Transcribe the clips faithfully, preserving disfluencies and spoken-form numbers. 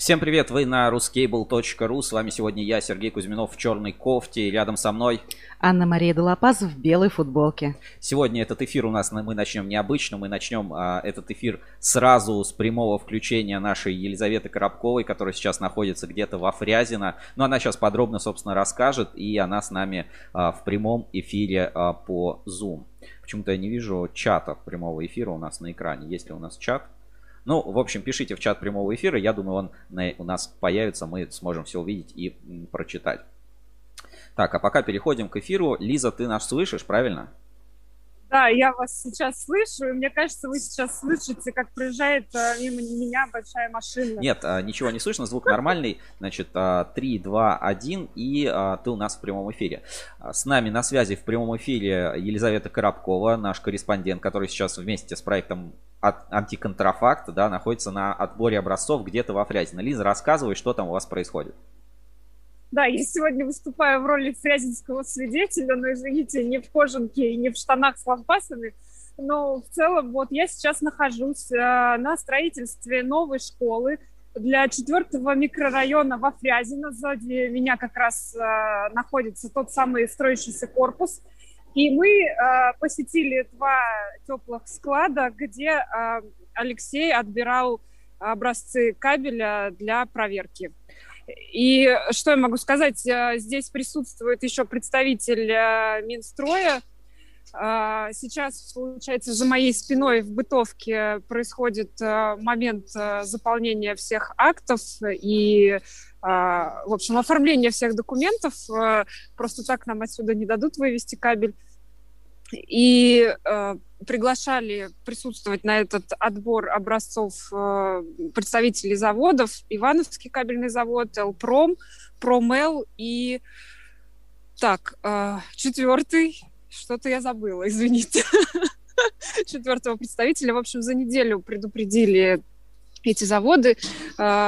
Всем привет, вы на ruskable точка ру. С вами сегодня я, Сергей Кузьминов, в черной кофте. И рядом со мной Анна-Мария Делапаз в белой футболке. Сегодня этот эфир у нас, мы начнем необычно. Мы начнем а, этот эфир сразу с прямого включения нашей Елизаветы Коробковой, которая сейчас находится где-то во Фрязино. Но она сейчас подробно, собственно, расскажет. И она с нами а, в прямом эфире а, по Zoom. Почему-то я не вижу чата прямого эфира у нас на экране. Есть ли у нас чат? Ну, в общем, пишите в чат прямого эфира. Я думаю, он на, у нас появится. Мы сможем все увидеть и м, прочитать. Так, а пока переходим к эфиру. Лиза, ты нас слышишь, правильно? Да, я вас сейчас слышу. И мне кажется, вы сейчас слышите, как проезжает а, мимо меня большая машина. Нет, а, ничего не слышно. Звук нормальный. Значит, а, три, два, один. И а, ты у нас в прямом эфире. А, с нами на связи в прямом эфире Елизавета Коробкова, наш корреспондент, который сейчас вместе с проектом Антиконтрафакт, да, находится на отборе образцов где-то во Фрязино. Лиза, рассказывай, что там у вас происходит. Да, я сегодня выступаю в роли фрязинского свидетеля, но, извините, не в кожанке и не в штанах с лампасами. Но в целом, вот я сейчас нахожусь э, на строительстве новой школы для четвертого микрорайона во Фрязино. Сзади меня как раз э, находится тот самый строящийся корпус. И мы э, посетили два теплых склада, где э, Алексей отбирал образцы кабеля для проверки. И что я могу сказать? Здесь присутствует еще представитель э, Минстроя. Э, сейчас, получается, за моей спиной в бытовке происходит э, момент э, заполнения всех актов и, э, в общем, оформления всех документов. Э, просто так нам отсюда не дадут вывести кабель. И э, приглашали присутствовать на этот отбор образцов э, представителей заводов: Ивановский кабельный завод, Элпром, Промел и так, э, четвертый, что-то я забыла, извините, четвертого представителя. В общем, за неделю предупредили эти заводы, э,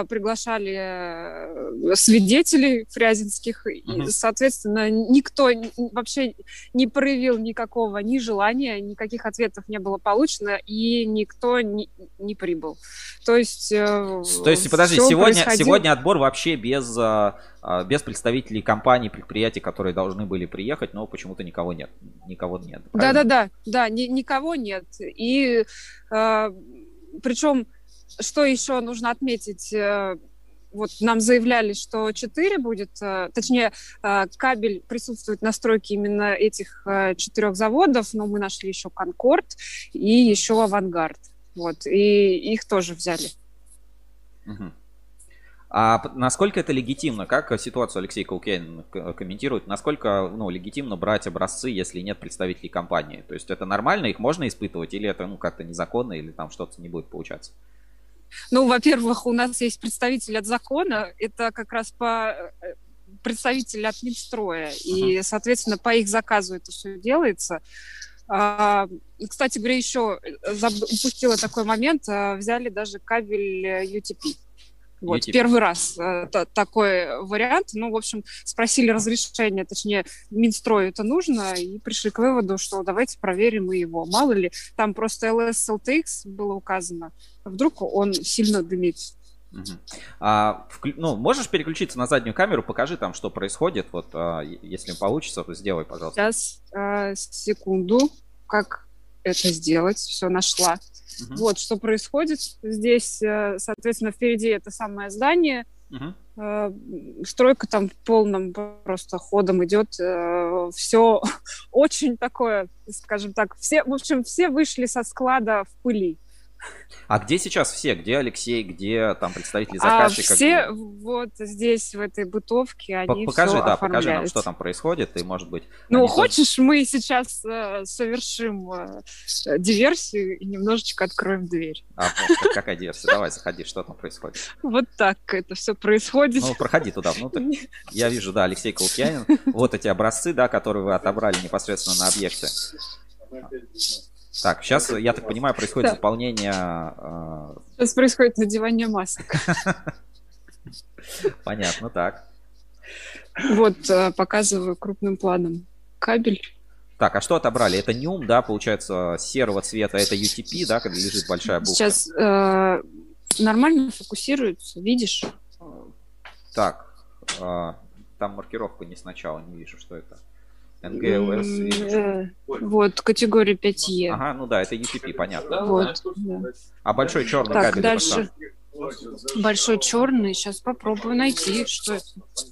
приглашали свидетелей фрязинских, uh-huh. и, соответственно, никто вообще не проявил никакого ни желания, никаких ответов не было получено, и никто не, не прибыл. То есть... Э, То есть, подожди, сегодня, происходило... сегодня отбор вообще без, без представителей компаний, предприятий, которые должны были приехать, но почему-то никого нет. Никого нет. Да-да-да, да, ни, никого нет. И э, причем... Что еще нужно отметить? Вот нам заявляли, что четыре будет, точнее, кабель присутствует на стройке именно этих четырех заводов, но мы нашли еще Конкорд и еще Авангард. Вот, и их тоже взяли. Угу. А насколько это легитимно? Как ситуацию Алексей Каукянин комментирует? Насколько, ну, легитимно брать образцы, если нет представителей компании? То есть это нормально, их можно испытывать, или это, ну, как-то незаконно, или там что-то не будет получаться? Ну, во-первых, у нас есть представитель от закона, это как раз по представитель от Минстроя, uh-huh. и, соответственно, по их заказу это все делается. А, кстати говоря, еще упустила такой момент, взяли даже кабель ю ти пи. Вот, первый раз э, такой вариант. Ну, в общем, спросили разрешение, точнее, Минстрою это нужно, и пришли к выводу, что давайте проверим и его. Мало ли, там просто эл эс эл ти экс было указано. Вдруг он сильно дымит. Угу. А, вклю... ну, можешь переключиться на заднюю камеру, покажи там, что происходит. Вот, а, если получится, то сделай, пожалуйста. Сейчас, а, секунду, как это сделать. Все, нашла. Uh-huh. Вот, что происходит здесь, соответственно, впереди это самое здание, uh-huh. стройка там полным просто ходом идет, все очень такое, скажем так, все, в общем, все вышли со склада в пыли. А где сейчас все? Где Алексей? Где там представители заказчика? А все вот здесь, в этой бытовке, они Покажи, все да, оформляют. Покажи нам, что там происходит, и, может быть... Ну, хочешь, тоже... мы сейчас э, совершим э, диверсию и немножечко откроем дверь. А, вот, какая диверсия? Давай, заходи, что там происходит. Вот так это все происходит. Ну, проходи туда внутрь. Я вижу, да, Алексей Каукянин. Вот эти образцы, да, которые вы отобрали непосредственно на объекте. Так, сейчас, я так понимаю, происходит да. заполнение... Э... Сейчас происходит надевание масок. Понятно, так. Вот, показываю крупным планом кабель. Так, а что отобрали? Это нюм, да, получается, серого цвета, это ю ти пи, да, когда лежит большая буква? Сейчас э, нормально фокусируется, видишь? Так, э, там маркировка не сначала, не вижу, что это. эн гэ эл эс. И... Вот, категория пять е. Ага, ну да, это ю ти пи, понятно. Вот, да. А большой черный так, кабель дальше. Большой черный, сейчас попробую найти, что это.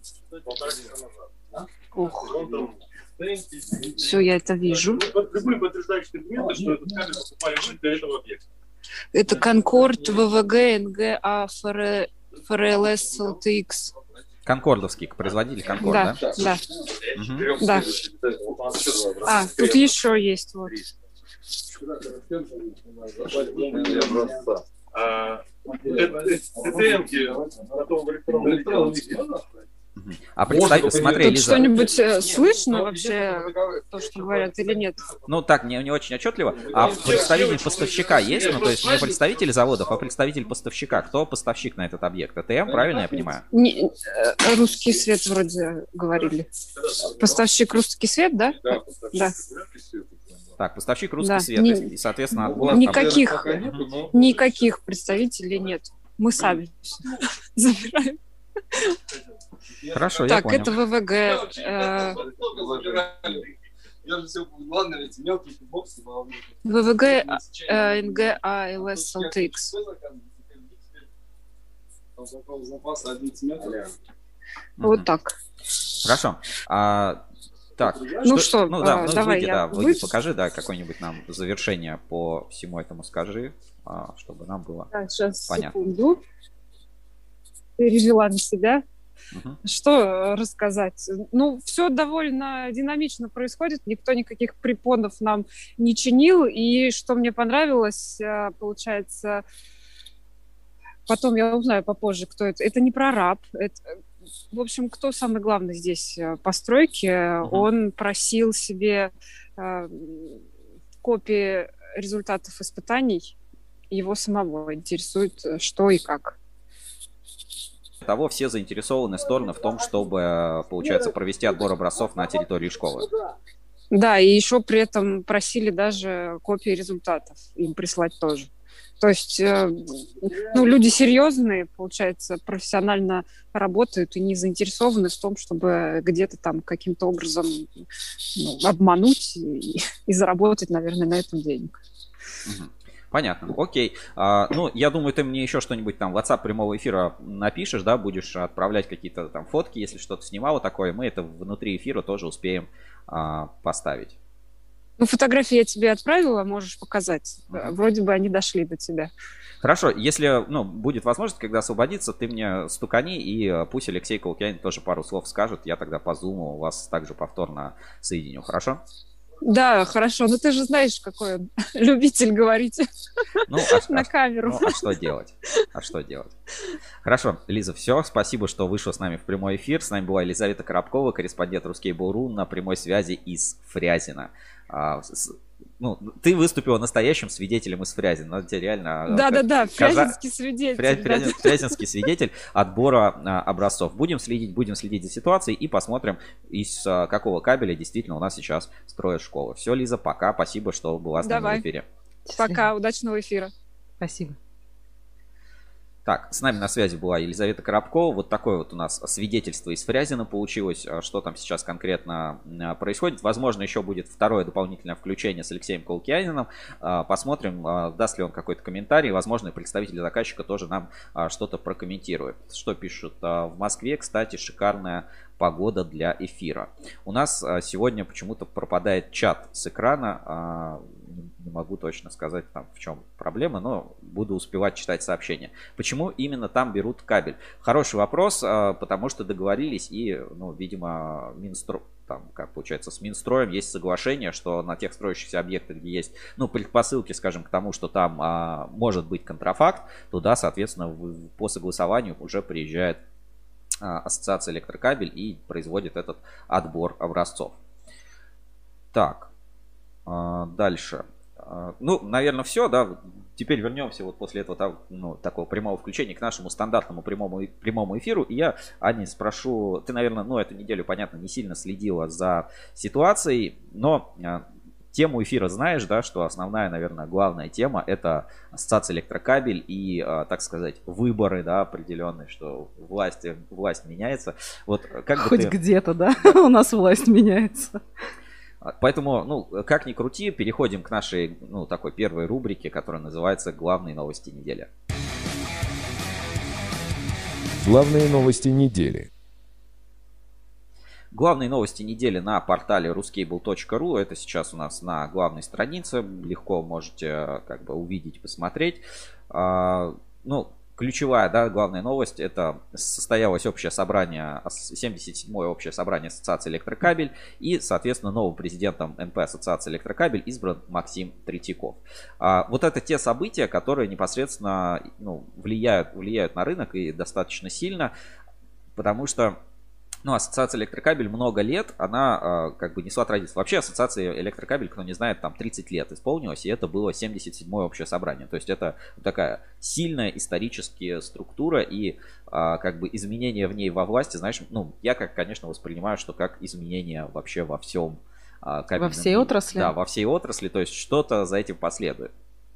Ух. Все, я это вижу. Это Конкорд, вэ вэ гэ, эн гэ а, эф эр эл эс, эл ти икс. Конкордовский производитель, Конкорд, да? Да, да. Угу. Да. А, тут еще есть вот. А представь, смотри, Тут Лиза. что-нибудь э, слышно вообще, то, что говорят, или нет? Ну, так, не, не очень отчетливо. А представитель поставщика есть? Ну, то есть не представитель заводов, а представитель поставщика. Кто поставщик на этот объект? это эм, правильно я понимаю? Не, э, русский свет вроде говорили. Поставщик русский свет, да? Да. Так, поставщик русский Да. свет. Ни- И, соответственно, отбор... Никаких, Мгм. никаких представителей нет. Мы сами забираем. Хорошо, я Так, понял. это вэ вэ гэ. э, вэ вэ гэ, э, эн гэ а, эл эс, эл ти икс. Вот так. Хорошо. А, так, Ну что, ну да, а, ну, давай выйди, я да, выйди, выйду. покажи, да, какое-нибудь нам завершение по всему этому скажи, а, чтобы нам было Так, сейчас, понятно. секунду. Перевела на себя. Мгм. Что э, рассказать? Ну, все довольно динамично происходит, никто никаких препонов нам не чинил, и что мне понравилось, э, получается, потом я узнаю попозже, кто это. Это не прораб, это, э, в общем, кто самый главный здесь э, по стройке, Мгм. он просил себе э, копии результатов испытаний, его самого интересует, э, что и как. Того все заинтересованы стороны в том, чтобы, э, получается, провести отбор образцов на территории школы. Да, и еще при этом просили даже копии результатов им прислать тоже. То есть, э, ну, люди серьезные, получается, профессионально работают и не заинтересованы в том, чтобы где-то там каким-то образом ну, обмануть и, и заработать, наверное, на этом денег. Мгм. Понятно, окей. А, ну, я думаю, ты мне еще что-нибудь там в WhatsApp прямого эфира напишешь, да, будешь отправлять какие-то там фотки, если что-то снимала такое, мы это внутри эфира тоже успеем а, поставить. Ну, фотографии я тебе отправила, можешь показать. Мгм. Вроде бы они дошли до тебя. Хорошо, если, ну, будет возможность, когда освободится, ты мне стукани, и э, пусть Алексей Каукянин тоже пару слов скажет, я тогда по зуму вас также повторно соединю, хорошо? Да, хорошо. Но ты же знаешь, какой он любитель говорить Ну, а, на а- камеру. ну, а что делать? А что делать? Хорошо, Лиза, все. Спасибо, что вышла с нами в прямой эфир. С нами была Елизавета Коробкова, корреспондент Ruskable.ru на прямой связи из Фрязино. А, с- ну, ты выступила настоящим свидетелем из Фрязино. Надо тебе реально... э, Да-да-да, Каза- фрязинский свидетель. Фря- да. Фрязин- Фрязинский свидетель отбора а, образцов. Будем следить, будем следить за ситуацией и посмотрим, из а, какого кабеля действительно у нас сейчас строят школы. Все, Лиза, пока. Спасибо, что была с нами Давай. в эфире. Пока, удачного эфира. Спасибо. Так, с нами на связи была Елизавета Коробкова. Вот такое вот у нас свидетельство из Фрязино получилось. А, Что там сейчас конкретно а, происходит. Возможно, еще будет второе дополнительное включение с Алексеем Каукяниным. А, Посмотрим, а, даст ли он какой-то комментарий. Возможно, представитель заказчика тоже нам а, что-то прокомментирует. Что пишут? А, В Москве, кстати, шикарная погода для эфира. У нас а, сегодня почему-то пропадает чат с экрана. А, Не не могу точно сказать, там, в чем проблема, но буду успевать читать сообщения. Почему именно там берут кабель? Хороший вопрос, а, потому что договорились и, ну, видимо, Минстро... там, как получается, с Минстроем есть соглашение, что на тех строящихся объектах, где есть, ну, предпосылки, скажем, к тому, что там а, может быть контрафакт, туда, соответственно, в- по согласованию уже приезжает а, ассоциация электрокабель и производит этот отбор образцов. Так, а, дальше. А, Ну, наверное, все, да. Теперь вернемся вот после этого там, ну, такого прямого включения к нашему стандартному прямому, и- прямому эфиру. И я, Аня, спрошу, ты, наверное, ну, эту неделю, понятно, не сильно следила за ситуацией, но а, тему эфира знаешь, да, что основная, наверное, главная тема — это ассоциация электрокабель и, так сказать, выборы, да, определенные, что власть, власть меняется. Вот как Хоть бы ты... где-то, да, у нас власть меняется. Поэтому, ну, как ни крути, переходим к нашей, ну, такой первой рубрике, которая называется «Главные новости недели». Главные новости недели. Главные новости недели на портале ruskable точка ру. Это сейчас у нас на главной странице. Легко можете как бы увидеть, посмотреть. А, ну, ключевая, да, главная новость — это состоялось общее собрание, семьдесят седьмое общее собрание Ассоциации Электрокабель, и, соответственно, новым президентом эн пэ Ассоциации Электрокабель избран Максим Третьяков. А, вот это те события, которые непосредственно, ну, влияют, влияют на рынок и достаточно сильно, потому что, ну, Ассоциация Электрокабель много лет, она э, как бы несла традицию. Вообще Ассоциация Электрокабель, кто не знает, там тридцать лет исполнилось, и это было семьдесят седьмое общее собрание. То есть это такая сильная историческая структура, и э, как бы изменения в ней во власти, знаешь, ну, я, как, конечно, воспринимаю, что как изменения вообще во всем э, кабельном. Во всей мире. отрасли? Да, во всей отрасли, то есть что-то за этим последует.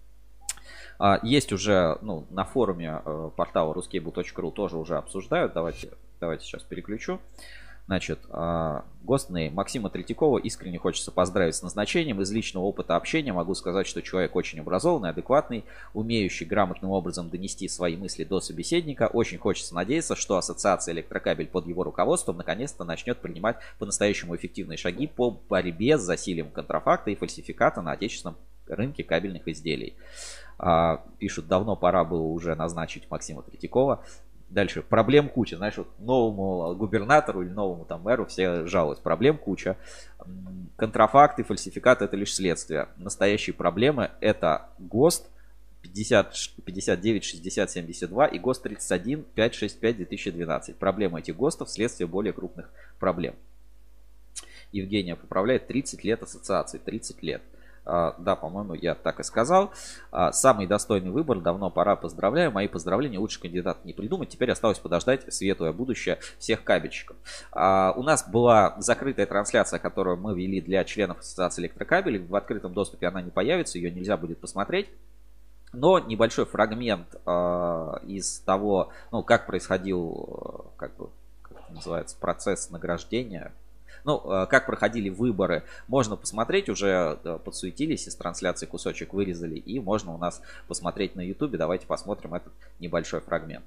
Есть уже, ну, на форуме э, портала ruskable точка ру тоже уже обсуждают. Давайте, давайте сейчас переключу. Значит, э, гостный Максима Третьякова искренне хочется поздравить с назначением. Из личного опыта общения могу сказать, что человек очень образованный, адекватный, умеющий грамотным образом донести свои мысли до собеседника. Очень хочется надеяться, что Ассоциация Электрокабель под его руководством наконец-то начнет принимать по-настоящему эффективные шаги по борьбе с засилием контрафакта и фальсификата на отечественном рынке кабельных изделий. Пишут, давно пора было уже назначить Максима Третьякова. Дальше, проблем куча. Знаешь, вот новому губернатору или новому там мэру все жалуются. Проблем куча. Контрафакт и фальсификат — это лишь следствие. Настоящие проблемы — это ГОСТ пятьдесят, пятьдесят девять шестьдесят семьдесят два и ГОСТ тридцать один пятьсот шестьдесят пять две тысячи двенадцать. Проблемы этих ГОСТов — следствие более крупных проблем. Евгения поправляет: тридцать лет ассоциации, тридцать лет. Да, по-моему, я так и сказал. Самый достойный выбор, давно пора, поздравляю. Мои поздравления, лучше кандидата не придумать. Теперь осталось подождать светлое будущее всех кабельщиков. У нас была закрытая трансляция, которую мы вели для членов Ассоциации Электрокабелей. В открытом доступе она не появится, ее нельзя будет посмотреть. Но небольшой фрагмент из того, ну, как происходил, как бы, как это называется, процесс награждения. Ну, как проходили выборы, можно посмотреть, уже подсуетились, из трансляции кусочек вырезали, и можно у нас посмотреть на ютубе. Давайте посмотрим этот небольшой фрагмент.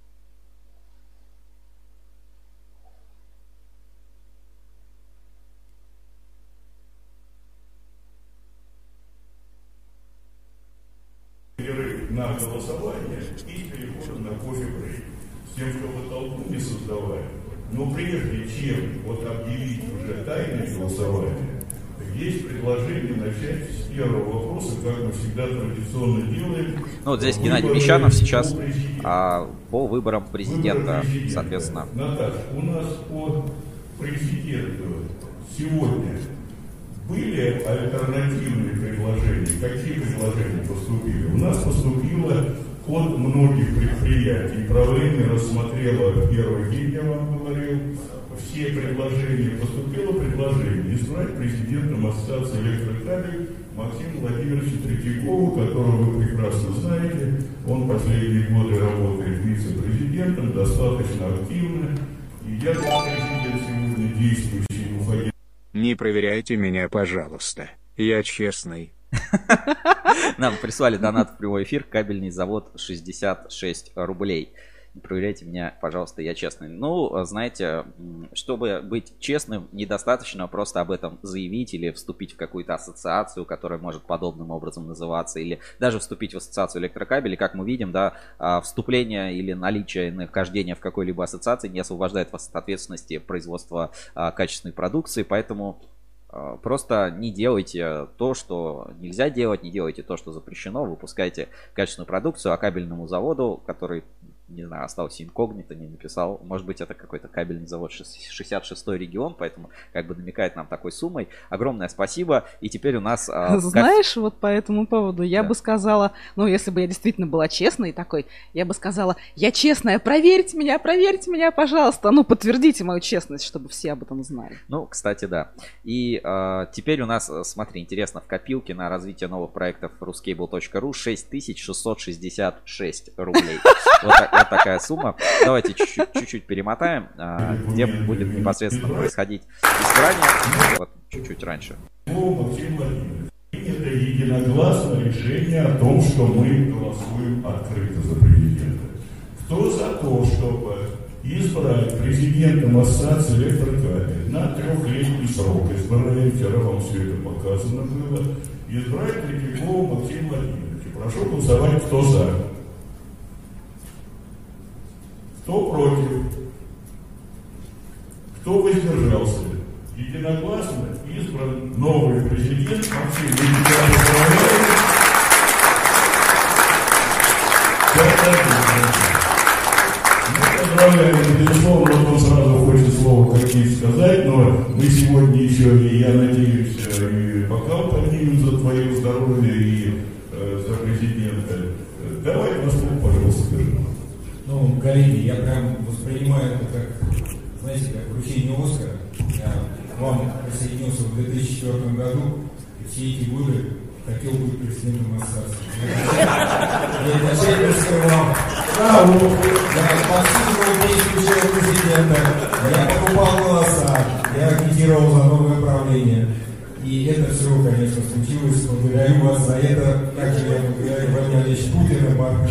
Перерыв на голосование и переход на кофе-брейк. С тем, чтобы толпу не создавать. Но прежде чем вот объявить уже тайное голосование, есть предложение начать с первого вопроса, как мы всегда традиционно делаем. Ну вот здесь Геннадий Мещанов сейчас а, по выборам президента, президента, соответственно. Наташа, у нас по президенту сегодня были альтернативные предложения? Какие предложения поступили? У нас поступило от многих предприятий. Правление рассмотрело в первый день, я вам говорил, все предложения. Поступило предложение избрать президентом Ассоциации Электрокабель Максима Владимировича Третьякова, которого вы прекрасно знаете. Он последние годы работает вице-президентом, достаточно активно. И я, как президент сегодня действующий, уходил. Не проверяйте меня, пожалуйста. Я честный. Нам прислали донат в прямой эфир. Кабельный завод шестьдесят шесть рублей. Не проверяйте меня, пожалуйста, я честный. Ну, знаете, чтобы быть честным, недостаточно просто об этом заявить или вступить в какую-то ассоциацию, которая может подобным образом называться, или даже вступить в ассоциацию электрокабелей. Как мы видим, да, вступление или наличие нахождения в какой-либо ассоциации не освобождает вас от ответственности производства качественной продукции, поэтому просто не делайте то, что нельзя делать, не делайте то, что запрещено, выпускайте качественную продукцию, а кабельному заводу, который не знаю, остался инкогнито, не написал. Может быть, это какой-то кабельный завод шестьдесят шестой регион, поэтому как бы намекает нам такой суммой. Огромное спасибо. И теперь у нас... Знаешь, как... вот по этому поводу я да. бы сказала, ну, если бы я действительно была честной такой, я бы сказала, я честная, проверьте меня, проверьте меня, пожалуйста. Ну, подтвердите мою честность, чтобы все об этом знали. Ну, кстати, да. И э, теперь у нас, смотри, интересно, в копилке на развитие новых проектов ruskable точка ру шесть тысяч шестьсот шестьдесят шесть рублей. Вот, вот такая сумма. Давайте чуть-чуть, чуть-чуть перемотаем, э, где будет непосредственно происходить избрание. Вот чуть-чуть раньше. Это единогласное решение о том, что мы голосуем открыто за президента. Кто за то, чтобы избрать президентом Ассоциации Электрокабель на трехлетний срок, избрали, вчера вам все это показано было, избрать Третьякова Максима Владимировича. Прошу голосовать, кто за. Кто против? Кто воздержался? Единогласно избран новый президент Максим Владимирович. Мы поздравляем, безусловно, он сразу хочет слово какие сказать, но мы сегодня еще, и я надеюсь, и бокал поднимем за твое здоровье и э, за президента. Давай на слово, пожалуйста, скажи. Ну, коллеги, я прям воспринимаю это как, знаете, как вручение Оскара. Я к вам присоединился в две тысячи четвёртом году, и все эти годы хотел быть президентом ассоциации. Я изначально скрывал. Да, вот, я подсиживал действующего президента, я покупал голоса, я агитировал за новое правление. И это все, конечно, случилось. Благодарю вас за это. Как же я благодарю Владимира Путина.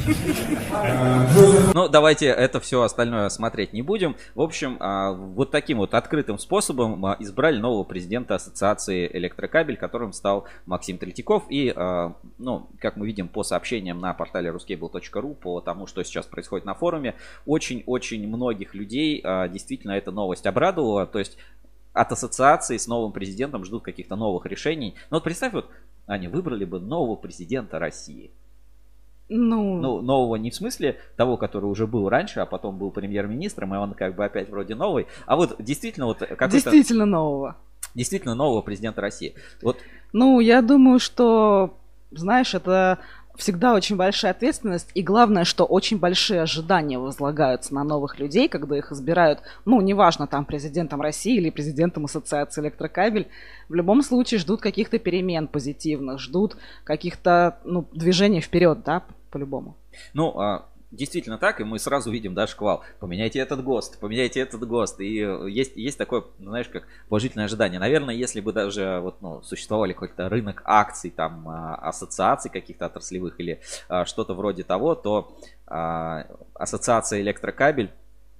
Ну, давайте это все остальное смотреть не будем. В общем, вот таким вот открытым способом избрали нового президента Ассоциации Электрокабель, которым стал Максим Третьяков. И, ну, как мы видим по сообщениям на портале ruskable точка ру, по тому, что сейчас происходит на форуме, очень-очень многих людей действительно эта новость обрадовала. То есть от ассоциации с новым президентом ждут каких-то новых решений. Но вот представь, вот они выбрали бы нового президента России. Ну... ну, нового не в смысле того, который уже был раньше, а потом был премьер-министром, и он как бы опять вроде новый. А вот действительно вот какой-то... Действительно нового. Действительно нового президента России. Вот. Ну, я думаю, что, знаешь, это... всегда очень большая ответственность, и главное, что очень большие ожидания возлагаются на новых людей, когда их избирают, ну, неважно, там, президентом России или президентом Ассоциации Электрокабель, в любом случае ждут каких-то перемен позитивных, ждут каких-то, ну, движений вперед, да, по-любому. Ну, действительно так, и мы сразу видим, да, шквал. Поменяйте этот ГОСТ, поменяйте этот ГОСТ. И есть, есть такое, знаешь, как положительное ожидание. Наверное, если бы даже вот, ну, существовали какой-то рынок акций, там, ассоциаций каких-то отраслевых или а, что-то вроде того, то а, Ассоциация Электрокабель...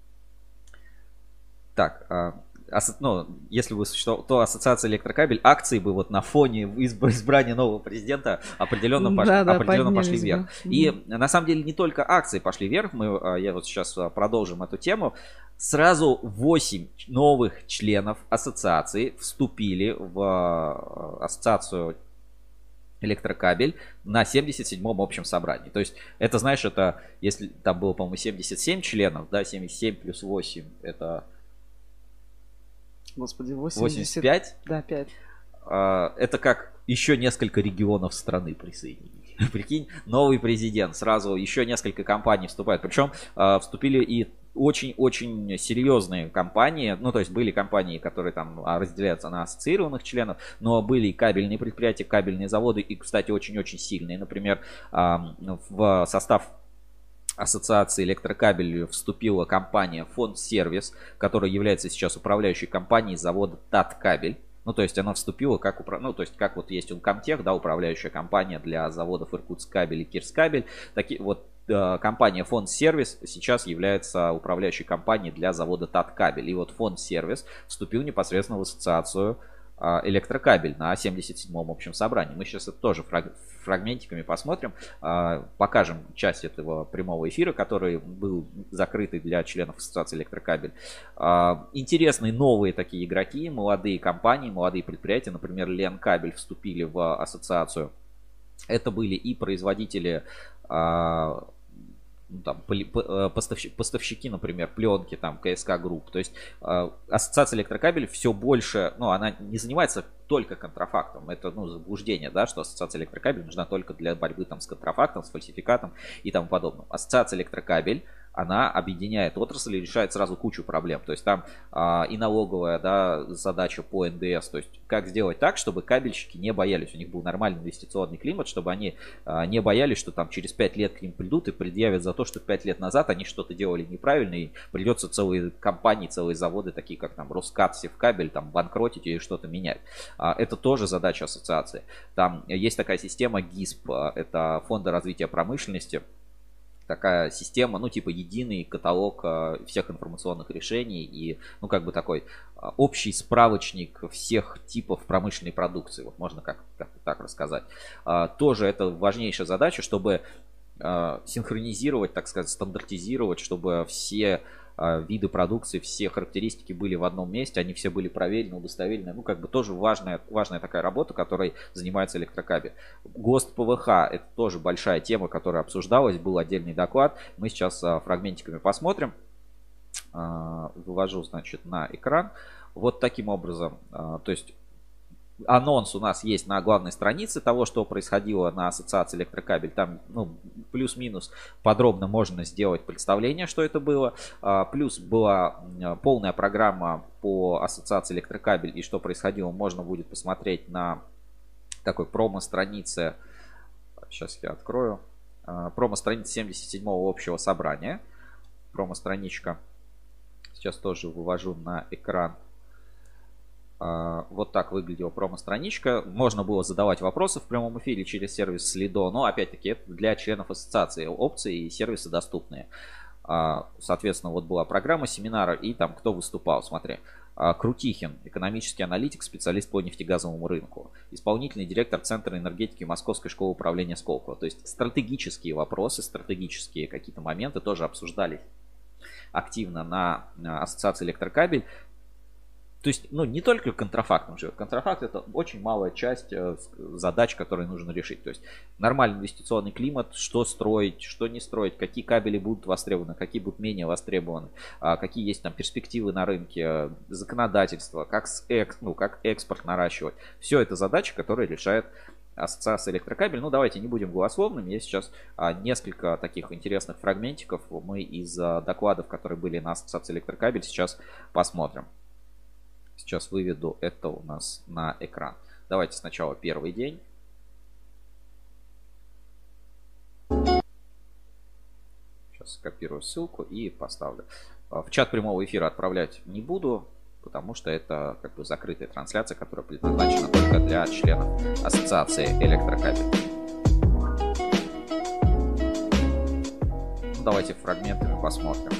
Так... А, ну, если бы существовала, то Ассоциация Электрокабель, акции бы вот на фоне избрания нового президента определенно, пош... да, да, определенно пошли вверх. Бы. И mm-hmm. на самом деле не только акции пошли вверх, мы, я вот сейчас продолжим эту тему. Сразу восемь новых членов ассоциации вступили в ассоциацию Электрокабель на семьдесят седьмом общем собрании. То есть это, знаешь, это, если там было, по-моему, семьдесят семь членов, да, семьдесят семь плюс восемь, это... Господи, восемьдесят... восемьдесят пять? Да, пять. Это как еще несколько регионов страны присоединить. Прикинь, новый президент, сразу еще несколько компаний вступают. Причем вступили и очень-очень серьезные компании. Ну, то есть были компании, которые там разделяются на ассоциированных членов, но были и кабельные предприятия, кабельные заводы, и, кстати, очень-очень сильные. Например, в состав Ассоциации Электрокабель вступила компания Фонд Сервис, которая является сейчас управляющей компанией завода Таткабель. Ну, то есть она вступила как, упра... ну, то есть как вот есть Uncomtech, да, управляющая компания для заводов Иркутскабель и Кирскабель. Таки, вот э, компания Фонд Сервис сейчас является управляющей компанией для завода Таткабель. И вот Фонд Сервис вступил непосредственно в ассоциацию э, Электрокабель на семьдесят седьмом общем собрании. Мы сейчас это тоже фраг... фрагментиками посмотрим, э, покажем часть этого прямого эфира, который был закрытый для членов ассоциации Электрокабель. Э, интересные новые такие игроки, молодые компании, молодые предприятия, например, Ленкабель вступили в ассоциацию. Это были и производители э, ну, там, поставщики, поставщики, например, пленки, там, КСК Групп. То есть ассоциация электрокабель все больше, ну, она не занимается только контрафактом. Это, ну, заблуждение, да, что ассоциация электрокабель нужна только для борьбы там с контрафактом, с фальсификатом и тому подобное. Ассоциация электрокабель, она объединяет отрасль и решает сразу кучу проблем. То есть там а, и налоговая, да, задача по эн дэ эс. То есть как сделать так, чтобы кабельщики не боялись, у них был нормальный инвестиционный климат, чтобы они а, не боялись, что там через пять лет к ним придут и предъявят за то, что пять лет назад они что-то делали неправильно, и придется целые компании, целые заводы, такие как там Роскат, Севкабель, там банкротить и что-то менять. А, это тоже задача ассоциации. Там есть такая система ГИСП, это Фонда развития промышленности. Такая система, ну, типа единый каталог э, всех информационных решений и, ну, как бы такой э, общий справочник всех типов промышленной продукции. Вот можно как, как так рассказать. Э, тоже это важнейшая задача, чтобы э, синхронизировать, так сказать, стандартизировать, чтобы все э, виды продукции, все характеристики были в одном месте, они все были проверены, удостоверены. Ну, как бы тоже важная, важная такая работа, которой занимается электрокабель. ГОСТ ПВХ — это тоже большая тема, которая обсуждалась, был отдельный доклад. Мы сейчас э, фрагментиками посмотрим. Э, вывожу, значит, на экран. Вот таким образом, э, то есть анонс у нас есть на главной странице того, что происходило на ассоциации электрокабель. Там, ну, плюс-минус подробно можно сделать представление, что это было. Плюс была полная программа по ассоциации электрокабель и что происходило, можно будет посмотреть на такой промо-странице. Сейчас я открою. Промо-страница семьдесят седьмого общего собрания. Промо-страничка. Сейчас тоже вывожу на экран. Вот так выглядела промо-страничка. Можно было задавать вопросы в прямом эфире через сервис Slido, но опять-таки это для членов ассоциации. Опции и сервисы доступные. Соответственно, вот была программа семинара и там кто выступал. Смотри. Крутихин, экономический аналитик, специалист по нефтегазовому рынку. Исполнительный директор Центра энергетики Московской школы управления Сколково. То есть стратегические вопросы, стратегические какие-то моменты тоже обсуждались активно на ассоциации электрокабель. То есть, ну, не только контрафактом живет. Контрафакт — это очень малая часть э, задач, которые нужно решить. То есть, нормальный инвестиционный климат, что строить, что не строить, какие кабели будут востребованы, какие будут менее востребованы, а, какие есть там перспективы на рынке, законодательство, как, с экс, ну, как экспорт наращивать. Все это задачи, которые решает ассоциация электрокабель. Ну, давайте не будем голословными. Есть сейчас а, несколько таких интересных фрагментиков. Мы из а, докладов, которые были на ассоциации электрокабель, сейчас посмотрим. Сейчас выведу это у нас на экран. Давайте сначала первый день. Сейчас скопирую ссылку и поставлю. В чат прямого эфира отправлять не буду, потому что это как бы закрытая трансляция, которая предназначена только для членов ассоциации электрокабель. Ну, давайте фрагментами посмотрим.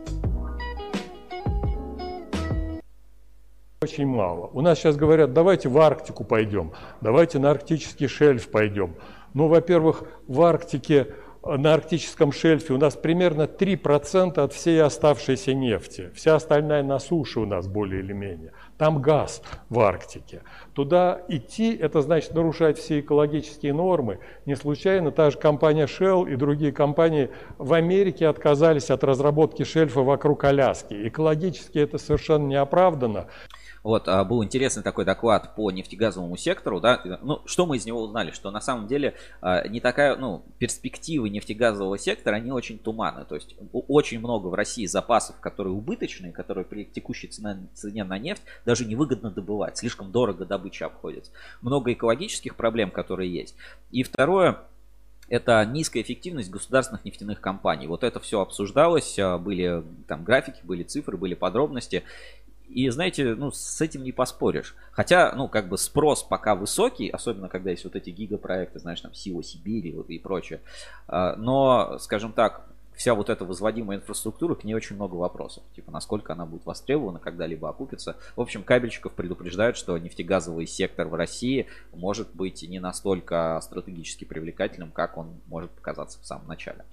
Очень мало. У нас сейчас говорят, давайте в Арктику пойдем, давайте на арктический шельф пойдем. Ну, во-первых, в Арктике, на арктическом шельфе у нас примерно три процента от всей оставшейся нефти. Вся остальная на суше у нас более или менее. Там газ в Арктике. Туда идти, это значит нарушать все экологические нормы. Не случайно та же компания Shell и другие компании в Америке отказались от разработки шельфа вокруг Аляски. Экологически это совершенно неоправданно. Вот, был интересный такой доклад по нефтегазовому сектору, да, ну, что мы из него узнали, что на самом деле не такая, ну, перспективы нефтегазового сектора, они очень туманны, то есть очень много в России запасов, которые убыточные, которые при текущей цене, цене на нефть даже невыгодно добывать, слишком дорого добыча обходится, много экологических проблем, которые есть, и второе, это низкая эффективность государственных нефтяных компаний, вот это все обсуждалось, были там графики, были цифры, были подробности. И, знаете, ну, с этим не поспоришь. Хотя, ну, как бы спрос пока высокий, особенно когда есть вот эти гигапроекты, знаешь, там, Сила Сибири и прочее. Но, скажем так, вся вот эта возводимая инфраструктура, к ней очень много вопросов. Типа, насколько она будет востребована, когда-либо окупится. В общем, кабельщиков предупреждают, что нефтегазовый сектор в России может быть не настолько стратегически привлекательным, как он может показаться в самом начале.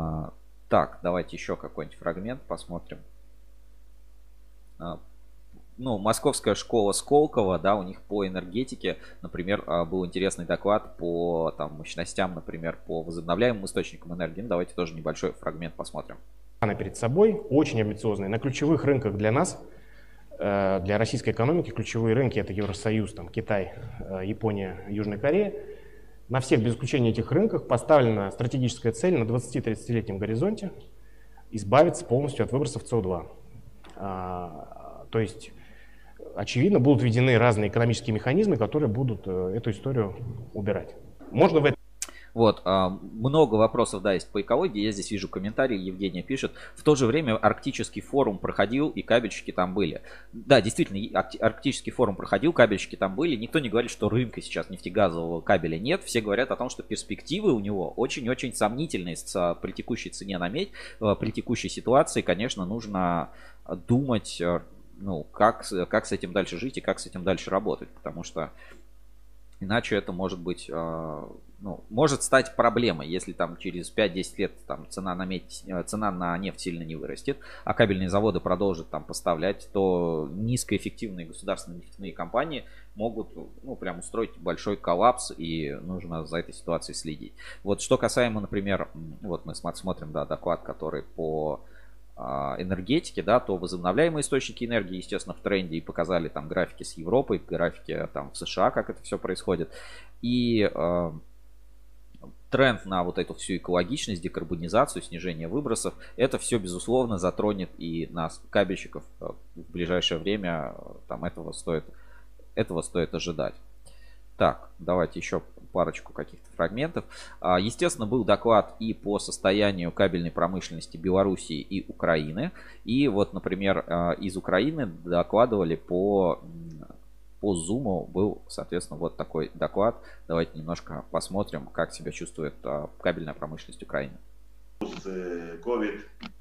Так, давайте еще какой-нибудь фрагмент посмотрим. ну, московская школа Сколково, да, у них по энергетике, например, был интересный доклад по там, мощностям, например, по возобновляемым источникам энергии. Ну, давайте тоже небольшой фрагмент посмотрим. Она перед собой очень амбициозная. На ключевых рынках для нас, для российской экономики, ключевые рынки — это Евросоюз, там, Китай, Япония, Южная Корея. На всех, без исключения этих рынках, поставлена стратегическая цель на двадцати-тридцатилетнем горизонте избавиться полностью от выбросов С О два. А, то есть, очевидно, будут введены разные экономические механизмы, которые будут эту историю убирать. Можно в этом... Вот, много вопросов, да, есть по экологии. Я здесь вижу комментарии, Евгения пишет. В то же время Арктический форум проходил, и кабельщики там были. Да, действительно, Арктический форум проходил, кабельщики там были. Никто не говорит, что рынка сейчас нефтегазового кабеля нет. Все говорят о том, что перспективы у него очень-очень сомнительные при текущей цене на медь. При текущей ситуации, конечно, нужно думать, ну, как, как с этим дальше жить и как с этим дальше работать. Потому что иначе это может быть... Ну, может стать проблемой, если там через пять-десять лет там, цена, на медь, цена на нефть сильно не вырастет, а кабельные заводы продолжат там поставлять, то низкоэффективные государственные нефтяные компании могут, ну, прям устроить большой коллапс, и нужно за этой ситуацией следить. Вот что касаемо, например, вот мы смотрим, да, доклад, который по энергетике, да, то возобновляемые источники энергии, естественно, в тренде, и показали там графики с Европой, графики там в США, как это все происходит. И э, тренд на вот эту всю экологичность, декарбонизацию, снижение выбросов, это все, безусловно, затронет и нас, кабельщиков, в ближайшее время. Там этого стоит, этого стоит ожидать. Так, давайте еще парочку каких-то фрагментов. Естественно, был доклад и по состоянию кабельной промышленности Белоруссии и Украины. И вот, например, из Украины докладывали по, по Zoom. Был, соответственно, вот такой доклад. Давайте немножко посмотрим, как себя чувствует кабельная промышленность Украины. COVID.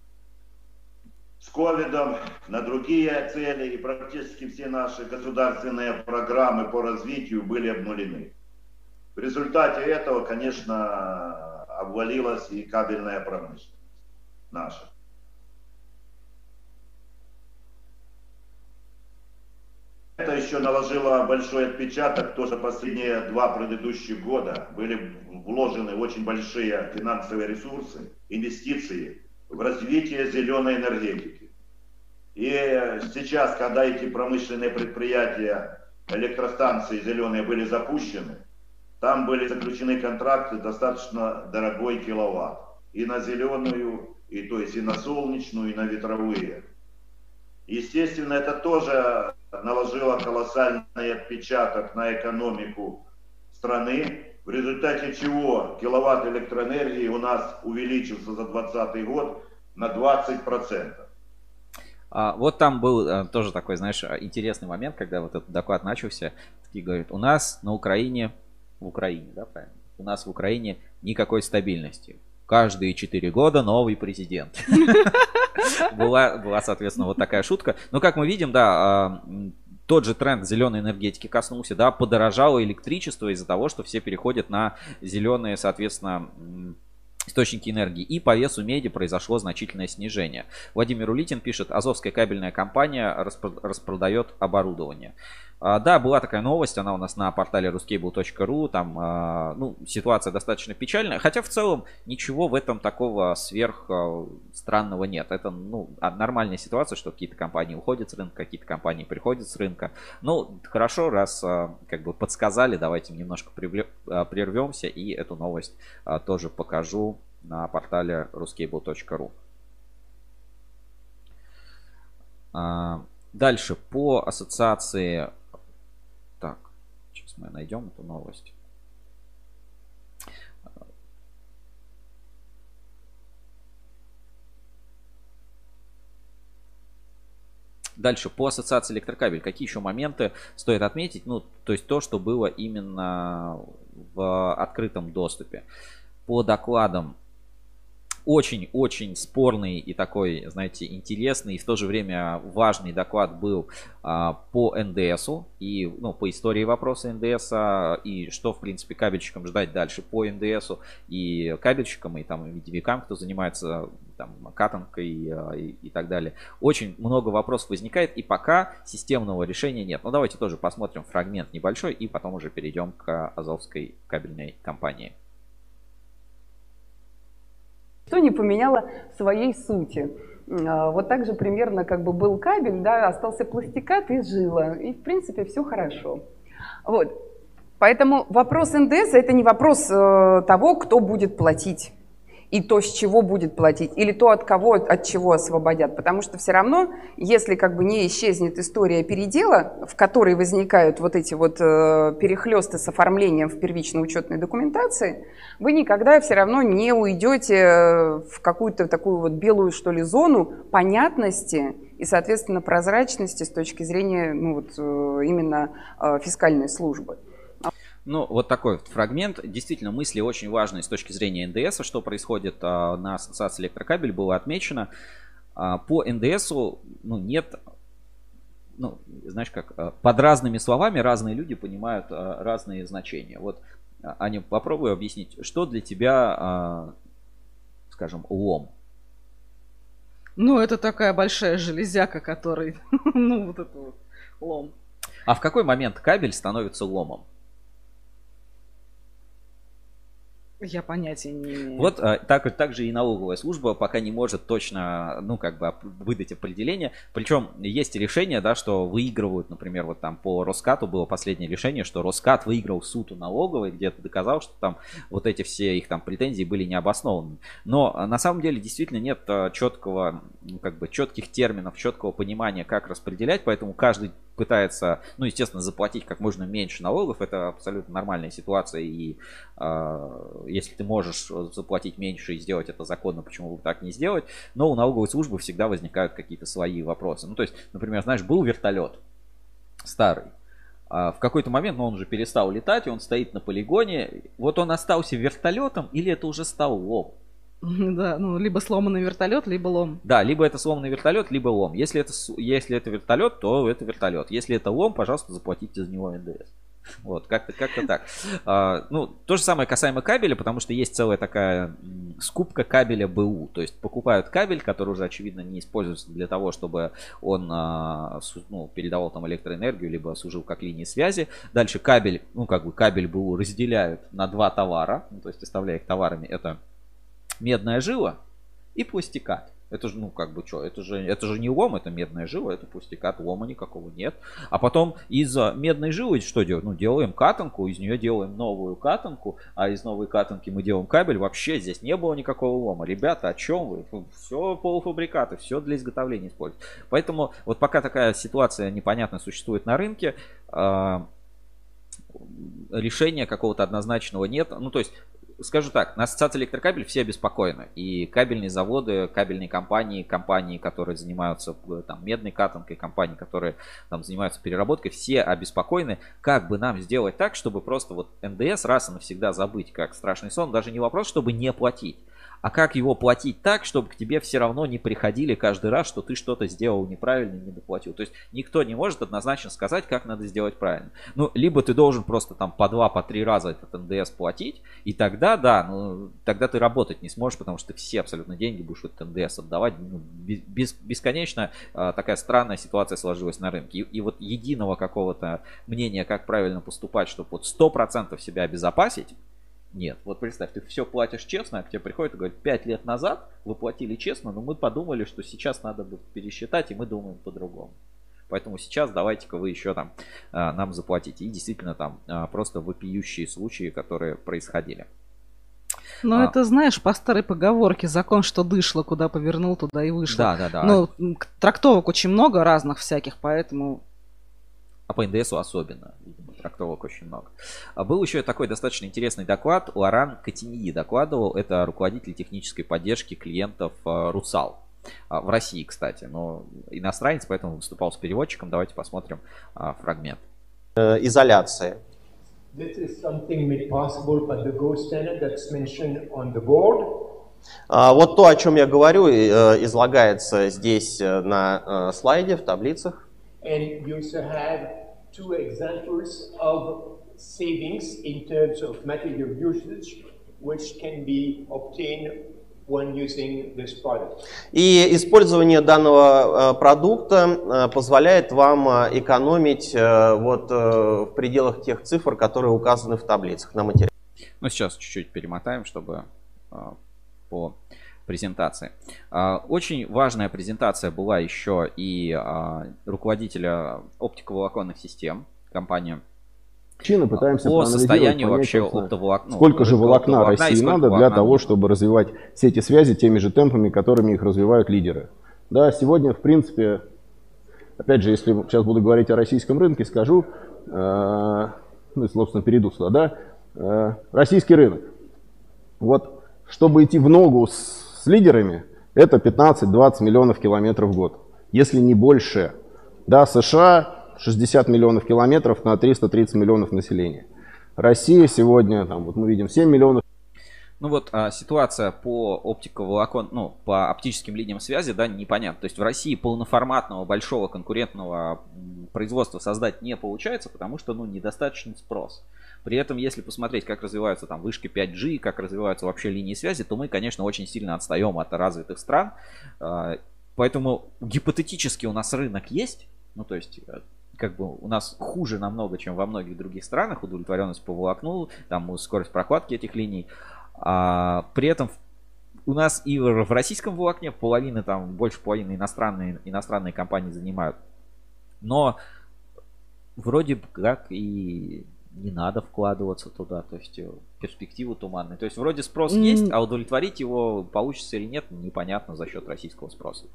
С ковидом на другие цели, и практически все наши государственные программы по развитию были обнулены. В результате этого, конечно, обвалилась и кабельная промышленность наша. Это еще наложило большой отпечаток, то, что последние два предыдущих года были вложены очень большие финансовые ресурсы, инвестиции в развитие зеленой энергетики. И сейчас, когда эти промышленные предприятия, электростанции зеленые были запущены, там были заключены контракты достаточно дорогой киловатт. И на зеленую, и, то есть и на солнечную, и на ветровые. Естественно, это тоже наложило колоссальный отпечаток на экономику страны, в результате чего киловатт электроэнергии у нас увеличился за двадцатый год на двадцать процентов. А, вот там был а, тоже такой, знаешь, интересный момент, когда вот этот доклад начался. Такие говорят, у нас на Украине, в Украине, да, правильно? У нас в Украине никакой стабильности. Каждые четыре года новый президент. Была, была, соответственно, вот такая шутка. Но, как мы видим, да, тот же тренд зеленой энергетики коснулся, да, подорожало электричество из-за того, что все переходят на зеленые, соответственно, источники энергии. И по весу меди произошло значительное снижение. Владимир Улитин пишет, Азовская кабельная компания распродает оборудование. Да, была такая новость, она у нас на портале ruskable точка ру, там, ну, ситуация достаточно печальная, хотя в целом ничего в этом такого сверх странного нет. Это, ну, нормальная ситуация, что какие-то компании уходят с рынка, какие-то компании приходят с рынка. Ну, хорошо, раз как бы подсказали, давайте немножко прервемся и эту новость тоже покажу на портале ruskable точка ру. Дальше по ассоциации. Так, сейчас мы найдем эту новость. Дальше по ассоциации электрокабель. Какие еще моменты стоит отметить? Ну, то есть то, что было именно в открытом доступе. По докладам очень-очень спорный и такой, знаете, интересный и в то же время важный доклад был а, по эн дэ эсу и, ну, по истории вопроса эн дэ эса и что, в принципе, кабельщикам ждать дальше по эн дэ эсу и кабельщикам, и там видевикам, кто занимается там катанкой и, и так далее. Очень много вопросов возникает, и пока системного решения нет. Ну, давайте тоже посмотрим фрагмент небольшой, и потом уже перейдем к Азовской кабельной компании. Что не поменяло своей сути. Вот так же примерно как бы был кабель, да, остался пластикат и жила. И в принципе все хорошо. Вот. Поэтому вопрос эн дэ эса это не вопрос э, того, кто будет платить. И то, с чего будет платить, или то, от кого, от чего освободят. Потому что все равно, если как бы не исчезнет история передела, в которой возникают вот эти вот э, перехлесты с оформлением в первичной учетной документации, вы никогда все равно не уйдете в какую-то такую вот белую, что ли, зону понятности и, соответственно, прозрачности с точки зрения, ну, вот, э, именно э, фискальной службы. Ну, вот такой вот фрагмент. Действительно, мысли очень важные с точки зрения эн дэ эса, что происходит а, на ассоциации электрокабель, было отмечено. А, по эн дэ эсу, ну, нет, ну, знаешь как, а, под разными словами разные люди понимают а, разные значения. Вот, Аня, попробуй объяснить, что для тебя, а, скажем, лом? Ну, это такая большая железяка, который, ну, вот это вот лом. А в какой момент кабель становится ломом? Я понятия не имею. Вот а, так, так же и налоговая служба пока не может точно, ну, как бы выдать определение. Причем есть решения, да, что выигрывают, например, вот там по Роскату было последнее решение, что Роскат выиграл суд у налоговой, где-то доказал, что там вот эти все их там претензии были необоснованы. Но на самом деле действительно нет четкого, ну, как бы четких терминов, четкого понимания, как распределять, поэтому каждый пытается, ну, естественно, заплатить как можно меньше налогов. Это абсолютно нормальная ситуация. И э, если ты можешь заплатить меньше и сделать это законно, почему бы так не сделать? Но у налоговой службы всегда возникают какие-то свои вопросы. Ну, то есть, например, знаешь, был вертолет старый. А в какой-то момент, ну, он уже перестал летать, и он стоит на полигоне. Вот он остался вертолетом или это уже стал лом? Да, ну, либо сломанный вертолет, либо лом. Да, либо это сломанный вертолет, либо лом. Если это, если это вертолет, то это вертолет. Если это лом, пожалуйста, заплатите за него эн дэ эс. Вот, как-то как-то так. А, ну, то же самое касаемо кабеля, потому что есть целая такая скупка кабеля бэ у. То есть покупают кабель, который уже, очевидно, не используется для того, чтобы он а, ну, передавал там электроэнергию, либо служил как линии связи. Дальше кабель, ну, как бы кабель бэ у разделяют на два товара. Ну, то есть, оставляя их товарами, это медная жила и пластикат. Это же, ну, как бы, что, это же, это же не лом, это медная жила, это пластикат, лома никакого нет. А потом из медной жилы что делать? Ну, делаем катанку, из нее делаем новую катанку, а из новой катанки мы делаем кабель. Вообще здесь не было никакого лома. Ребята, о чем вы? Все полуфабрикаты, все для изготовления используют. Поэтому вот пока такая ситуация непонятная существует на рынке, решения какого-то однозначного нет. Ну, то есть, скажу так, на ассоциации электрокабель все обеспокоены. И кабельные заводы, кабельные компании, компании, которые занимаются там медной катанкой, компании, которые там занимаются переработкой, все обеспокоены, как бы нам сделать так, чтобы просто вот эн дэ эс раз и навсегда забыть, как страшный сон. Даже не вопрос, чтобы не платить, а как его платить так, чтобы к тебе все равно не приходили каждый раз, что ты что-то сделал неправильно и не доплатил. То есть никто не может однозначно сказать, как надо сделать правильно. Ну, либо ты должен просто там по два, по три раза этот эн дэ эс платить, и тогда, да, ну, тогда ты работать не сможешь, потому что ты все абсолютно деньги будешь в этот эн дэ эс отдавать. Ну, без, бесконечно а, такая странная ситуация сложилась на рынке. И, и вот единого какого-то мнения, как правильно поступать, чтобы вот сто процентов себя обезопасить, нет. Вот представь, ты все платишь честно, а к тебе приходят и говорят, пять лет назад вы платили честно, но мы подумали, что сейчас надо будет пересчитать, и мы думаем по-другому. Поэтому сейчас давайте-ка вы еще там а, нам заплатите. И действительно там а, просто вопиющие случаи, которые происходили. Ну, а, это, знаешь, по старой поговорке, закон, что дышло, куда повернул, туда и вышло. Да, да, да. Ну, трактовок очень много разных всяких, поэтому... А по эн дэ эсу особенно, видимо, трактовок очень много. А был еще такой достаточно интересный доклад. Лоран Катиньи докладывал. Это руководитель технической поддержки клиентов Русал. В России, кстати. Но иностранец, поэтому выступал с переводчиком. Давайте посмотрим фрагмент. Изоляция. This is something made possible by the gold standard that's mentioned on the board. Вот то, о чем я говорю, излагается здесь на слайде, в таблицах. And you also have two examples of savings in terms of material usage, which can be obtained when using this product. И использование данного продукта позволяет вам экономить вот в пределах тех цифр, которые указаны в таблицах на материале. Ну, сейчас чуть-чуть перемотаем, чтобы по презентации. Очень важная презентация была еще и руководителя оптиковолоконных систем, компании. Причины пытаемся по состоянию понять, вообще оптоволокна. Сколько ну, же волокна волокна России сколько надо волокна для того, нужно. чтобы развивать сети связи теми же темпами, которыми их развивают лидеры. Да, сегодня, в принципе, опять же, если сейчас буду говорить о российском рынке, скажу, э, ну и, собственно, перейду сюда, да, э, российский рынок. Вот, чтобы идти в ногу с, с лидерами, это пятнадцать-двадцать миллионов километров в год, если не больше. Да, США шестьдесят миллионов километров на триста тридцать миллионов населения. Россия сегодня, там, вот мы видим семь миллионов. Ну вот а, ситуация по оптиковолокон, ну, по оптическим линиям связи, да, непонятна. То есть в России полноформатного большого конкурентного производства создать не получается, потому что, ну, недостаточный спрос. При этом, если посмотреть, как развиваются там вышки пять джи, как развиваются вообще линии связи, то мы, конечно, очень сильно отстаем от развитых стран. А, поэтому гипотетически у нас рынок есть, ну, то есть как бы у нас хуже намного, чем во многих других странах, удовлетворенность по волокну, там скорость прокладки этих линий. А, при этом у нас и в российском волокне половины, там больше половины иностранные, иностранные компании занимают. Но вроде как и не надо вкладываться туда, то есть перспективы туманные. То есть вроде спрос mm. есть, а удовлетворить его получится или нет, непонятно за счет российского спроса.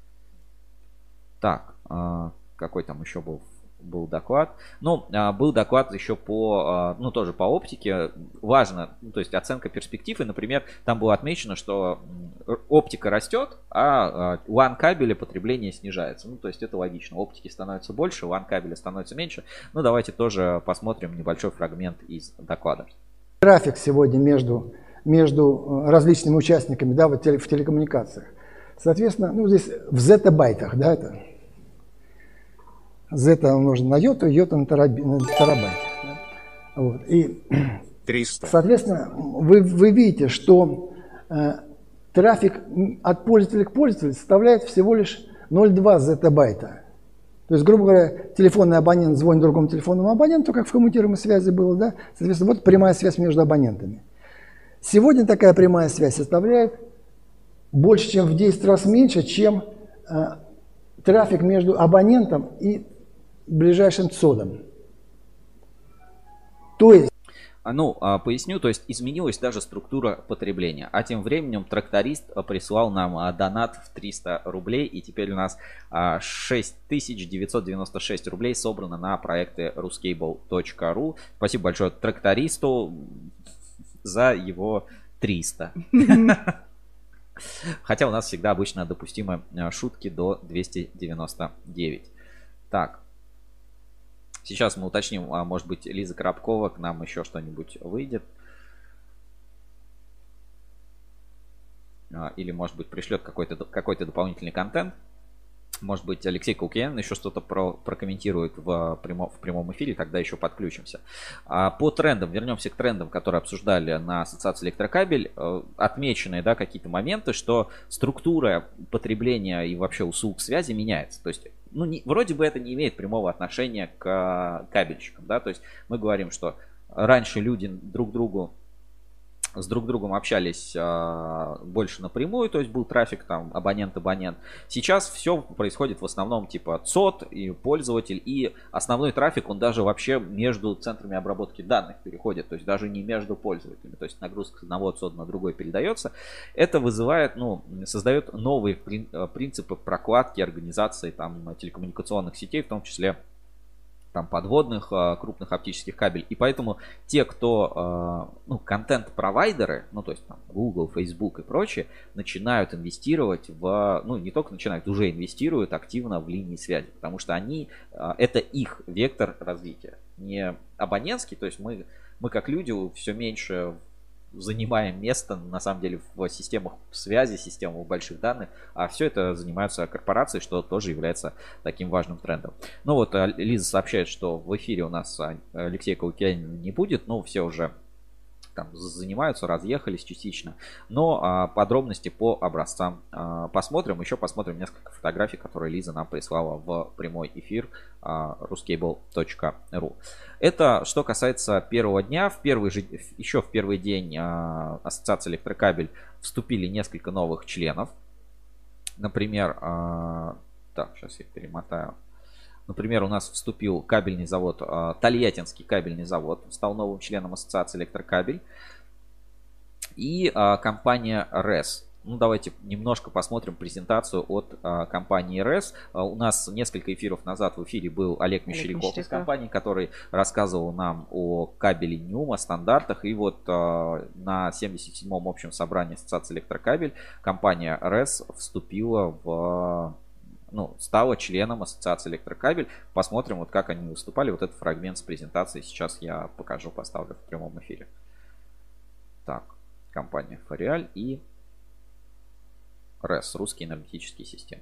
Так, какой там еще был, был доклад? Ну, был доклад еще по, ну, тоже по оптике. Важно, ну, то есть оценка перспектив. И, например, там было отмечено, что оптика растет, а лан кабеля потребление снижается. Ну, то есть это логично. Оптики становится больше, лан кабеля становится меньше. Ну, давайте тоже посмотрим небольшой фрагмент из доклада. Трафик сегодня между, между различными участниками, да, вот в телекоммуникациях. Соответственно, ну, здесь в зетабайтах, да, это... Зета умножить на йоту, йота на терабайт. Вот. И, триста. Соответственно, вы, вы видите, что э, трафик от пользователя к пользователю составляет всего лишь ноль целых две зетабайта. То есть, грубо говоря, телефонный абонент звонит другому телефонному абоненту, как в коммутируемой связи было, да? Соответственно, вот прямая связь между абонентами. Сегодня такая прямая связь составляет больше, чем в десять раз меньше, чем э, трафик между абонентом и ближайшим цодом. То есть... Ну, поясню, то есть изменилась даже структура потребления. А тем временем тракторист прислал нам донат в триста рублей. И теперь у нас шесть тысяч девятьсот девяносто шесть рублей собрано на проекты ruskable точка ру. Спасибо большое трактористу за его триста. Хотя у нас всегда обычно допустимы шутки до двухсот девяноста девяти. Так. Сейчас мы уточним, а может быть Лиза Коробкова к нам еще что-нибудь выйдет. Или может быть пришлет какой-то какой-то дополнительный контент. Может быть Алексей Кулкиен еще что-то про, прокомментирует в, прямо, в прямом эфире, тогда еще подключимся. По трендам, вернемся к трендам, которые обсуждали на ассоциации Электрокабель. Отмечены, да, какие-то моменты, что структура потребления и вообще услуг связи меняется. То есть, ну, не, вроде бы это не имеет прямого отношения к кабельщикам, да, то есть мы говорим, что раньше люди друг другу с друг другом общались а, больше напрямую, то есть был трафик там абонент-абонент. Сейчас все происходит в основном типа цод и пользователь, и основной трафик, он даже вообще между центрами обработки данных переходит, то есть даже не между пользователями, то есть нагрузка с одного цода на другой передается. Это вызывает, ну, создает новые принципы прокладки, организации там телекоммуникационных сетей, в том числе там подводных крупных оптических кабелей. И поэтому те, кто, ну, контент-провайдеры, ну, то есть там Google, Facebook и прочие, начинают инвестировать в, ну, не только начинают, уже инвестируют активно в линии связи, потому что они, это их вектор развития, не абонентский, то есть мы, мы как люди все меньше занимаем место, на самом деле, в системах связи, системах больших данных, а все это занимаются корпорации, что тоже является таким важным трендом. Ну вот, Лиза сообщает, что в эфире у нас Алексея Каукянина не будет, но все уже там занимаются, разъехались частично. Но а, подробности по образцам а, посмотрим. Еще посмотрим несколько фотографий, которые Лиза нам прислала в прямой эфир а, ruskable точка ру. Это что касается первого дня. В первый же, еще в первый день а, Ассоциации Электрокабель вступили несколько новых членов. Например, а, так, сейчас я перемотаю. Например, у нас вступил кабельный завод, Тольяттинский кабельный завод, стал новым членом Ассоциации Электрокабель. И компания РЭС. Ну, давайте немножко посмотрим презентацию от компании РЭС. У нас несколько эфиров назад в эфире был Олег Мещеряков из компании, который рассказывал нам о кабеле НЮМ, о стандартах. И вот на семьдесят седьмом общем собрании Ассоциации Электрокабель компания РЭС вступила в... ну, стала членом Ассоциации Электрокабель. Посмотрим, вот как они выступали. Вот этот фрагмент с презентацией сейчас я покажу, поставлю в прямом эфире. Так, компания Фореаль и РЭС, Русские энергетические системы.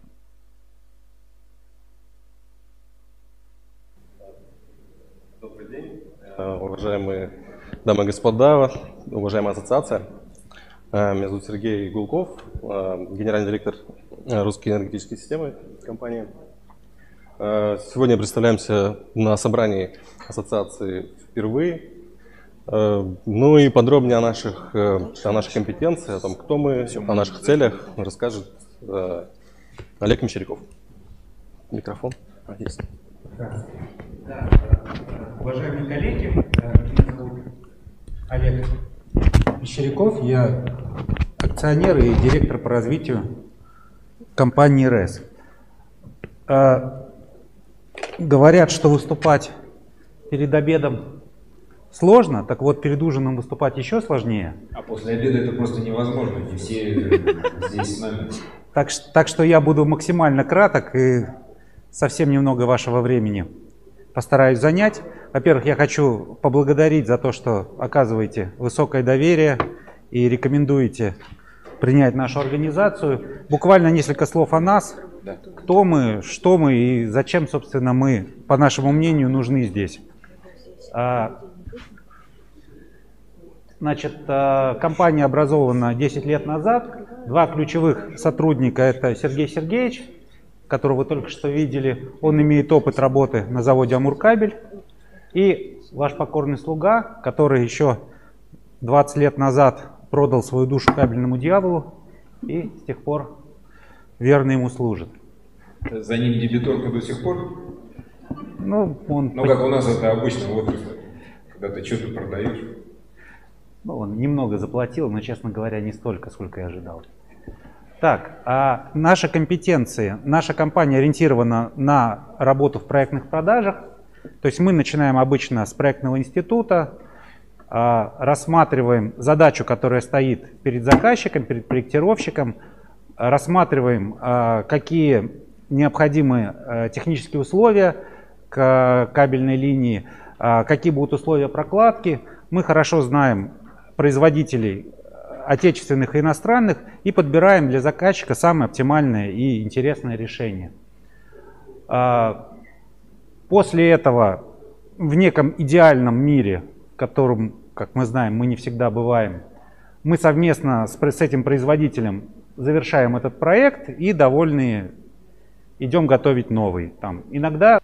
Добрый день, уважаемые дамы и господа, уважаемая ассоциация. Меня зовут Сергей Гулков, генеральный директор Русской энергетической системы компании. Сегодня представляемся на собрании ассоциации впервые. Ну и подробнее о наших, о нашей компетенции, о том, кто мы, о наших целях расскажет Олег Мещеряков. Микрофон. Есть. Уважаемые коллеги, меня зовут Олег Мещеряков, я акционер и директор по развитию компании РЭС. Говорят, что выступать перед обедом сложно, так вот перед ужином выступать еще сложнее. А после обеда это просто невозможно, не все здесь с нами. Так, так что я буду максимально краток и совсем немного вашего времени постараюсь занять. Во-первых, я хочу поблагодарить за то, что оказываете высокое доверие и рекомендуете принять нашу организацию. Буквально несколько слов о нас. Кто мы, что мы и зачем, собственно, мы, по нашему мнению, нужны здесь. Значит, компания образована десять лет назад. Два ключевых сотрудника — это Сергей Сергеевич, которого вы только что видели. Он имеет опыт работы на заводе Амуркабель. И ваш покорный слуга, который еще двадцать лет назад продал свою душу кабельному дьяволу и с тех пор верно ему служит. За ним дебиторка до сих пор? Ну, он... Ну, как у нас это обычно в отрасли, когда ты что-то продаешь. Ну, он немного заплатил, но, честно говоря, не столько, сколько я ожидал. Так, а наши компетенции. Наша компания ориентирована на работу в проектных продажах. То есть мы начинаем обычно с проектного института, рассматриваем задачу, которая стоит перед заказчиком, перед проектировщиком, рассматриваем, какие необходимы технические условия к кабельной линии, какие будут условия прокладки. Мы хорошо знаем производителей отечественных и иностранных и подбираем для заказчика самое оптимальное и интересное решение. После этого в неком идеальном мире, в котором, как мы знаем, мы не всегда бываем, мы совместно с, с этим производителем завершаем этот проект и, довольные, идем готовить новый. Там, иногда...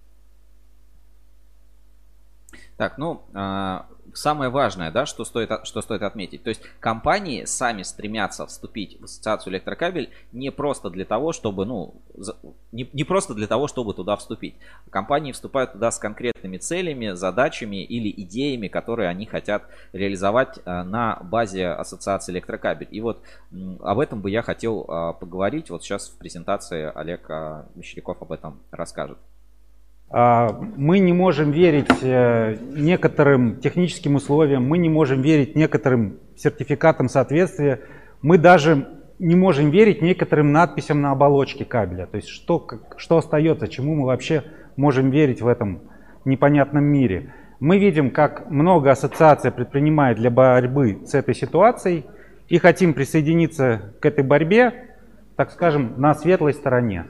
Так, ну, самое важное, да, что стоит, что стоит отметить. То есть компании сами стремятся вступить в Ассоциацию Электрокабель не просто для того, чтобы, ну, не, не просто для того, чтобы туда вступить. Компании вступают туда с конкретными целями, задачами или идеями, которые они хотят реализовать на базе Ассоциации Электрокабель. И вот об этом бы я хотел поговорить. Вот сейчас в презентации Олег Мещеряков об этом расскажет. Мы не можем верить некоторым техническим условиям, мы не можем верить некоторым сертификатам соответствия, мы даже не можем верить некоторым надписям на оболочке кабеля. То есть что, что остается, чему мы вообще можем верить в этом непонятном мире. Мы видим, как много ассоциация предпринимает для борьбы с этой ситуацией и хотим присоединиться к этой борьбе, так скажем, на светлой стороне.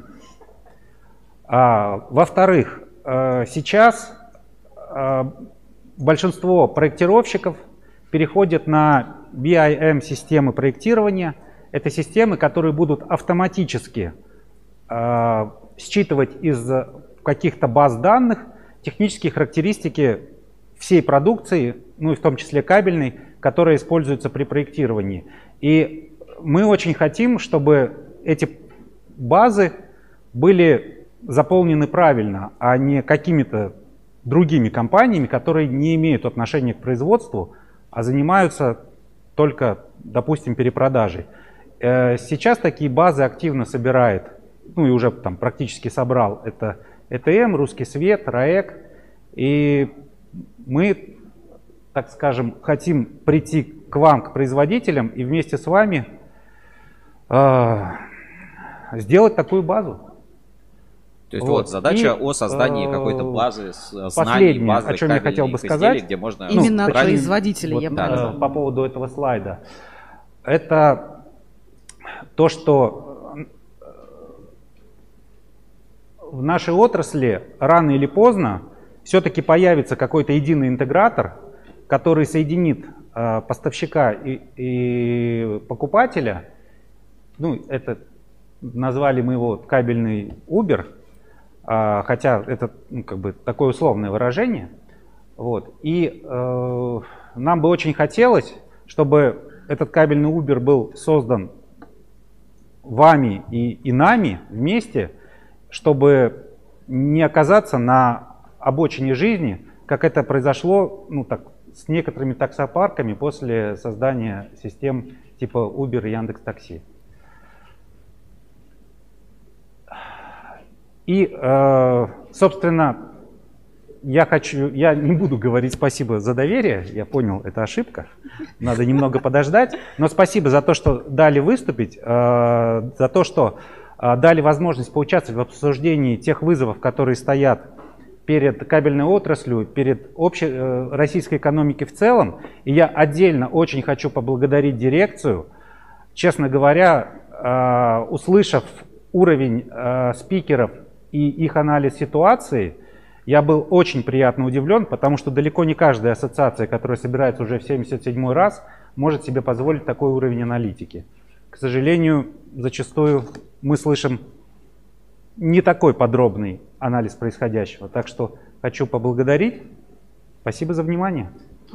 А, во-вторых, сейчас большинство проектировщиков переходят на би ай эм-системы проектирования. Это системы, которые будут автоматически э, считывать из каких-то баз данных технические характеристики всей продукции, ну и в том числе кабельной, которая используется при проектировании. И мы очень хотим, чтобы эти базы были заполнены правильно, а не какими-то другими компаниями, которые не имеют отношения к производству, а занимаются только, допустим, перепродажей. Сейчас такие базы активно собирает, ну и уже там практически собрал, это и тэ эм, Русский Свет, РАЭК. И мы, так скажем, хотим прийти к вам, к производителям, и вместе с вами э, сделать такую базу. То есть вот, вот задача и, о создании э, какой-то базы знаний, базы, о чем я хотел бы сказать, изделий, где можно... Именно ну, от производителя, вот, я да, по поводу этого слайда. Это то, что в нашей отрасли рано или поздно все-таки появится какой-то единый интегратор, который соединит э, поставщика и, и покупателя. Ну, это назвали мы его кабельный Uber, э, хотя это ну, как бы такое условное выражение. Вот. И э, нам бы очень хотелось, чтобы этот кабельный Uber был создан вами и, и нами вместе, чтобы не оказаться на обочине жизни, как это произошло ну, так, с некоторыми таксопарками после создания систем типа Uber и Яндекс.Такси. И, э, собственно, я хочу, я не буду говорить спасибо за доверие, я понял, это ошибка, надо немного подождать, но спасибо за то, что дали выступить, э, за то, что э, дали возможность поучаствовать в обсуждении тех вызовов, которые стоят перед кабельной отраслью, перед общей э, российской экономикой в целом. И я отдельно очень хочу поблагодарить дирекцию, честно говоря, э, услышав уровень э, спикеров и их анализ ситуации, я был очень приятно удивлен, потому что далеко не каждая ассоциация, которая собирается уже в семьдесят седьмой раз, может себе позволить такой уровень аналитики. К сожалению, зачастую мы слышим не такой подробный анализ происходящего. Так что хочу поблагодарить. Спасибо за внимание.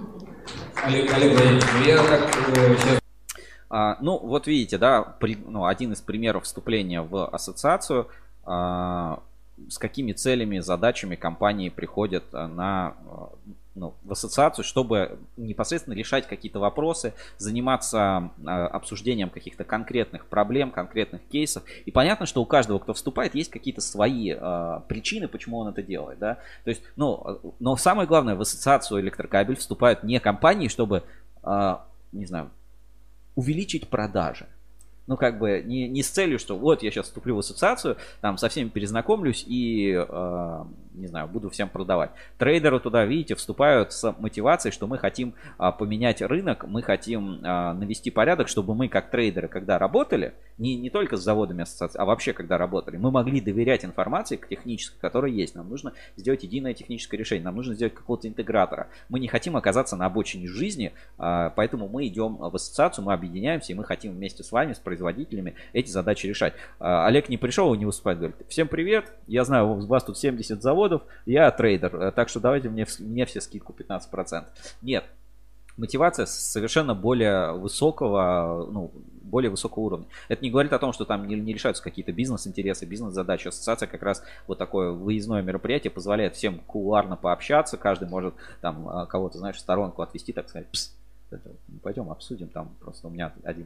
Олег, Олег Владимирович, я как сейчас... А, ну, вот видите, да, при, ну, один из примеров вступления в ассоциацию. А, с какими целями, задачами компании приходят на, ну, в ассоциацию, чтобы непосредственно решать какие-то вопросы, заниматься э, обсуждением каких-то конкретных проблем, конкретных кейсов. И понятно, что у каждого, кто вступает, есть какие-то свои э, причины, почему он это делает. Да? То есть, ну, но самое главное, в ассоциацию электрокабель вступают не компании, чтобы, э, не знаю, увеличить продажи. Ну, как бы не, не с целью, что вот я сейчас вступлю в ассоциацию, там со всеми перезнакомлюсь и, э, не знаю, буду всем продавать. Трейдеры туда, видите, вступают с мотивацией, что мы хотим э, поменять рынок, мы хотим э, навести порядок, чтобы мы, как трейдеры, когда работали, не, не только с заводами ассоциации, а вообще, когда работали, мы могли доверять информации технической, которая есть. Нам нужно сделать единое техническое решение, нам нужно сделать какого-то интегратора. Мы не хотим оказаться на обочине жизни, э, поэтому мы идем в ассоциацию, мы объединяемся, и мы хотим вместе с вами, с производителями эти задачи решать. Олег не пришел и не выступает, говорит: всем привет, я знаю, у вас тут семьдесят заводов, я трейдер, так что давайте мне, мне все скидку пятнадцать процентов. Нет, мотивация совершенно более высокого, ну, более высокого уровня. Это не говорит о том, что там не, не решаются какие-то бизнес-интересы, бизнес-задачи. Ассоциация как раз вот такое выездное мероприятие позволяет всем кулуарно пообщаться, каждый может там кого-то, знаешь, в сторонку отвести, так сказать: пс, это, пойдем обсудим, там просто у меня один там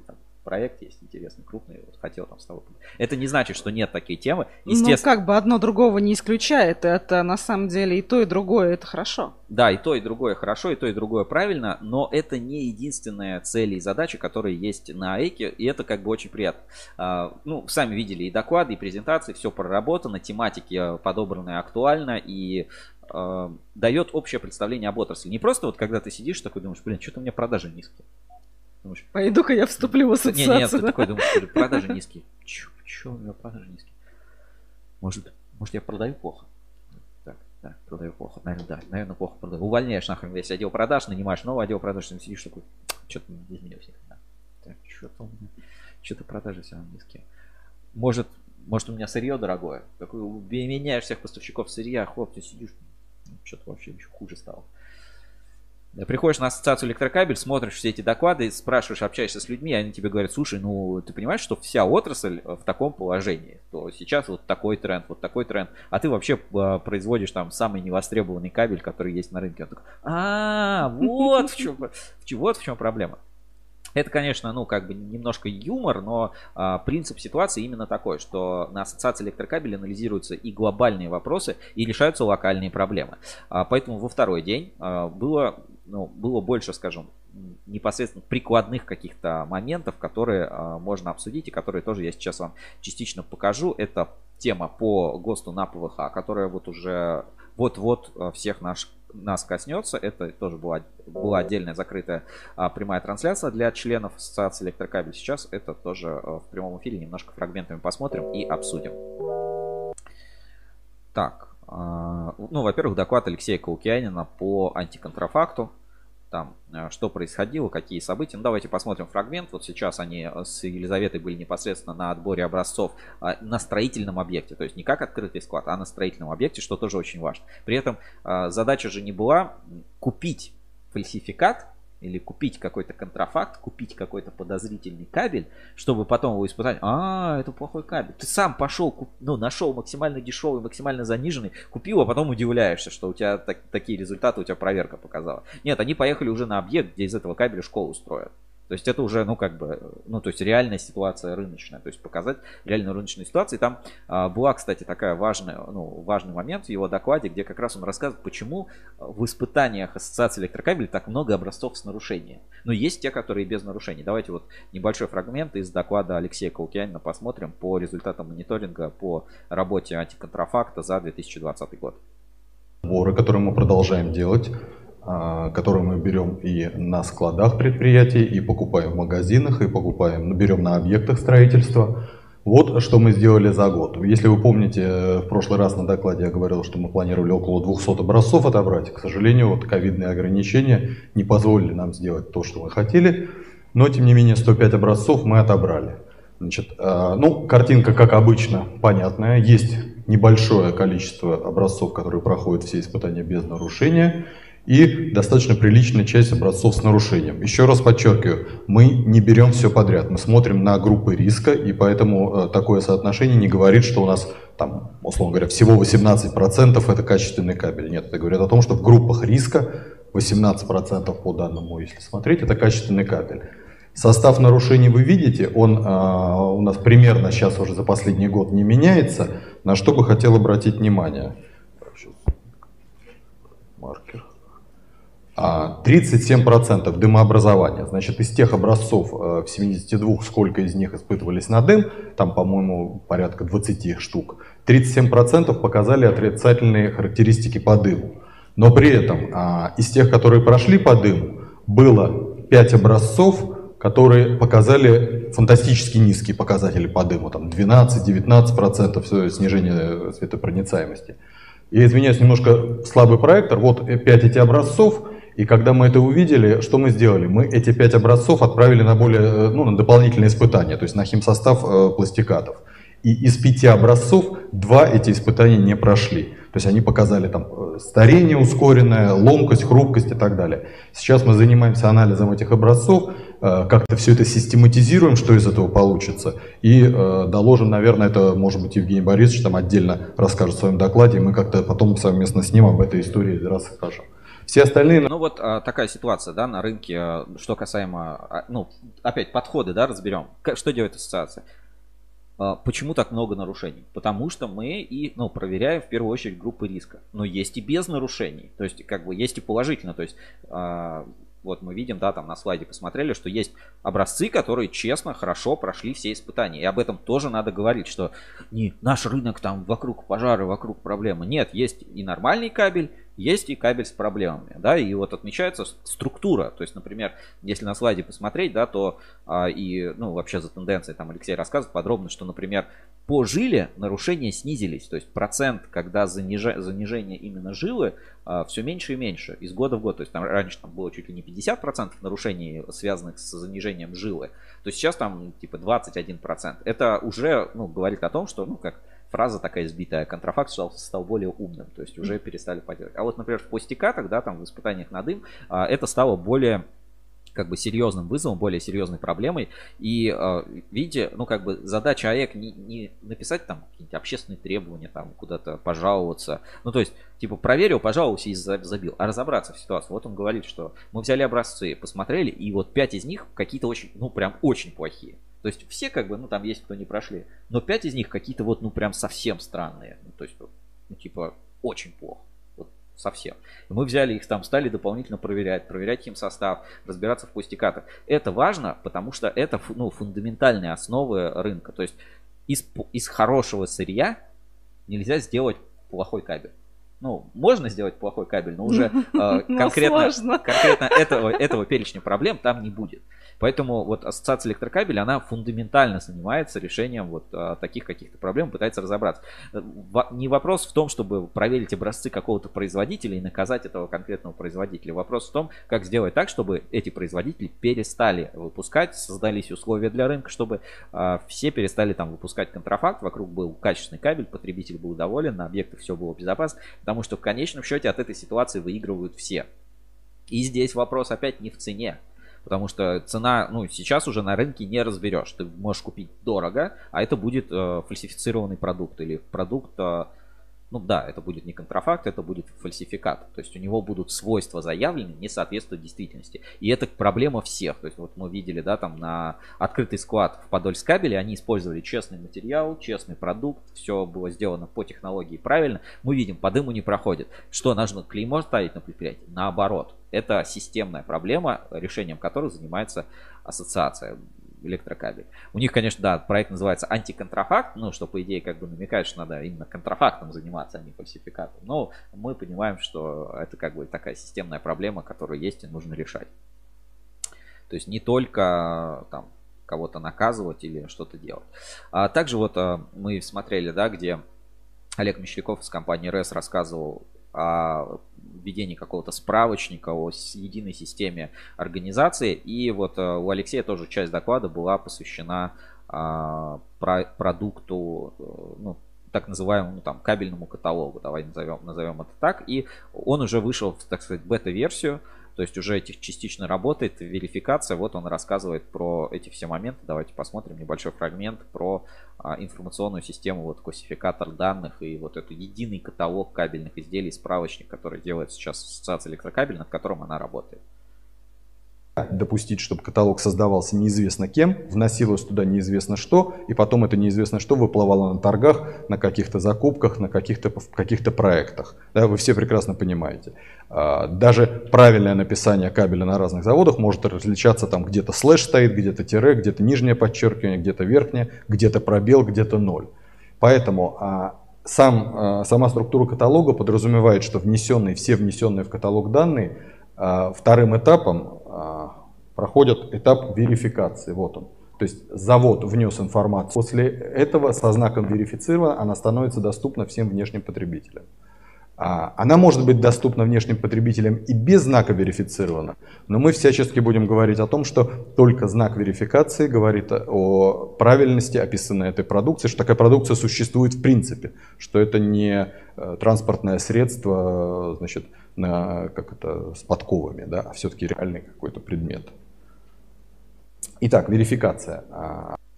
проект есть интересный, крупный, вот хотел там с тобой. Это не значит, что нет такой темы. Ну, как бы одно другого не исключает. Это на самом деле и то, и другое, это хорошо. Да, и то, и другое хорошо, и то, и другое правильно, но это не единственная цель и задача, которые есть на ЭКе, и это как бы очень приятно. А, ну, сами видели и доклады, и презентации, все проработано, тематики подобраны актуально, и а, дает общее представление об отрасли. Не просто вот когда ты сидишь такой думаешь, блин, что-то у меня продажи низкие. Думаешь, пойду-ка я вступлю в ассоциацию. Нет, нет, ты такой думаешь, продажи низкие. Че, че у меня продажи низкие? Может, может я продаю плохо? Так, да, продаю плохо. Наверное, да, наверное, плохо продаю. Увольняешь нахрен весь отдел продаж, нанимаешь новый отдел продаж, ты сидишь такой, что-то не изменилось никогда. Так, что-то у меня, что-то продажи все равно низкие. Может, может у меня сырье дорогое? Такой, меняешь всех поставщиков сырья, хлоп, ты сидишь, что-то вообще еще хуже стало. Приходишь на ассоциацию электрокабель, смотришь все эти доклады, спрашиваешь, общаешься с людьми, они тебе говорят, слушай, ну ты понимаешь, что вся отрасль в таком положении, то сейчас вот такой тренд, вот такой тренд, а ты вообще э, производишь там самый невостребованный кабель, который есть на рынке. Он такой, а, вот в чем, вот в чем проблема. Это, конечно, ну, как бы немножко юмор, но а, принцип ситуации именно такой, что на ассоциации электрокабелей анализируются и глобальные вопросы, и решаются локальные проблемы. А, поэтому во второй день а, было, ну, было больше, скажем, непосредственно прикладных каких-то моментов, которые а, можно обсудить, и которые тоже я сейчас вам частично покажу. Это тема по ГОСТу на ПВХ, которая вот уже вот-вот всех наших нас коснется. Это тоже была, была отдельная закрытая а, прямая трансляция для членов ассоциации электрокабель. Сейчас это тоже а, в прямом эфире немножко фрагментами посмотрим и обсудим. Так, а, ну, во-первых, доклад Алексея Каукианина по антиконтрафакту. Там, что происходило, какие события. Ну, давайте посмотрим фрагмент. Вот сейчас они с Елизаветой были непосредственно на отборе образцов на строительном объекте. То есть не как открытый склад, а на строительном объекте, что тоже очень важно. При этом задача же не была купить фальсификат или купить какой-то контрафакт, купить какой-то подозрительный кабель, чтобы потом его испытать. А, это плохой кабель. Ты сам пошел, ну, нашел максимально дешевый, максимально заниженный, купил, а потом удивляешься, что у тебя так, такие результаты, у тебя проверка показала. Нет, они поехали уже на объект, где из этого кабеля школу строят. То есть это уже, ну, как бы, ну, то есть реальная ситуация рыночная. То есть показать реальную рыночную ситуацию. И там а, была, кстати, такая важная, ну, важный момент в его докладе, где как раз он рассказывает, почему в испытаниях ассоциации электрокабелей так много образцов с нарушением. Но есть те, которые без нарушений. Давайте вот небольшой фрагмент из доклада Алексея Каукианина посмотрим по результатам мониторинга по работе антиконтрафакта за две тысячи двадцатый год. Сборы, которые мы продолжаем делать, которые мы берем и на складах предприятий, и покупаем в магазинах, и покупаем, берем на объектах строительства. Вот что мы сделали за год. Если вы помните, в прошлый раз на докладе я говорил, что мы планировали около двухсот образцов отобрать. К сожалению, вот ковидные ограничения не позволили нам сделать то, что мы хотели. Но, тем не менее, сто пять образцов мы отобрали. Значит, ну, картинка, как обычно, понятная. Есть небольшое количество образцов, которые проходят все испытания без нарушения. И достаточно приличная часть образцов с нарушением. Еще раз подчеркиваю, мы не берем все подряд, мы смотрим на группы риска, и поэтому э, такое соотношение не говорит, что у нас, там, условно говоря, всего восемнадцать процентов это качественный кабель. Нет, это говорит о том, что в группах риска восемнадцать процентов по данному, если смотреть, это качественный кабель. Состав нарушений вы видите, он э, у нас примерно сейчас уже за последний год не меняется, на что бы хотел обратить внимание. Маркер. тридцать семь процентов дымообразования. Значит, из тех образцов в семидесяти двух, сколько из них испытывались на дым, там, по-моему, порядка двадцати штук, тридцать семь процентов показали отрицательные характеристики по дыму. Но при этом из тех, которые прошли по дыму, было пять образцов, которые показали фантастически низкие показатели по дыму, там двенадцать-девятнадцать процентов снижение светопроницаемости. Я извиняюсь, немножко слабый проектор, вот пять этих образцов. И когда мы это увидели, что мы сделали? Мы эти пять образцов отправили на более, ну, на дополнительные испытания, то есть на химсостав э, пластикатов. И из пяти образцов два эти испытания не прошли. То есть они показали там старение ускоренное, ломкость, хрупкость и так далее. Сейчас мы занимаемся анализом этих образцов, э, как-то все это систематизируем, что из этого получится. И э, доложим, наверное, это, может быть, Евгений Борисович там отдельно расскажет в своем докладе, и мы как-то потом совместно с ним об этой истории расскажем. Все остальные... Ну вот а, такая ситуация, да, на рынке, что касаемо, а, ну, опять подходы, да, разберем. Как, что делает ассоциация? А, почему так много нарушений? Потому что мы и, ну, проверяем в первую очередь группы риска. Но есть и без нарушений. То есть, как бы, есть и положительно. То есть, а, вот мы видим, да, там на слайде посмотрели, что есть образцы, которые честно, хорошо прошли все испытания. И об этом тоже надо говорить, что не наш рынок там вокруг пожары, вокруг проблемы. Нет, есть и нормальный кабель, есть и кабель с проблемами, да, и вот отмечается структура. То есть, например, если на слайде посмотреть, да, то а, и, ну, вообще за тенденцией там Алексей рассказывает подробно, что, например, по жиле нарушения снизились. То есть процент, когда занижа, занижение именно жилы, а, все меньше и меньше из года в год. То есть там раньше там было чуть ли не пятьдесят процентов нарушений, связанных с занижением жилы, то сейчас там типа двадцать один процент. Это уже, ну, говорит о том, что, ну, как фраза такая избитая, контрафакт стал, стал более умным, то есть уже перестали подделывать. А вот, например, в пластикатах, да, там в испытаниях на дым, а, это стало более, как бы, серьезным вызовом, более серьезной проблемой. И а, видите, ну, как бы задача АЭК не, не написать там какие-нибудь общественные требования, там куда-то пожаловаться. Ну, то есть, типа, проверил, пожаловался и забил, а разобраться в ситуации. Вот он говорит, что мы взяли образцы, посмотрели, и вот пять из них какие-то очень, ну, прям очень плохие. То есть все, как бы, ну, там есть кто не прошли, но пять из них какие-то вот, ну, прям совсем странные. Ну, то есть, ну, типа, очень плохо. Вот совсем. И мы взяли их там, стали дополнительно проверять, проверять химсостав, разбираться в пластикатах. Это важно, потому что это, ну, фундаментальные основы рынка. То есть из, из хорошего сырья нельзя сделать плохой кабель. Ну, можно сделать плохой кабель, но уже э, конкретно, конкретно этого, этого перечня проблем там не будет. Поэтому вот ассоциация электрокабеля, она фундаментально занимается решением вот а, таких каких-то проблем, пытается разобраться. В, не вопрос в том, чтобы проверить образцы какого-то производителя и наказать этого конкретного производителя. Вопрос в том, как сделать так, чтобы эти производители перестали выпускать, создались условия для рынка, чтобы а, все перестали там выпускать контрафакт, вокруг был качественный кабель, потребитель был доволен, на объектах все было безопасно, потому что в конечном счете от этой ситуации выигрывают все. И здесь вопрос опять не в цене. Потому что цена, ну, сейчас уже на рынке не разберешь. Ты можешь купить дорого, а это будет э, фальсифицированный продукт. Или продукт, э, ну да, это будет не контрафакт, это будет фальсификат. То есть у него будут свойства заявленные, не соответствуют действительности. И это проблема всех. То есть вот мы видели, да, там на открытый склад в Подольскабеле они использовали честный материал, честный продукт. Все было сделано по технологии правильно. Мы видим, по дыму не проходит. Что, нужно клеймо ставить на предприятии? Наоборот. Это системная проблема, решением которой занимается ассоциация электрокабель. У них, конечно, да, проект называется антиконтрафакт, ну, что, по идее, как бы намекает, что надо именно контрафактом заниматься, а не фальсификатом. Но мы понимаем, что это как бы такая системная проблема, которая есть и нужно решать. То есть не только там кого-то наказывать или что-то делать. А также вот мы смотрели, да, где Олег Мещеряков из компании РЭС рассказывал о введении какого-то справочника о единой системе организации. И вот у Алексея тоже часть доклада была посвящена а, про, продукту, ну, так называемому, ну, там, кабельному каталогу, давай назовем, назовем это так. И он уже вышел, так сказать, бета-версию, то есть уже частично работает верификация. Вот он рассказывает про эти все моменты. Давайте посмотрим небольшой фрагмент про а, информационную систему, вот классификатор данных и вот этот единый каталог кабельных изделий, справочник, который делает сейчас ассоциация электрокабель, над которым она работает. Допустить, чтобы каталог создавался неизвестно кем, вносилось туда неизвестно что, и потом это неизвестно что выплывало на торгах, на каких-то закупках, на каких-то каких-то проектах. Да, вы все прекрасно понимаете. Даже правильное написание кабеля на разных заводах может различаться, там где-то слэш стоит, где-то тире, где-то нижнее подчеркивание, где-то верхнее, где-то пробел, где-то ноль. Поэтому сам, сама структура каталога подразумевает, что внесенные, все внесенные в каталог данные вторым этапом проходят этап верификации. Вот он. То есть завод внес информацию. После этого со знаком верифицировано она становится доступна всем внешним потребителям. Она может быть доступна внешним потребителям и без знака верифицирована, но мы всячески будем говорить о том, что только знак верификации говорит о правильности описанной этой продукции, что такая продукция существует в принципе, что это не транспортное средство, значит, на, как это, с подковами, да, а все-таки реальный какой-то предмет. Итак, верификация.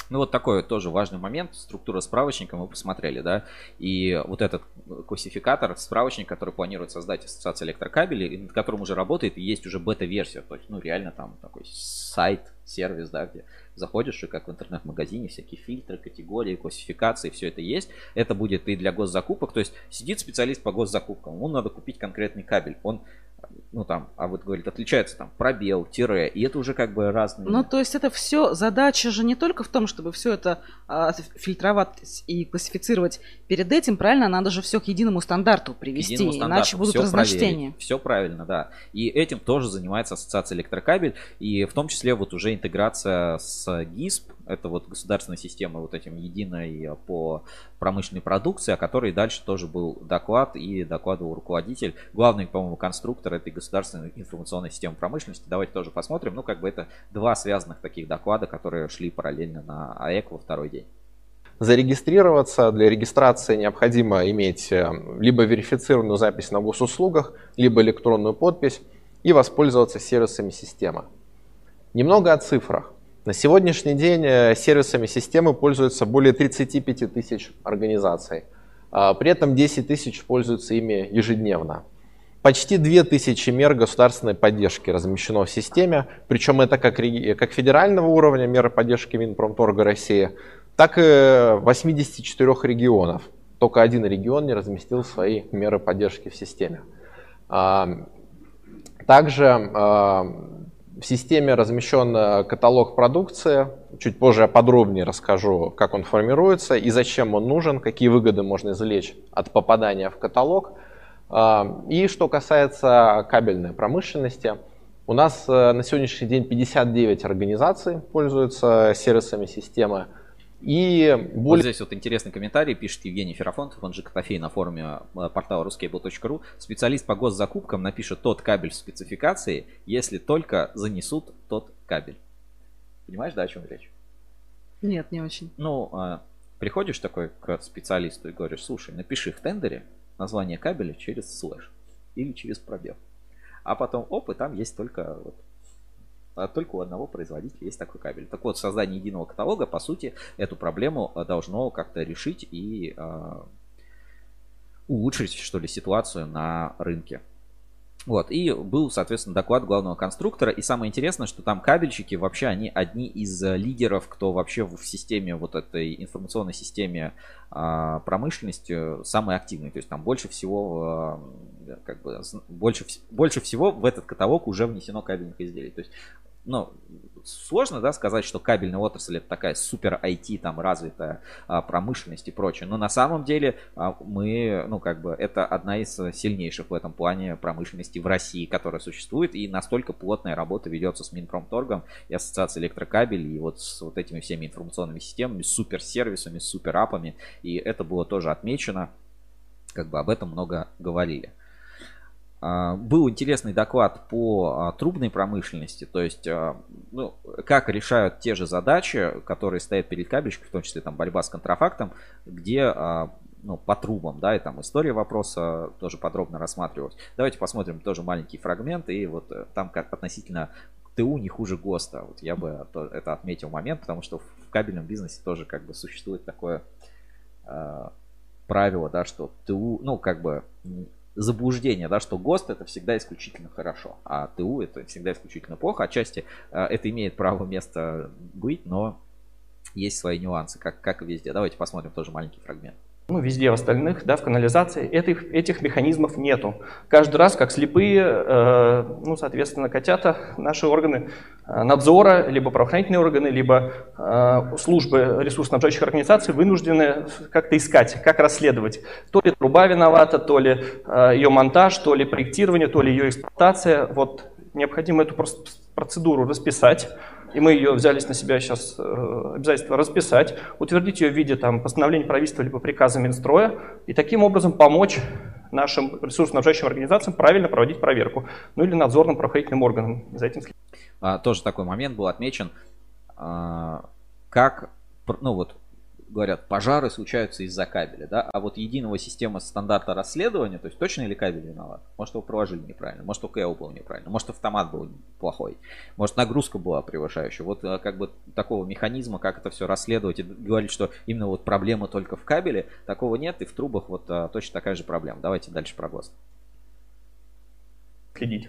Ну вот такой вот тоже важный момент, структура справочника мы посмотрели, да, и вот этот классификатор, справочник, который планирует создать Ассоциация электрокабелей, над которым уже работает, и есть уже бета-версия, то есть, ну, реально там такой сайт, сервис, да, где заходишь, и как в интернет-магазине, всякие фильтры, категории, классификации, все это есть. Это будет и для госзакупок, то есть сидит специалист по госзакупкам, ему надо купить конкретный кабель, он, ну там, а вот говорит, отличается там пробел, тире, и это уже как бы разные. Ну, то есть это все, задача же не только в том, чтобы все это а, фильтровать и классифицировать перед этим, правильно? Надо же все к единому стандарту привести, единому стандарту, иначе будут разночтения. Все правильно, да. И этим тоже занимается Ассоциация электрокабель, и в том числе вот уже интеграция с ГИСП, это вот государственная система вот этим единой по промышленной продукции, о которой дальше тоже был доклад и докладывал руководитель, главный, по-моему, конструктор этой государственной информационной системы промышленности. Давайте тоже посмотрим. Ну, как бы это два связанных таких доклада, которые шли параллельно на АЭК во второй день. Зарегистрироваться, для регистрации необходимо иметь либо верифицированную запись на госуслугах, либо электронную подпись и воспользоваться сервисами системы. Немного о цифрах. На сегодняшний день сервисами системы пользуются более тридцати пяти тысяч организаций. При этом десять тысяч пользуются ими ежедневно. Почти две тысячи мер государственной поддержки размещено в системе, причем это как, как федерального уровня меры поддержки Минпромторга России, так и восьмидесяти четырёх регионов. Только один регион не разместил свои меры поддержки в системе. Также в системе размещен каталог продукции. Чуть позже я подробнее расскажу, как он формируется и зачем он нужен, какие выгоды можно извлечь от попадания в каталог. И что касается кабельной промышленности, у нас на сегодняшний день пятьдесят девять организаций пользуются сервисами системы. И более... Вот здесь вот интересный комментарий пишет Евгений Ферафонтов, он же Котофей на форуме портала ruskable точка ру. Специалист по госзакупкам напишет тот кабель в спецификации, если только занесут тот кабель. Понимаешь, да, о чем речь? Нет, не очень. Ну, приходишь такой к специалисту и говоришь, слушай, напиши в тендере название кабеля через слэш или через пробел. А потом, оп, и там есть только... Вот, а только у одного производителя есть такой кабель. Так вот, создание единого каталога, по сути, эту проблему должно как-то решить и э, улучшить, что ли, ситуацию на рынке. Вот, и был, соответственно, доклад главного конструктора. И самое интересное, что там кабельщики вообще, они одни из лидеров, кто вообще в системе, вот этой информационной системе э, промышленности самый активный. То есть там больше всего, э, как бы, больше, больше всего в этот каталог уже внесено кабельных изделий. То есть, ну, сложно, да, сказать, что кабельная отрасль это такая супер ай ти, там, развитая а, промышленность и прочее. Но на самом деле а, мы, ну, как бы, это одна из сильнейших в этом плане промышленности в России, которая существует. И настолько плотная работа ведется с Минпромторгом и Ассоциацией электрокабелей, и вот с вот этими всеми информационными системами, с суперсервисами, с суперапами. И это было тоже отмечено, как бы об этом много говорили. Был интересный доклад по трубной промышленности, то есть, ну, как решают те же задачи, которые стоят перед кабельщиками, в том числе там борьба с контрафактом, где, ну, по трубам, да, и там история вопроса тоже подробно рассматривалась. Давайте посмотрим тоже маленький фрагмент, и вот там как относительно ТУ не хуже ГОСТа. Вот я бы это отметил момент, потому что в кабельном бизнесе тоже как бы существует такое э, правило, да, что ТУ, ну, как бы... заблуждение, да, что ГОСТ это всегда исключительно хорошо, а ТУ это всегда исключительно плохо. Отчасти э, это имеет право место быть, но есть свои нюансы, как, как и везде. Давайте посмотрим тоже маленький фрагмент. Ну, везде в остальных, да, в канализации этих, этих механизмов нету. Каждый раз, как слепые, э, ну, соответственно, котята, наши органы э, надзора, либо правоохранительные органы, либо э, службы ресурсоснабжающих организаций вынуждены как-то искать, как расследовать. То ли труба виновата, то ли э, ее монтаж, то ли проектирование, то ли ее эксплуатация. Вот необходимо эту процедуру расписать. И мы ее взялись на себя сейчас э, обязательство расписать, утвердить ее в виде там, постановления правительства либо приказа Минстроя, и таким образом помочь нашим ресурсоснабжающим организациям правильно проводить проверку, ну или надзорным правоохранительным органам. За этим... а, тоже такой момент был отмечен, а, как, ну вот, говорят, пожары случаются из-за кабеля, да, а вот единого система стандарта расследования, то есть точно ли кабель виноват? Может, его проложили неправильно, может, ОКЛ был неправильно, может, автомат был плохой, может, нагрузка была превышающая. Вот как бы такого механизма, как это все расследовать и говорить, что именно вот проблема только в кабеле, такого нет, и в трубах вот точно такая же проблема. Давайте дальше про ГОСТ. Следить.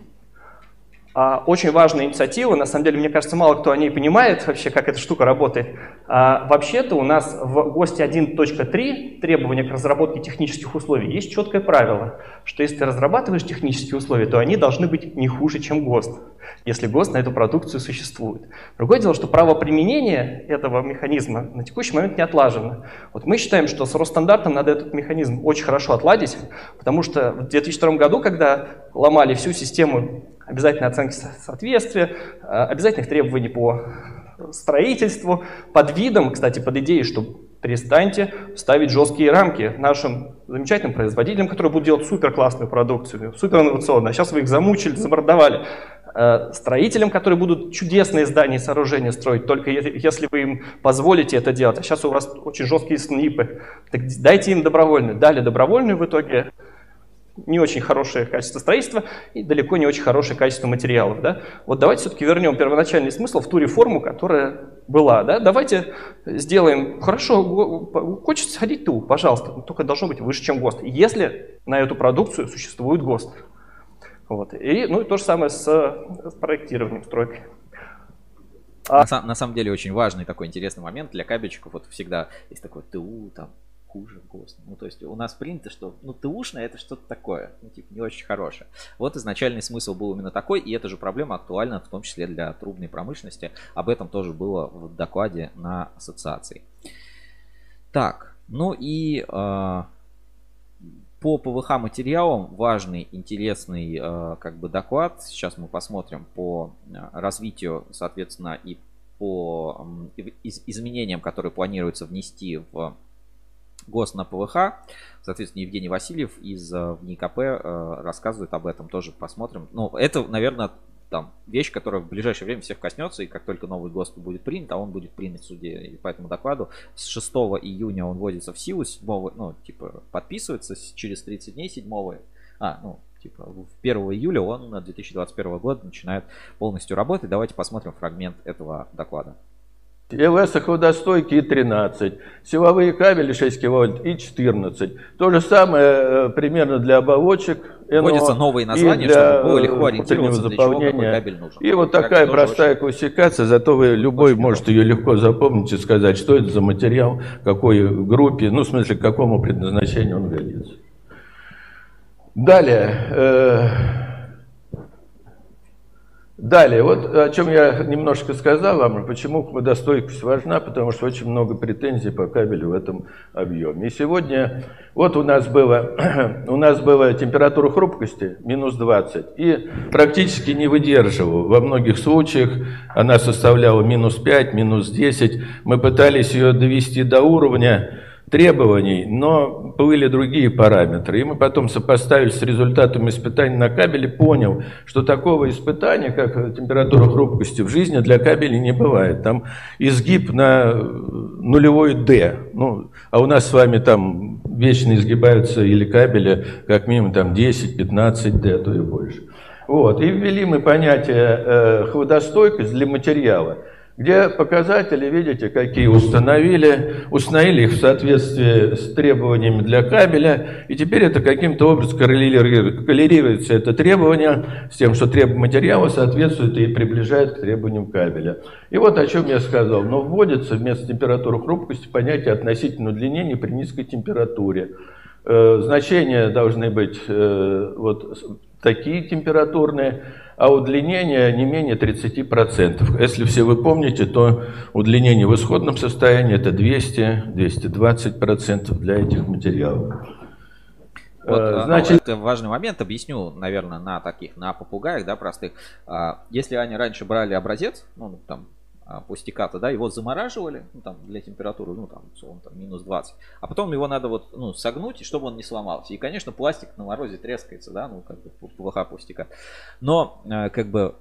Очень важная инициатива, на самом деле, мне кажется, мало кто о ней понимает вообще, как эта штука работает. А, вообще-то у нас в ГОСТе один точка три, требования к разработке технических условий, есть четкое правило, что если ты разрабатываешь технические условия, то они должны быть не хуже, чем ГОСТ, если ГОСТ на эту продукцию существует. Другое дело, что право применения этого механизма на текущий момент не отлажено. Вот мы считаем, что с Росстандартом надо этот механизм очень хорошо отладить, потому что в две тысячи втором году, когда ломали всю систему обязательной оценки соответствия, обязательных требований по строительству, под видом, кстати, под идеей, что перестаньте ставить жесткие рамки нашим замечательным производителям, которые будут делать супер классную продукцию, супер инновационную. А сейчас вы их замучили, замордовали. Строителям, которые будут чудесные здания и сооружения строить, только если вы им позволите это делать. А сейчас у вас очень жесткие снипы. Так дайте им добровольную. Дали добровольную, в итоге не очень хорошее качество строительства и далеко не очень хорошее качество материалов. Да? Вот давайте все-таки вернем первоначальный смысл в ту реформу, которая была. Да? Давайте сделаем, хорошо, хочется сходить ТУ, пожалуйста, но только должно быть выше, чем ГОСТ, если на эту продукцию существует ГОСТ. Вот. И, ну и то же самое с, с проектированием, стройкой. А... На, на самом деле очень важный такой интересный момент для кабельщиков. Вот всегда есть такой ТУ, там, хуже ГОСТ. Ну, то есть у нас принято, что ну, ТУшное это что-то такое, ну, типа, не очень хорошее. Вот изначальный смысл был именно такой, и эта же проблема актуальна в том числе для трубной промышленности. Об этом тоже было в докладе на ассоциации. Так, ну и э, по ПВХ материалам важный, интересный э, как бы доклад. Сейчас мы посмотрим по развитию, соответственно, и по э, из, изменениям, которые планируется внести в ГОСТ на ПВХ. Соответственно, Евгений Васильев из ВНИКП э, рассказывает об этом, тоже посмотрим. Ну, это, наверное, там вещь, которая в ближайшее время всех коснется, и как только новый ГОСТ будет принят, а он будет принят в суде, и по этому докладу с шестого июня он вводится в силу, седьмого, ну, типа, подписывается через тридцать дней, седьмого, а, ну, типа, первого июля он две тысячи двадцать первого года начинает полностью работать. Давайте посмотрим фрагмент этого доклада. ЛС ходостойкие тринадцать, силовые кабели шесть киловольт и четырнадцать. То же самое примерно для оболочек. Вводятся новые названия, чтобы было легко ориентироваться, для чего какой кабель нужен. И вот такая простая очень... классификация, зато вы любой очень может ее легко запомнить и сказать, что это за материал, какой группе, ну в смысле, к какому предназначению он годится. Далее. Э Далее, вот о чем я немножко сказал вам, почему водостойкость важна, потому что очень много претензий по кабелю в этом объеме. И сегодня, вот у нас было, у нас была температура хрупкости минус двадцать, и практически не выдерживала. Во многих случаях она составляла минус пять, минус десять. Мы пытались ее довести до уровня требований, но были другие параметры. И мы потом сопоставили с результатами испытаний на кабеле, понял, что такого испытания, как температура хрупкости, в жизни для кабелей не бывает. Там изгиб на нулевой D. Ну, а у нас с вами там вечно изгибаются или кабели, как минимум там десять-пятнадцать D, а то и больше. Вот. И ввели мы понятие э, хводостойкость для материала, где показатели, видите, какие установили, установили их в соответствии с требованиями для кабеля, и теперь это каким-то образом коррелируется это требование с тем, что требования материала соответствуют и приближают к требованиям кабеля. И вот о чем я сказал. Но вводится вместо температуры хрупкости понятие относительного удлинения при низкой температуре. Э, значения должны быть э, вот такие температурные, а удлинение не менее тридцати процентов. Если все вы помните, то удлинение в исходном состоянии это двести — двести двадцать процентов для этих материалов. Вот, Значит, это важный момент, объясню, наверное, на таких, на попугаях, да, простых. Если они раньше брали образец, ну, там, пустиката, да, его замораживали, ну, там, для температуры, ну, там, условно, там, минус двадцать, а потом его надо вот, ну, согнуть, чтобы он не сломался. И, конечно, пластик на морозе трескается, да, ну, как бы, ПВХ пустикат. Но, как бы,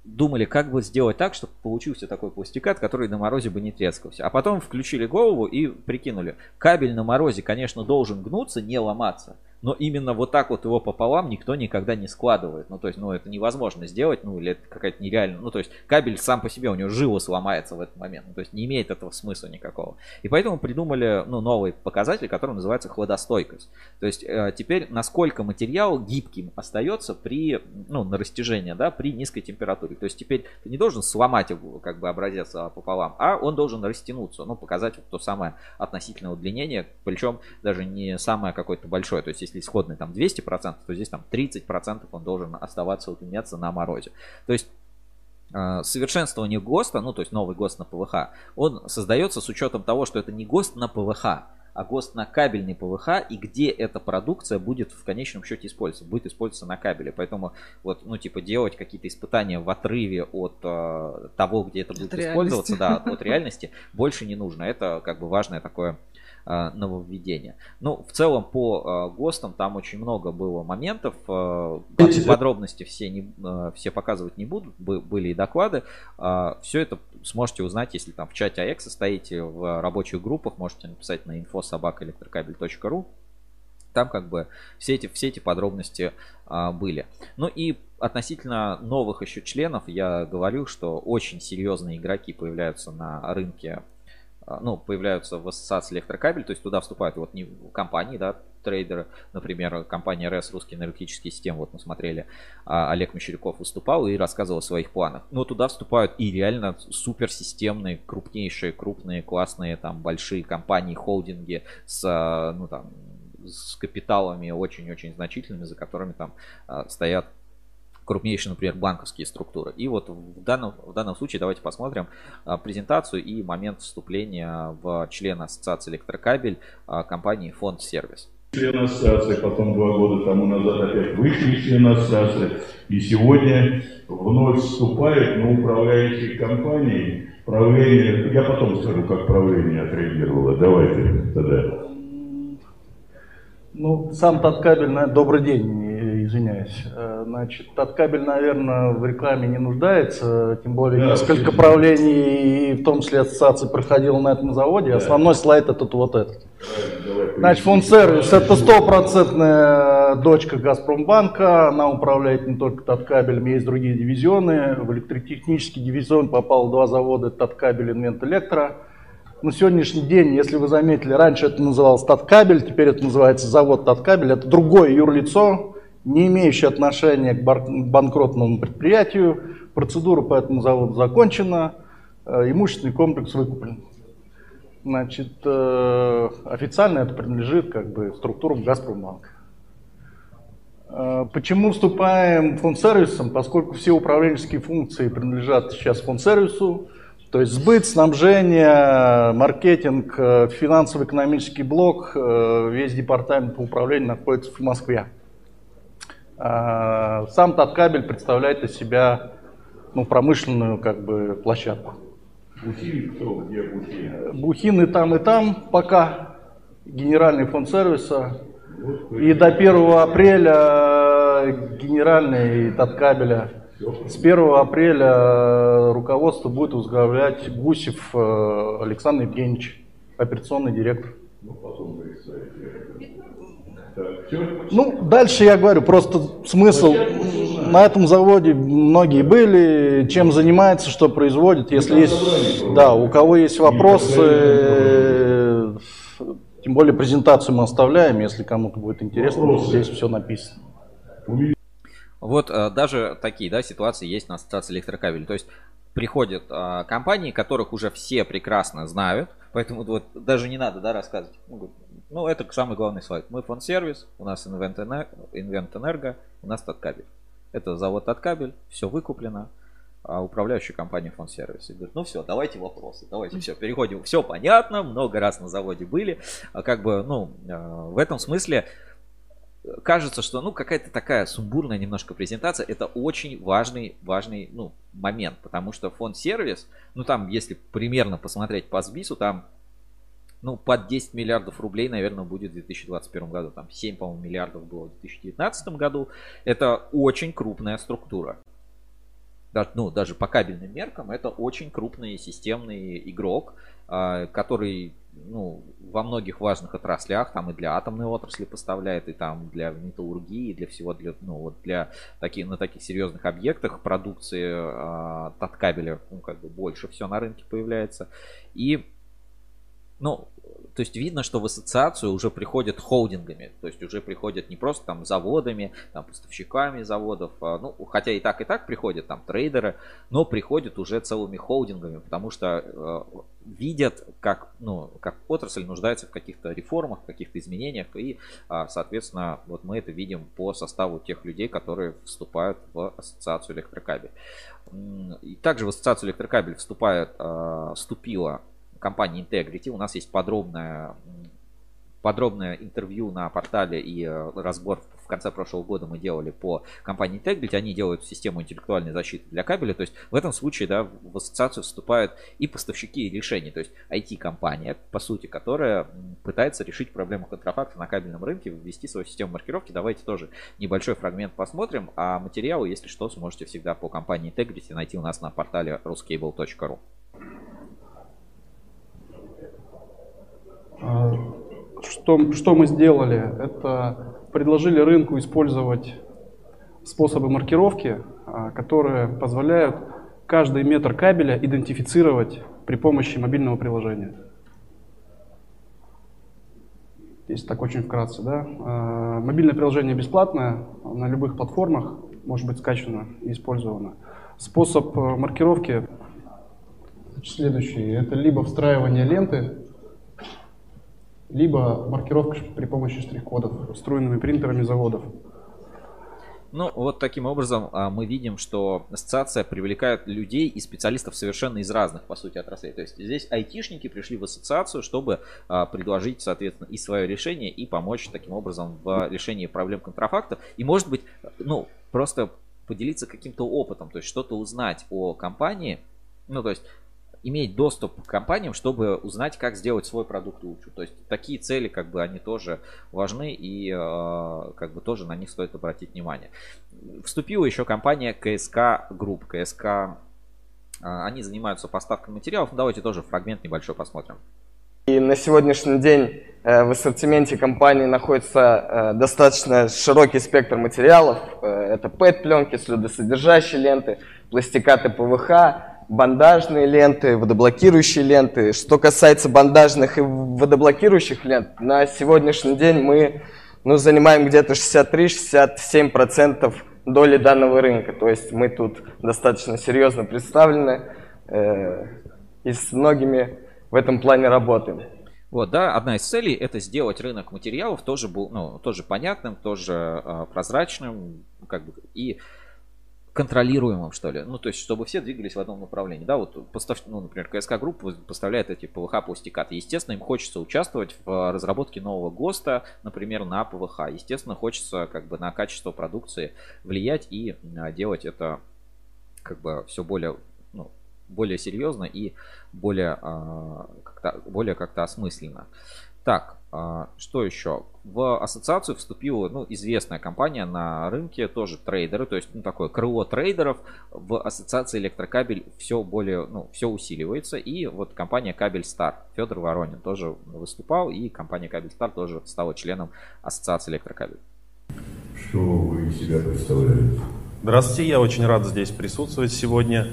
думали, как бы сделать так, чтобы получился такой пластикат, который на морозе бы не трескался. А потом включили голову и прикинули, кабель на морозе, конечно, должен гнуться, не ломаться. Но именно вот так вот его пополам никто никогда не складывает. Ну, то есть, ну, это невозможно сделать, ну, или это какая-то нереальная... Ну, то есть, кабель сам по себе, у него жила сломается в этот момент. Ну, то есть, не имеет этого смысла никакого. И поэтому придумали, ну, новый показатель, который называется хладостойкость. То есть, э, теперь, насколько материал гибким остается при, ну, на растяжение, да, при низкой температуре. То есть, теперь ты не должен сломать его, как бы, образец пополам, а он должен растянуться, ну, показать вот то самое относительное удлинение, причем даже не самое какое-то большое. То есть, если исходный там двести процентов, то здесь там тридцать процентов он должен оставаться, удлиняться на морозе. То есть э, совершенствование ГОСТа, ну то есть новый ГОСТ на ПВХ, он создается с учетом того, что это не ГОСТ на ПВХ, а ГОСТ на кабельный ПВХ, и где эта продукция будет в конечном счете использоваться, будет использоваться на кабеле. Поэтому вот, ну типа делать какие-то испытания в отрыве от э, того, где это будет от использоваться, реальности. Да, от реальности, больше не нужно. Это как бы важное такое нововведения. Ну, в целом по э, ГОСТам там очень много было моментов. Э, подробности все, не, э, все показывать не будут. Бы, были и доклады. Э, все это сможете узнать, если там в чате АЭК состоите, в рабочих группах. Можете написать на инфо собака электрокабель точка ру. Там как бы все эти, все эти подробности э, были. Ну и относительно новых еще членов я говорил, что очень серьезные игроки появляются на рынке. Ну, появляются в ассоциации электрокабель, то есть туда вступают вот не компании, да, трейдеры, например, компания РЭС, Русские энергетические системы, вот мы смотрели, Олег Мещеряков выступал и рассказывал о своих планах. Но туда вступают и реально суперсистемные, крупнейшие, крупные, классные, там, большие компании, холдинги с, ну, там, с капиталами очень-очень значительными, за которыми там стоят крупнейшие, например, банковские структуры. И вот в данном, в данном случае давайте посмотрим а, презентацию и момент вступления в члена ассоциации электрокабель а, компании Фонд Сервис. Члены ассоциации, потом два года тому назад опять вышли члены ассоциации, и сегодня вновь вступают на управляющие компании. Правление, я потом скажу, как правление отреагировало. Давайте тогда. Ну, сам Таткабель, добрый день, извиняюсь. Значит, Таткабель, наверное, в рекламе не нуждается, тем более да, несколько очень правлений, и в том числе ассоциации, проходило на этом заводе. Да. Основной слайд этот вот этот. Давай, Значит, Фонд Сервис это стопроцентная дочка Газпромбанка, она управляет не только Таткабелем, есть другие дивизионы. В электротехнический дивизион попало два завода, Таткабель, Инвент Электро. На сегодняшний день, если вы заметили, раньше это называлось Таткабель, теперь это называется завод Таткабель. Это другое юрлицо, не имеющее отношения к банкротному предприятию. Процедура по этому заводу закончена, имущественный комплекс выкуплен. Значит, официально это принадлежит как бы структурам Газпромбанка. Почему вступаем в фонд сервисом? Поскольку все управленческие функции принадлежат сейчас фонд-сервису. То есть сбыт, снабжение, маркетинг, финансово-экономический блок, весь департамент по управлению находится в Москве. Сам Таткабель представляет из себя, ну, промышленную как бы площадку. Бухин, кто, где Бухин? Бухин и там, и там пока. Генеральный фонд сервиса. И до первого апреля генеральный Таткабеля. С первого апреля руководство будет возглавлять Гусев Александр Евгеньевич, операционный директор. Ну, потом ну, дальше я говорю, просто смысл. На этом заводе многие были, чем занимается, что производит. Если есть, да, у кого есть вопросы, тем более презентацию мы оставляем, если кому-то будет интересно, здесь все написано. Вот э, даже такие, да, ситуации есть на ассоциации электрокабелей. То есть приходят э, компании, которых уже все прекрасно знают, поэтому вот даже не надо, да, рассказывать. Ну, это самый главный слайд. Мы фонд сервис, у нас Инвент Энерго, у нас Таткабель. Это завод Таткабель, все выкуплено, а управляющая компания фонд сервис. И говорит, ну все, давайте вопросы, давайте все, переходим. Все понятно, много раз на заводе были. А как бы, ну, э, в этом смысле кажется, что, ну, какая-то такая сумбурная немножко презентация. Это очень важный, важный, ну, момент, потому что фонд-сервис, ну, там, если примерно посмотреть по СБИСу, там, ну, под десять миллиардов рублей, наверное, будет в две тысячи двадцать первом году. Там семь, по-моему, миллиардов было в две тысячи девятнадцатом году. Это очень крупная структура. даже, ну, даже по кабельным меркам, это очень крупный системный игрок, который, ну, во многих важных отраслях, там и для атомной отрасли поставляет, и там для металлургии, и для всего, для, ну, вот для таких, на таких серьезных объектах продукции а, таткабеля, ну, как бы больше все на рынке появляется. И, ну, то есть видно, что в ассоциацию уже приходят холдингами, то есть уже приходят не просто там заводами, там поставщиками заводов, а, ну, хотя и так, и так приходят там трейдеры, но приходят уже целыми холдингами, потому что э, видят, как, ну, как отрасль нуждается в каких-то реформах, в каких-то изменениях, и, э, соответственно, вот мы это видим по составу тех людей, которые вступают в ассоциацию электрокабель. И также в ассоциацию электрокабель вступает, э, вступила компании Integrity. У нас есть подробное, подробное интервью на портале и разбор в конце прошлого года мы делали по компании Integrity. Они делают систему интеллектуальной защиты для кабеля. То есть в этом случае, да, в ассоциацию вступают и поставщики решений. То есть ай ти-компания, по сути, которая пытается решить проблему контрафакта на кабельном рынке, ввести свою систему маркировки. Давайте тоже небольшой фрагмент посмотрим. А материалы, если что, сможете всегда по компании Integrity найти у нас на портале ruskable точка ру. Что, что мы сделали? Это предложили рынку использовать способы маркировки, которые позволяют каждый метр кабеля идентифицировать при помощи мобильного приложения. Если так очень вкратце, да. Мобильное приложение бесплатное, на любых платформах может быть скачано и использовано. Способ маркировки следующий. Это либо встраивание ленты, либо маркировка при помощи штрих-кодов струйными принтерами заводов. Ну, вот таким образом мы видим, что ассоциация привлекает людей и специалистов совершенно из разных, по сути, отраслей. То есть здесь айтишники пришли в ассоциацию, чтобы предложить, соответственно, и свое решение, и помочь таким образом в решении проблем контрафакта. И, может быть, ну, просто поделиться каким-то опытом, то есть что-то узнать о компании, ну, то есть иметь доступ к компаниям, чтобы узнать, как сделать свой продукт лучше. То есть такие цели, как бы, они тоже важны, и э, как бы тоже на них стоит обратить внимание. Вступила еще компания ка эс ка Group. ка эс ка, э, они занимаются поставкой материалов. Давайте тоже фрагмент небольшой посмотрим. И на сегодняшний день э, в ассортименте компании находится э, достаточно широкий спектр материалов. Э, это пэт-пленки, слюдосодержащие ленты, пластикаты пэ вэ ха, бандажные ленты, водоблокирующие ленты. Что касается бандажных и водоблокирующих лент, на сегодняшний день мы, ну, занимаем где-то шестьдесят три — шестьдесят семь процентов доли данного рынка. То есть мы тут достаточно серьезно представлены э, и с многими в этом плане работаем. Вот, да, одна из целей — это сделать рынок материалов тоже, был, ну, тоже понятным, тоже э, прозрачным, как бы, и контролируемым, что ли. Ну, то есть, чтобы все двигались в одном направлении. Да, вот, постав... ну, например, ка эс ка Group поставляет эти пэ вэ ха-пластикаты. Естественно, им хочется участвовать в разработке нового ГОСТа, например, на пэ вэ ха. Естественно, хочется, как бы, на качество продукции влиять и а, делать это, как бы, все более, ну, более серьезно и более, а, как-то, более как-то осмысленно. Так, что еще? В ассоциацию вступила, ну, известная компания на рынке, тоже трейдеры, то есть, ну, такое крыло трейдеров. В ассоциации электрокабель все более, ну, все усиливается. И вот компания Кабельстар, Федор Воронин тоже выступал, и компания Кабельстар тоже стала членом ассоциации электрокабель. Что вы из себя представляете? Здравствуйте, я очень рад здесь присутствовать сегодня.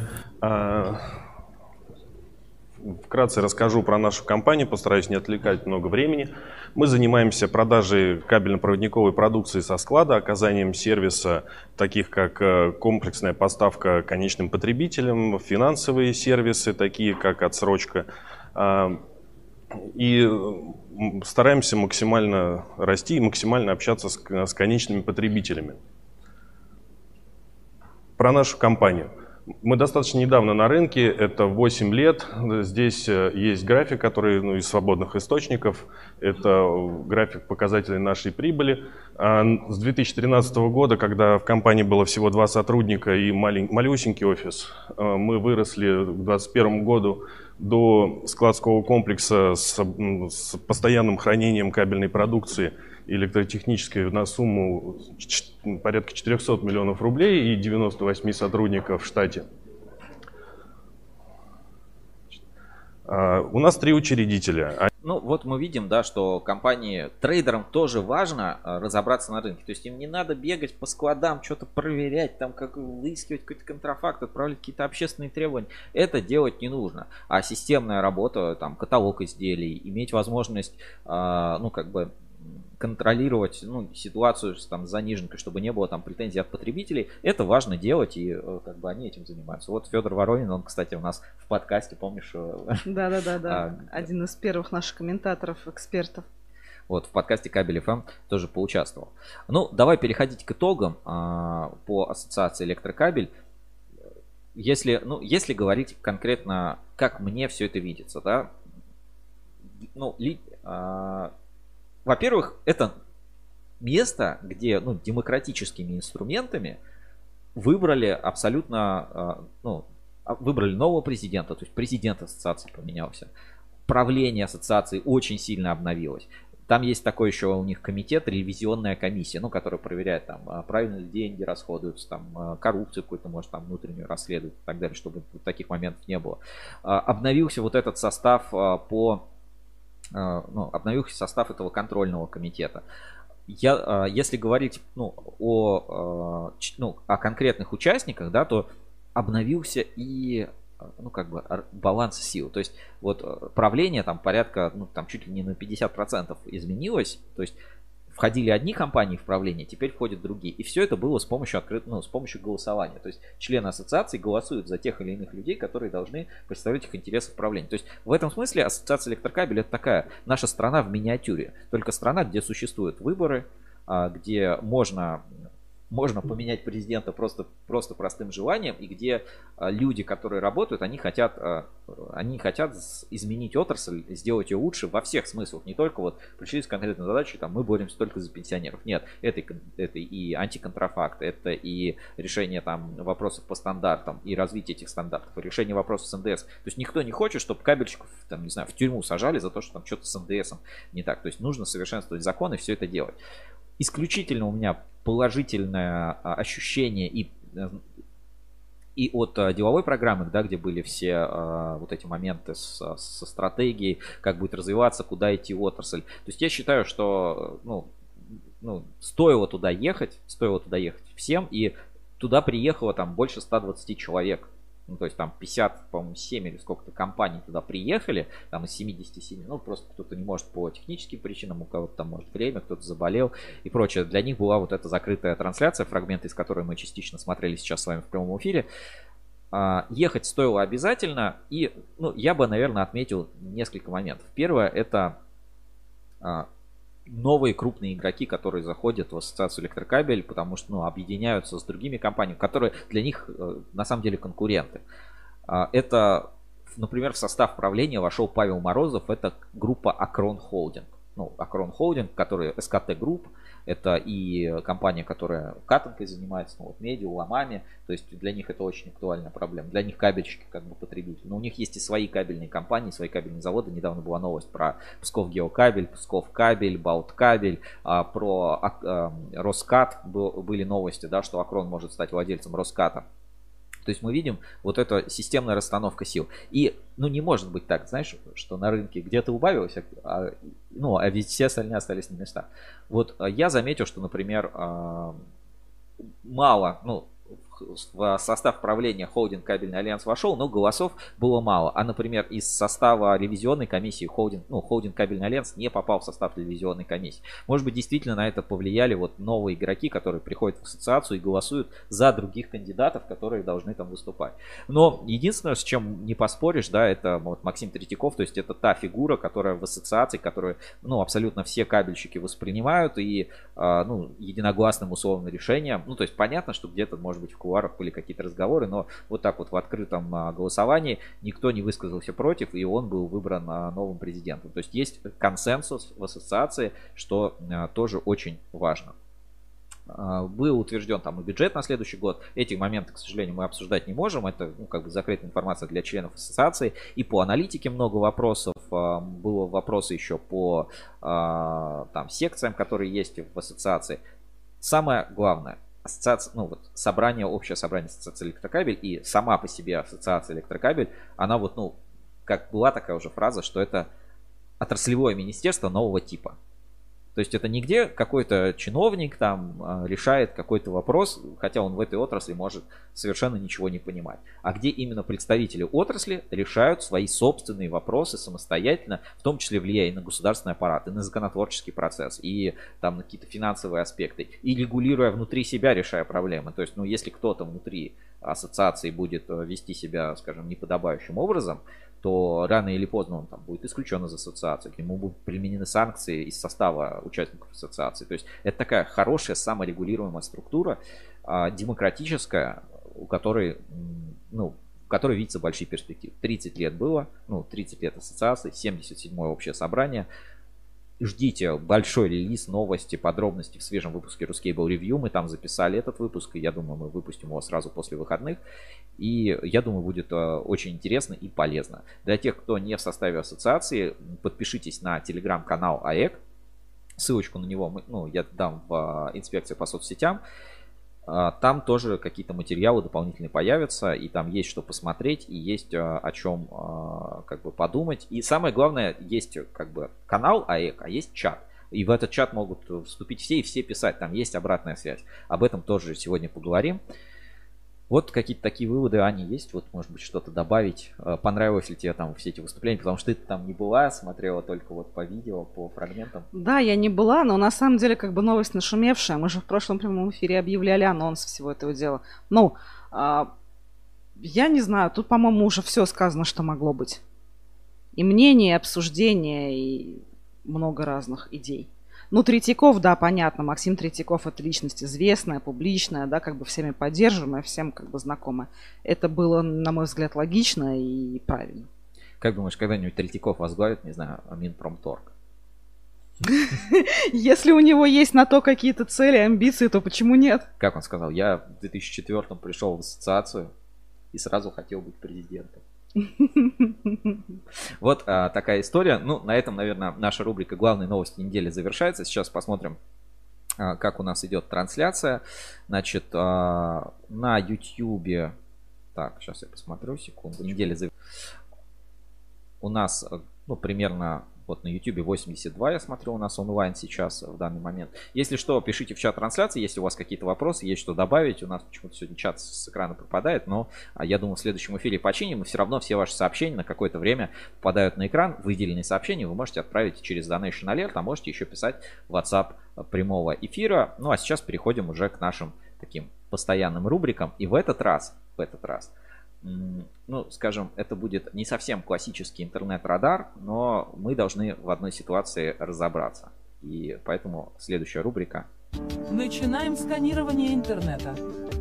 Вкратце расскажу про нашу компанию, постараюсь не отвлекать много времени. Мы занимаемся продажей кабельно-проводниковой продукции со склада, оказанием сервиса, таких как комплексная поставка конечным потребителям, финансовые сервисы, такие как отсрочка. И стараемся максимально расти и максимально общаться с, с конечными потребителями. Про нашу компанию. Мы достаточно недавно на рынке, это восемь лет. Здесь есть график, который, ну, из свободных источников. Это график показателей нашей прибыли. С две тысячи тринадцатого года, когда в компании было всего два сотрудника и малень, малюсенький офис, мы выросли к две тысячи двадцать первому году до складского комплекса с, с постоянным хранением кабельной продукции электротехнической на сумму порядка четырехсот миллионов рублей и девяноста восьми сотрудников в штате. У нас три учредителя. Ну, вот мы видим, да, что компании, трейдерам тоже важно разобраться на рынке. То есть им не надо бегать по складам, что-то проверять, там, как выискивать какой-то контрафакт, отправлять какие-то общественные требования. Это делать не нужно. А системная работа, там, каталог изделий, иметь возможность, ну, как бы, контролировать, ну, ситуацию там, с заниженкой, чтобы не было там претензий от потребителей, это важно делать, и как бы они этим занимаются. Вот Федор Воронин, он, кстати, у нас в подкасте, помнишь? Да-да-да, да. Один из первых наших комментаторов, экспертов. Вот, в подкасте Кабель эф эм тоже поучаствовал. Ну, давай переходить к итогам а, по ассоциации Электрокабель. Если, ну, если говорить конкретно, как мне все это видится, да, ну, ли, а, во-первых, это место, где, ну, демократическими инструментами выбрали абсолютно, ну, выбрали нового президента, то есть президент ассоциации поменялся, правление ассоциации очень сильно обновилось. Там есть такой еще у них комитет, ревизионная комиссия, ну, которая проверяет, там, правильно ли деньги расходуются, там, коррупцию какую-то, может, там, внутреннюю расследует и так далее, чтобы таких моментов не было. Обновился вот этот состав по... Ну, обновился состав этого контрольного комитета. Я, если говорить, ну, о, ну, о конкретных участниках, да, то обновился и, ну, как бы, баланс сил. То есть вот правление там порядка, ну, там чуть ли не на пятьдесят процентов изменилось. То есть входили одни компании в правление, теперь входят другие. И все это было с помощью открыт... ну, с помощью голосования. То есть члены ассоциации голосуют за тех или иных людей, которые должны представлять их интересы в правлении. То есть в этом смысле ассоциация Электрокабель — это такая наша страна в миниатюре. Только страна, где существуют выборы, где можно... Можно поменять президента просто, просто простым желанием, и где люди, которые работают, они хотят, они хотят изменить отрасль, сделать ее лучше во всех смыслах. Не только вот пришли с конкретной задачей, там, мы боремся только за пенсионеров. Нет, это, это и антиконтрафакт, это и решение там вопросов по стандартам, и развитие этих стандартов, и решение вопросов с эн дэ эс. То есть никто не хочет, чтобы кабельщиков, там, не знаю, в тюрьму сажали за то, что там что-то с эн дэ эсом не так. То есть нужно совершенствовать законы и все это делать. Исключительно у меня положительное ощущение и, и от деловой программы, да, где были все а, вот эти моменты с, со стратегией, как будет развиваться, куда идти отрасль. То есть я считаю, что, ну, ну, стоило туда ехать, стоило туда ехать всем, и туда приехало там больше ста двадцати человек. Ну, то есть там пятьдесят, по-моему, семь или сколько-то компаний туда приехали, там из семидесяти семи, ну, просто кто-то не может по техническим причинам, у кого-то там может время, кто-то заболел и прочее. Для них была вот эта закрытая трансляция, фрагменты из которой мы частично смотрели сейчас с вами в прямом эфире. А, ехать стоило обязательно, и, ну, я бы, наверное, отметил несколько моментов. Первое — это а, новые крупные игроки, которые заходят в ассоциацию Электрокабель, потому что, ну, объединяются с другими компаниями, которые для них на самом деле конкуренты. Это, например, в состав правления вошел Павел Морозов, это группа Акрон Холдинг. Ну, Акрон Холдинг, который эс ка тэ Групп, это и компания, которая катанкой занимается, ну, вот медиа, ломами, то есть для них это очень актуальная проблема. Для них кабельщики как бы потребители. Но у них есть и свои кабельные компании, свои кабельные заводы. Недавно была новость про Псков Геокабель, Псков Кабель, Балткабель, а, про а, Роскат были новости, да, что Акрон может стать владельцем Роската. То есть мы видим вот эту системная расстановка сил. И, ну, не может быть так, знаешь, что на рынке где-то убавилось, а, ну, а ведь все остальные остались на местах. Вот я заметил, что, например, мало, ну, в состав правления холдинг Кабельный альянс вошел, но голосов было мало. А, например, из состава ревизионной комиссии холдинг, ну, холдинг Кабельный альянс не попал в состав ревизионной комиссии. Может быть, действительно на это повлияли вот новые игроки, которые приходят в ассоциацию и голосуют за других кандидатов, которые должны там выступать. Но единственное, с чем не поспоришь, да, это вот Максим Третьяков, то есть это та фигура, которая в ассоциации, которую, ну, абсолютно все кабельщики воспринимают и, ну, единогласным условным решением. Ну, то есть понятно, что где-то, может быть, в кулуарах были какие-то разговоры, но вот так вот в открытом голосовании никто не высказался против, и он был выбран новым президентом. То есть есть консенсус в ассоциации, что тоже очень важно. Был утвержден там и бюджет на следующий год. Эти моменты, к сожалению, мы обсуждать не можем. Это, ну, как бы закрытая информация для членов ассоциации. И по аналитике много вопросов. Было вопросы еще по там, секциям, которые есть в ассоциации. Самое главное, ассоциация, ну, вот, собрание, общее собрание ассоциации Электрокабель и сама по себе ассоциация Электрокабель, она вот, ну, как была такая уже фраза, что это отраслевое министерство нового типа. То есть это нигде какой-то чиновник там решает какой-то вопрос, хотя он в этой отрасли может совершенно ничего не понимать. А где именно представители отрасли решают свои собственные вопросы самостоятельно, в том числе влияя на государственный аппарат, и на законотворческий процесс, и там на какие-то финансовые аспекты, и регулируя внутри себя, решая проблемы. То есть, ну, если кто-то внутри ассоциации будет вести себя, скажем, неподобающим образом, то рано или поздно он там будет исключен из ассоциации, к нему будут применены санкции из состава участников ассоциации. То есть это такая хорошая саморегулируемая структура, демократическая, у которой, ну, в которой видятся большие перспективы. тридцать лет было, ну, тридцать лет ассоциации, семьдесят седьмое общее собрание. Ждите большой релиз, новости, подробности в свежем выпуске Ruscable Review. Мы там записали этот выпуск, и я думаю, мы выпустим его сразу после выходных. И я думаю, будет очень интересно и полезно. Для тех, кто не в составе ассоциации, подпишитесь на телеграм-канал АЭК. Ссылочку на него мы, ну, я дам в инспекции по соцсетям. Там тоже какие-то материалы дополнительные появятся, и там есть что посмотреть, и есть о чем как бы подумать. И самое главное, есть как бы канал АЭК, а есть чат. И в этот чат могут вступить все и все писать, там есть обратная связь. Об этом тоже сегодня поговорим. Вот какие-то такие выводы, Аня, есть? Вот, может быть, что-то добавить? Понравилось ли тебе там все эти выступления? Потому что ты там не была, смотрела только вот по видео, по фрагментам. Да, я не была, но на самом деле как бы новость нашумевшая. Мы же в прошлом прямом эфире объявляли анонс всего этого дела. Ну, а, я не знаю, тут, по-моему, уже все сказано, что могло быть. И мнение, и обсуждение, и много разных идей. Ну, Третьяков, да, понятно, Максим Третьяков — это личность известная, публичная, да, как бы всеми поддерживаемая, всем как бы знакомая. Это было, на мой взгляд, логично и правильно. Как думаешь, когда-нибудь Третьяков возглавит, не знаю, Минпромторг? Если у него есть на то какие-то цели, амбиции, то почему нет? Как он сказал, я в две тысячи четвёртом пришел в ассоциацию и сразу хотел быть президентом. Вот а, такая история. Ну, на этом, наверное, наша рубрика «Главные новости недели» завершается. Сейчас посмотрим, а, как у нас идет трансляция. Значит, а, на YouTube... Так, сейчас я посмотрю, секунду. Неделя зав... У нас, ну, примерно... Вот на YouTube восемьдесят два, я смотрю, у нас онлайн сейчас в данный момент. Если что, пишите в чат трансляции, если у вас какие-то вопросы, есть что добавить. У нас почему-то сегодня чат с экрана пропадает, но я думаю, в следующем эфире починим. И все равно все ваши сообщения на какое-то время попадают на экран. Выделенные сообщения вы можете отправить через Donation Alert, а можете еще писать в WhatsApp прямого эфира. Ну а сейчас переходим уже к нашим таким постоянным рубрикам. И в этот раз, в этот раз... Ну, скажем, это будет не совсем классический интернет-радар, но мы должны в одной ситуации разобраться. И поэтому следующая рубрика. Начинаем сканирование интернета.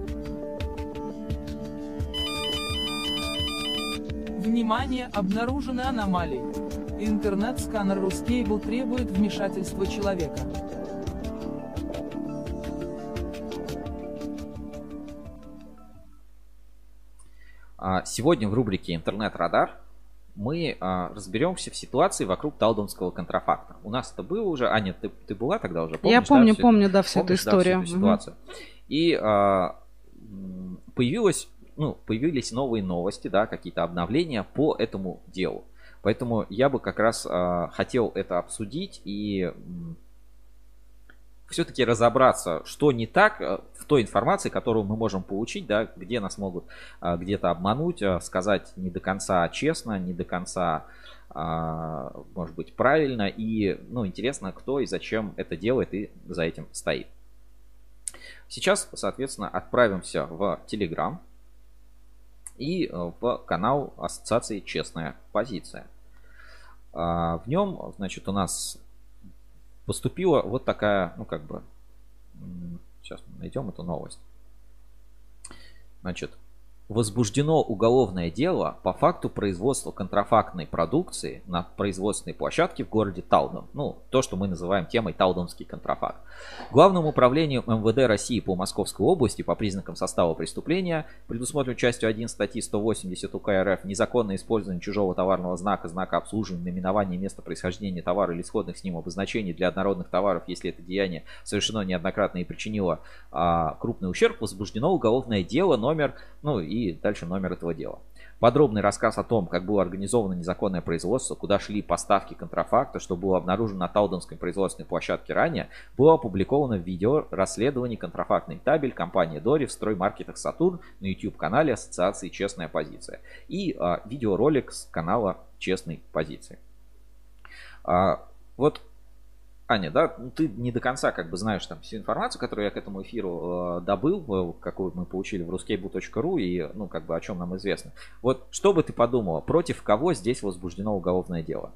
Внимание, обнаружены аномалии. Интернет-сканер Ruscable требует вмешательства человека. Сегодня в рубрике «Интернет-радар» мы а, разберемся в ситуации вокруг талдомского контрафакта. У нас это было уже. Аня, ты, ты была тогда уже? Помнишь, Я помню, да, помню, да, всю помнишь, эту историю. Да, всю эту ситуацию. Угу. И а, появилось, ну, появились новые новости, да, какие-то обновления по этому делу. Поэтому я бы как раз а, хотел это обсудить и все-таки разобраться, что не так в той информации, которую мы можем получить, да, где нас могут а, где-то обмануть, а, сказать не до конца честно, не до конца, а, может быть, правильно. И, ну, интересно, кто и зачем это делает и за этим стоит. Сейчас, соответственно, отправимся в Telegram и в канал Ассоциации «Честная позиция». А, в нем, значит, у нас поступила вот такая, ну, как бы, сейчас мы найдем эту новость. Значит, возбуждено уголовное дело по факту производства контрафактной продукции на производственной площадке в городе Талдом. Ну, то, что мы называем темой талдомский контрафакт. Главному управлению эм вэ дэ России по Московской области по признакам состава преступления предусмотрено частью один статьи сто восемьдесят УК эр эф незаконное использование чужого товарного знака, знака обслуживания, наименования места происхождения товара или сходных с ним обозначений для однородных товаров, если это деяние совершено неоднократно и причинило а, крупный ущерб, возбуждено уголовное дело номер, ну и И дальше номер этого дела. Подробный рассказ о том, как было организовано незаконное производство, куда шли поставки контрафакта, что было обнаружено на Талдомской производственной площадке ранее, было опубликовано в видео расследований «Контрафактный табель» компании Дори в строймаркетах «Сатурн» на YouTube-канале Ассоциации «Честная позиция» и а, видеоролик с канала «Честной позиции». А, вот, Аня, да, ну, ты не до конца как бы знаешь там всю информацию, которую я к этому эфиру э, добыл, э, какую мы получили в ruskable точка ру и, ну, как бы о чем нам известно. Вот, что бы ты подумала, против кого здесь возбуждено уголовное дело?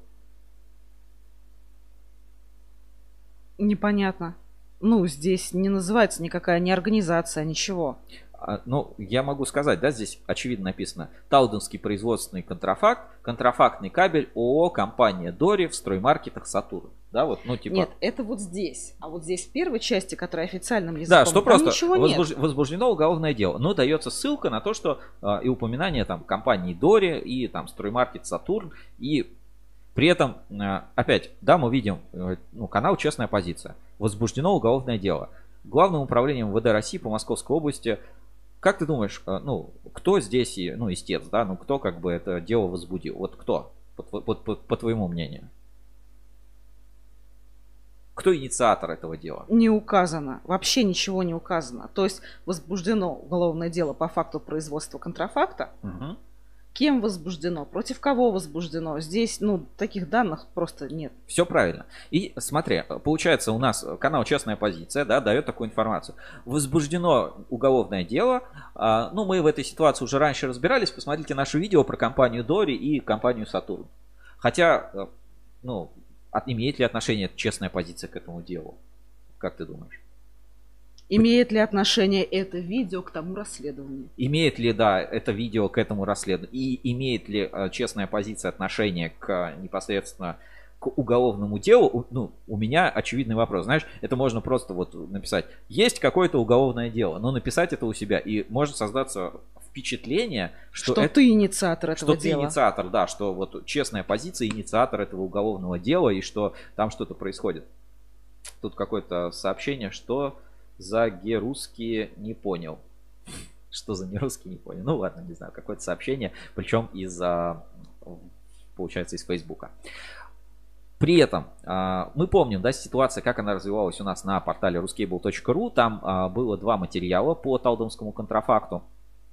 Непонятно. Ну, здесь не называется никакая ни организация, ничего. А, ну, я могу сказать, да, здесь очевидно написано Талдомский производственный контрафакт, контрафактный кабель ООО, компания Дори в строймаркетах Сатурн. Да, вот, ну, типа... Нет, это вот здесь. А вот здесь в первой части, которая официальным языком, да, что там просто ничего возбуж... нет. возбуждено уголовное дело. Но дается ссылка на то, что э, и упоминание там компании Дори и там строймаркет Сатурн. И при этом, э, опять, да, мы видим э, ну, канал «Честная позиция». Возбуждено уголовное дело. Главным управлением эм вэ дэ России по Московской области. Как ты думаешь, э, ну, кто здесь, ну, истец, да, ну, кто как бы это дело возбудил? Вот кто, по, по, по, по твоему мнению? Кто инициатор этого дела? Не указано. Вообще ничего не указано. То есть возбуждено уголовное дело по факту производства контрафакта. Угу. Кем возбуждено? Против кого возбуждено? Здесь, ну, таких данных просто нет. Все правильно. И смотри, получается, у нас канал «Честная позиция», да, дает такую информацию. Возбуждено уголовное дело. А, ну, мы в этой ситуации уже раньше разбирались. Посмотрите наше видео про компанию Дори и компанию Сатурн. Хотя, ну... Имеет ли отношение «Честная позиция» к этому делу? Как ты думаешь? Имеет ли отношение это видео к тому расследованию? Имеет ли, да, это видео к этому расследованию? И имеет ли «Честная позиция» отношение к непосредственно к уголовному делу? Ну, у меня очевидный вопрос. Знаешь, это можно просто вот написать. Есть какое-то уголовное дело, но написать это у себя. И может создаться впечатление, что, что это, ты инициатор этого что дела. Ты инициатор, да, что вот «Честная позиция» инициатор этого уголовного дела и что там что-то происходит. Тут какое-то сообщение, что за герусские не понял. Что за нерусский не понял. Ну ладно, не знаю, какое-то сообщение, причем из, получается, из Фейсбука. При этом мы помним, да, ситуация, как она развивалась у нас на портале ruskable точка ру. Там было два материала по талдомскому контрафакту.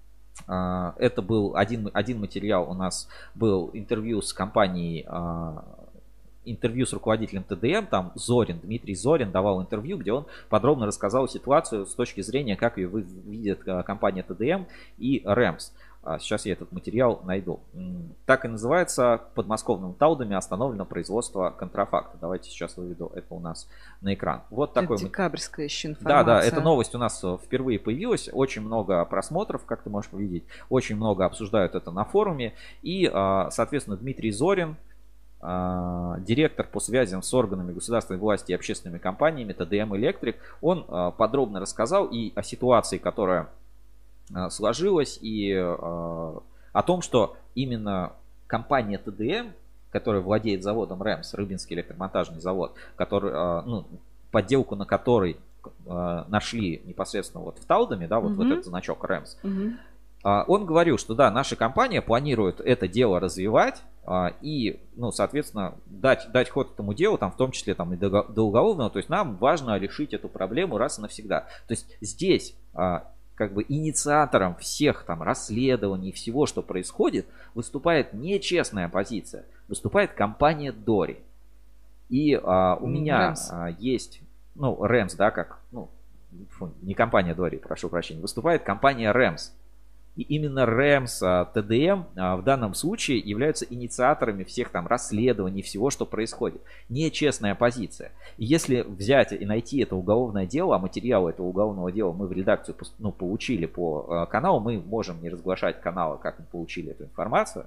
Это был один, один материал, у нас был интервью с компанией, интервью с руководителем тэ дэ эм, там Зорин, Дмитрий Зорин давал интервью, где он подробно рассказал ситуацию с точки зрения, как ее видит компания тэ дэ эм и рэмс. Сейчас я этот материал найду. Так и называется: подмосковным Талдоме остановлено производство контрафакта. Давайте сейчас выведу это у нас на экран. Вот это такой декабрьская еще информация. Да, да, эта новость у нас впервые появилась. Очень много просмотров, как ты можешь увидеть. Очень много обсуждают это на форуме. И, соответственно, Дмитрий Зорин, директор по связям с органами государственной власти и общественными компаниями тэ дэ эм Электрик, он подробно рассказал и о ситуации, которая сложилась, и э, о том, что именно компания тэ дэ эм, которая владеет заводом рэмс, Рыбинский электромонтажный завод, который, э, ну, подделку на который э, нашли непосредственно вот в Талдоме, да, вот, mm-hmm. вот этот значок рэмс, mm-hmm. э, он говорил, что да, наша компания планирует это дело развивать э, и, ну, соответственно, дать, дать ход этому делу, там, в том числе там, и до, до уголовного, то есть нам важно решить эту проблему раз и навсегда. То есть здесь э, как бы инициатором всех там расследований, всего, что происходит, выступает не «Честная позиция», выступает компания Дори. И а, у меня а, есть, ну, рэмс, да, как, ну, фу, не компания Дори, прошу прощения, выступает компания рэмс. И именно РЭМС, ТДМ в данном случае являются инициаторами всех там расследований, всего, что происходит. Нечестная позиция. И если взять и найти это уголовное дело, а материалы этого уголовного дела мы в редакцию ну, получили по каналу, мы можем не разглашать каналы, как мы получили эту информацию,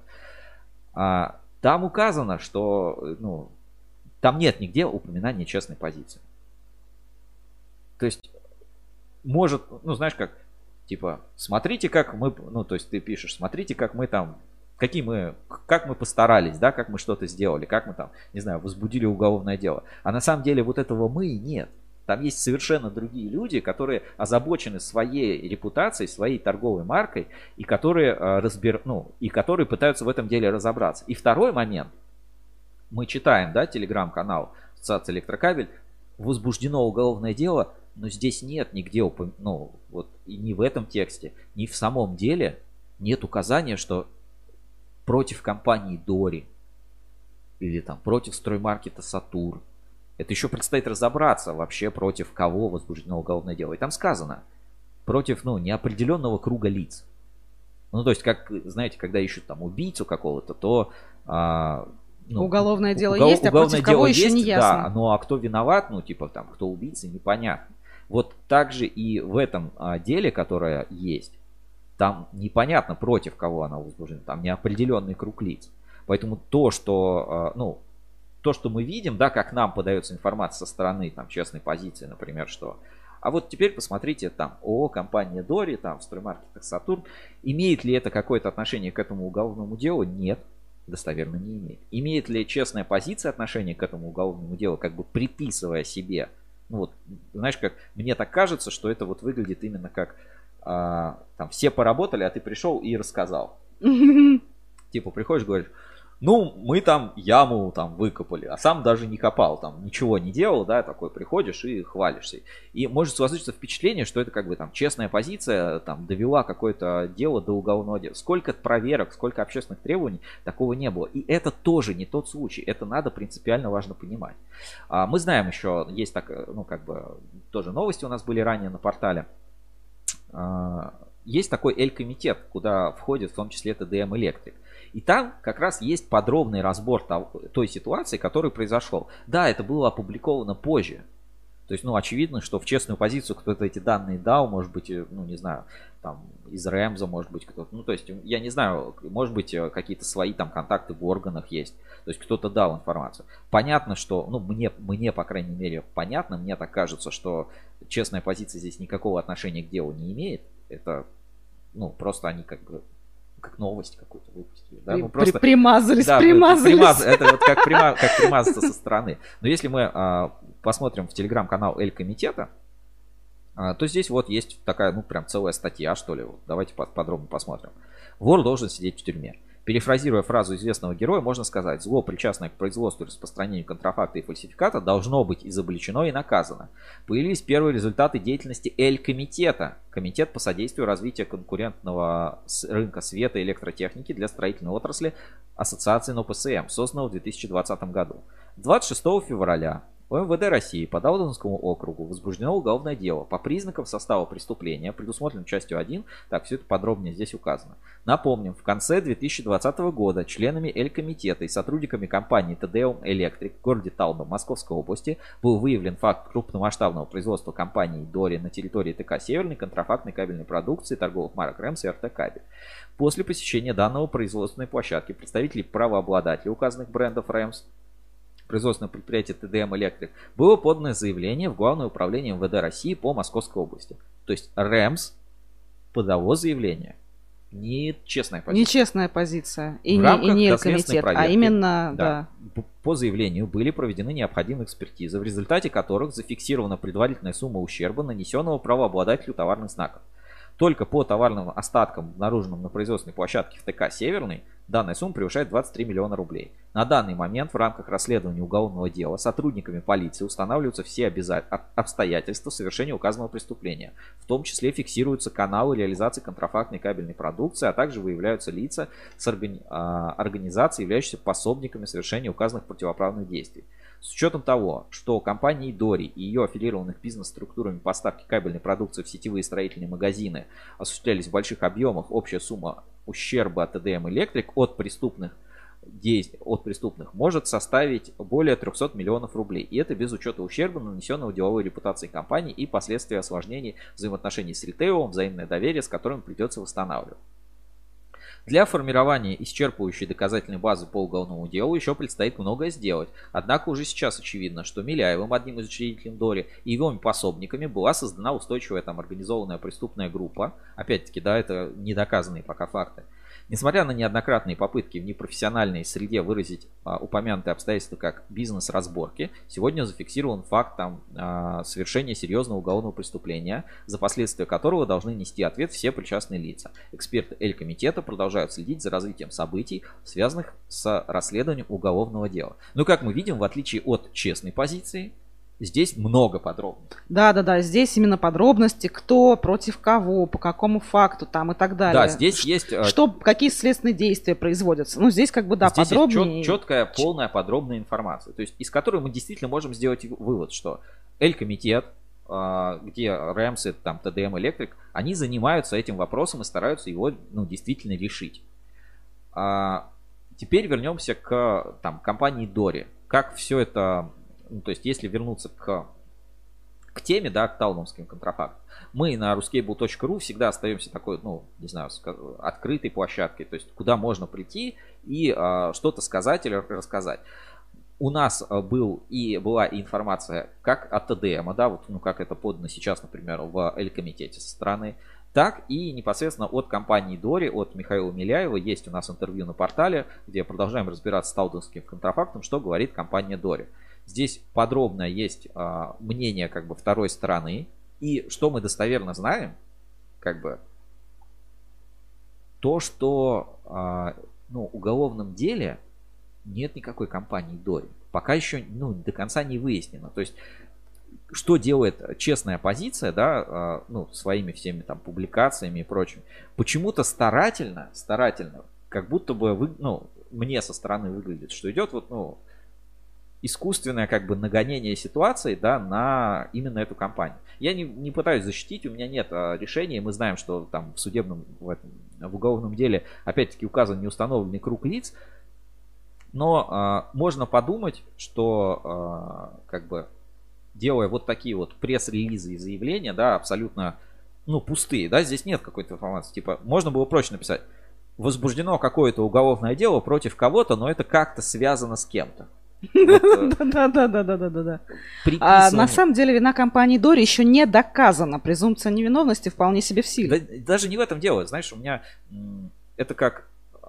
там указано, что ну, там нет нигде упоминания честной позиции. То есть, может, ну знаешь как, типа, смотрите, как мы, ну, то есть ты пишешь, смотрите, как мы там, какие мы, как мы постарались, да, как мы что-то сделали, как мы там, не знаю, возбудили уголовное дело. А на самом деле вот этого мы нет. Там есть совершенно другие люди, которые озабочены своей репутацией, своей торговой маркой, и которые, э, разбер... ну, и которые пытаются в этом деле разобраться. И второй момент. Мы читаем, да, телеграм-канал Ассоциации Электрокабель, возбуждено уголовное дело, но здесь нет нигде, упом... ну, вот, и ни в этом тексте, ни в самом деле нет указания, что против компании Дори или там против строймаркета Сатурн. Это еще предстоит разобраться вообще, против кого возбуждено уголовное дело. И там сказано, против, ну, неопределенного круга лиц. Ну, то есть, как, знаете, когда ищут там убийцу какого-то, то... А, ну, уголовное дело угол, есть, а уголовное против кого есть, еще не ясно. Да, ну, а кто виноват, ну, типа, там, кто убийца, непонятно. Вот так же и в этом а, деле, которое есть, там непонятно, против кого она возбуждена, там неопределенный круг лиц. Поэтому то, что, а, ну, то, что мы видим, да, как нам подается информация со стороны там, честной позиции, например, что... А вот теперь посмотрите, там, ООО, компания Дори, там, в строймаркетах Сатурн. Имеет ли это какое-то отношение к этому уголовному делу? Нет, достоверно не имеет. Имеет ли честная позиция отношение к этому уголовному делу, как бы приписывая себе? Ну вот, знаешь, как мне так кажется, что это вот выглядит именно как а, там все поработали, а ты пришел и рассказал. Типа приходишь, говоришь, ну, мы там яму там выкопали, а сам даже не копал, там ничего не делал, да, такой приходишь и хвалишься. И может сложиться впечатление, что это как бы там честная позиция, там довела какое-то дело до уголовного дела. Сколько проверок, сколько общественных требований, такого не было. И это тоже не тот случай, это надо принципиально важно понимать. А мы знаем еще, есть так, ну как бы тоже новости у нас были ранее на портале. Есть такой Эль-комитет, куда входит в том числе ТДМ Электрик. И там как раз есть подробный разбор того, той ситуации, которая произошла. Да, это было опубликовано позже. То есть, ну, очевидно, что в честную позицию кто-то эти данные дал, может быть, ну, не знаю, там, из РЭМЗа, может быть, кто-то. Ну, то есть, я не знаю, может быть, какие-то свои там контакты в органах есть. То есть, кто-то дал информацию. Понятно, что, ну, мне, мне, по крайней мере, понятно, мне так кажется, что честная позиция здесь никакого отношения к делу не имеет. Это, ну, просто они как бы... как новость какую-то выпустили. Да? Ну, просто, примазались, да, примазались. Примаз, это вот как, прима, как примазаться со стороны. Но если мы а, посмотрим в телеграм-канал Эль-комитета, а, то здесь вот есть такая, ну, прям целая статья, что ли. Вот, давайте подробно посмотрим. Вор должен сидеть в тюрьме. Перефразируя фразу известного героя, можно сказать, зло, причастное к производству и распространению контрафакта и фальсификата, должно быть изобличено и наказано. Появились первые результаты деятельности Эль-комитета. Комитет по содействию развитию конкурентного рынка света и электротехники для строительной отрасли Ассоциации эн о пэ эс эм, созданного в две тысячи двадцатом году. двадцать шестого февраля в эм вэ дэ России по Даутонскому округу возбуждено уголовное дело по признакам состава преступления, предусмотренным частью один. Так, все это подробнее здесь указано. Напомним, в конце две тысячи двадцатого года членами Эль-комитета и сотрудниками компании ТДМ Электрик в городе Талдом Московской области был выявлен факт крупномасштабного производства компании Дори на территории ТК Северной контрафактной кабельной продукции торговых марок РЭМС и РТ Кабель. После посещения данного производственной площадки представителей правообладателей указанных брендов РЭМС, производственное предприятие ТДМ Электрик, было подано заявление в Главное управление эм вэ дэ России по Московской области. То есть РЭМС подало заявление. Не честная позиция. Нечестная позиция. И не, и не Эль-комитет, а именно, да, да. По заявлению были проведены необходимые экспертизы, в результате которых зафиксирована предварительная сумма ущерба, нанесенного правообладателю товарных знаков. Только по товарным остаткам, обнаруженным на производственной площадке в ТК Северный, данная сумма превышает двадцать три миллиона рублей. На данный момент в рамках расследования уголовного дела сотрудниками полиции устанавливаются все обяза... обстоятельства совершения указанного преступления. В том числе фиксируются каналы реализации контрафактной кабельной продукции, а также выявляются лица с органи... организаций, являющиеся пособниками совершения указанных противоправных действий. С учетом того, что компания Дори и ее аффилированных бизнес-структурами поставки кабельной продукции в сетевые строительные магазины осуществлялись в больших объемах, общая сумма ущерба от тэ дэ эм Electric от преступных действий, от преступных может составить более трёхсот миллионов рублей. И это без учета ущерба, нанесенного деловой репутации компании и последствий осложнений взаимоотношений с ритейлом, взаимное доверие, с которым придется восстанавливать. Для формирования исчерпывающей доказательной базы по уголовному делу еще предстоит многое сделать. Однако уже сейчас очевидно, что Миляевым, одним из учредителей Дори, и его пособниками была создана устойчивая там организованная преступная группа. Опять-таки, да, это недоказанные пока факты. Несмотря на неоднократные попытки в непрофессиональной среде выразить а, упомянутые обстоятельства как бизнес-разборки, сегодня зафиксирован факт там, а, совершения серьезного уголовного преступления, за последствия которого должны нести ответ все причастные лица. Эксперты Эль-комитета продолжают следить за развитием событий, связанных с расследованием уголовного дела. Но, как мы видим, в отличие от честной позиции, здесь много подробностей. Да, да, да, здесь именно подробности, кто против кого, по какому факту там и так далее. Да, здесь Ш- есть... Что, какие следственные действия производятся. Ну, здесь как бы, да, здесь подробнее. Есть чет, четкая, полная, подробная информация. То есть, из которой мы действительно можем сделать вывод, что Эль-комитет, где Рэмс, там, тэ дэ эм Electric, они занимаются этим вопросом и стараются его, ну, действительно решить. А теперь вернемся к там, компании Дори. Как все это... Ну, то есть, если вернуться к, к теме, да, к талдомским контрафактам, мы на ruskable точка ру всегда остаемся такой, ну, не знаю, открытой площадкой, то есть, куда можно прийти и а, что-то сказать или рассказать. У нас был и была и информация как от тэ дэ эм, да, вот, ну, как это подано сейчас, например, в Эль-комитете со стороны, так и непосредственно от компании Дори, от Михаила Миляева. Есть у нас интервью на портале, где продолжаем разбираться с талдомским контрафактом, что говорит компания Дори. Здесь подробно есть а, мнение как бы второй стороны. И что мы достоверно знаем, как бы то, что а, ну, в уголовном деле нет никакой компании Дори. Пока еще ну, до конца не выяснено. То есть, что делает честная оппозиция, да, а, ну, своими всеми там публикациями и прочим. Почему-то старательно, старательно, как будто бы вы, ну, мне со стороны выглядит, что идет вот, ну, искусственное как бы нагонение ситуации, да, на именно эту компанию. Я не, не пытаюсь защитить, у меня нет а, решения, мы знаем, что там в судебном, в, этом, в уголовном деле опять-таки указан неустановленный круг лиц, но а, можно подумать, что а, как бы делая вот такие вот пресс-релизы и заявления, да, абсолютно, ну, пустые, да, здесь нет какой-то информации, типа, можно было проще написать, возбуждено какое-то уголовное дело против кого-то, но это как-то связано с кем-то. Да, да, да, да, да, да, да. А на самом деле вина компании Дори еще не доказана. Презумпция невиновности вполне себе в силе. Да, даже не в этом дело. Знаешь, у меня это как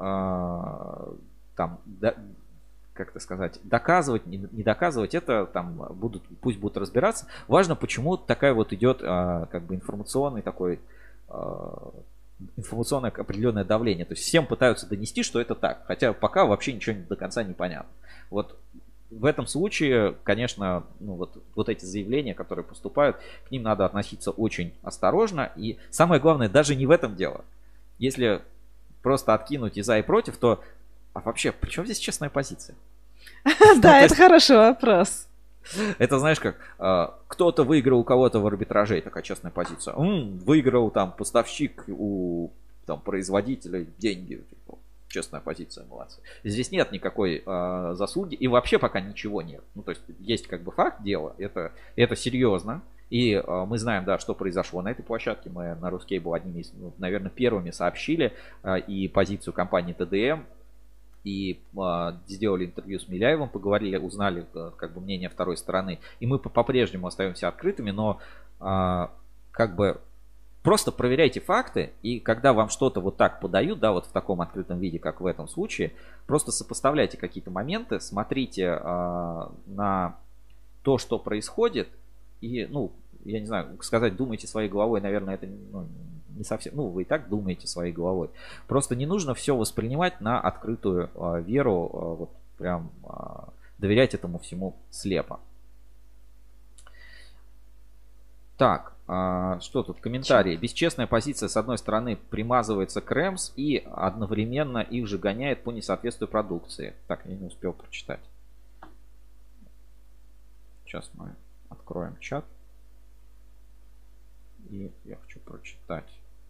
а, там, да, как это сказать, доказывать, не, не доказывать, это там будут, пусть будут разбираться. Важно, почему такая вот идет а, как бы информационный такой а, информационное определенное давление. То есть всем пытаются донести, что это так. Хотя пока вообще ничего до конца не понятно. Вот в этом случае, конечно, ну вот, вот эти заявления, которые поступают, к ним надо относиться очень осторожно. И самое главное, даже не в этом дело. Если просто откинуть и за, и против, то а вообще, при чем здесь честная позиция? Да, это хороший вопрос. Это знаешь как, кто-то выиграл у кого-то в арбитраже, такая честная позиция. Выиграл там поставщик у там, производителя деньги. Честная позиция, молодцы. Здесь нет никакой э, заслуги и вообще пока ничего нет. Ну, то есть есть как бы факт дела, это, это серьезно. И э, мы знаем, да, что произошло на этой площадке. Мы на Ruskable одними из, ну, наверное, первыми сообщили э, и позицию компании тэ дэ эм, и э, сделали интервью с Миляевым, поговорили, узнали э, как бы мнение второй стороны. И мы по-прежнему остаемся открытыми, но э, как бы просто проверяйте факты, и когда вам что-то вот так подают, да, вот в таком открытом виде, как в этом случае, просто сопоставляйте какие-то моменты, смотрите э, на то, что происходит, и, ну, я не знаю, сказать, думайте своей головой, наверное, это ну, не совсем, ну, вы и так думаете своей головой. Просто не нужно все воспринимать на открытую э, веру, э, вот прям э, доверять этому всему слепо. Так. А, что тут? Комментарии. Бесчестная позиция, с одной стороны, примазывается к Рэмс и одновременно их же гоняет по несоответствию продукции. Так, я не успел прочитать. Сейчас мы откроем чат. И я хочу прочитать.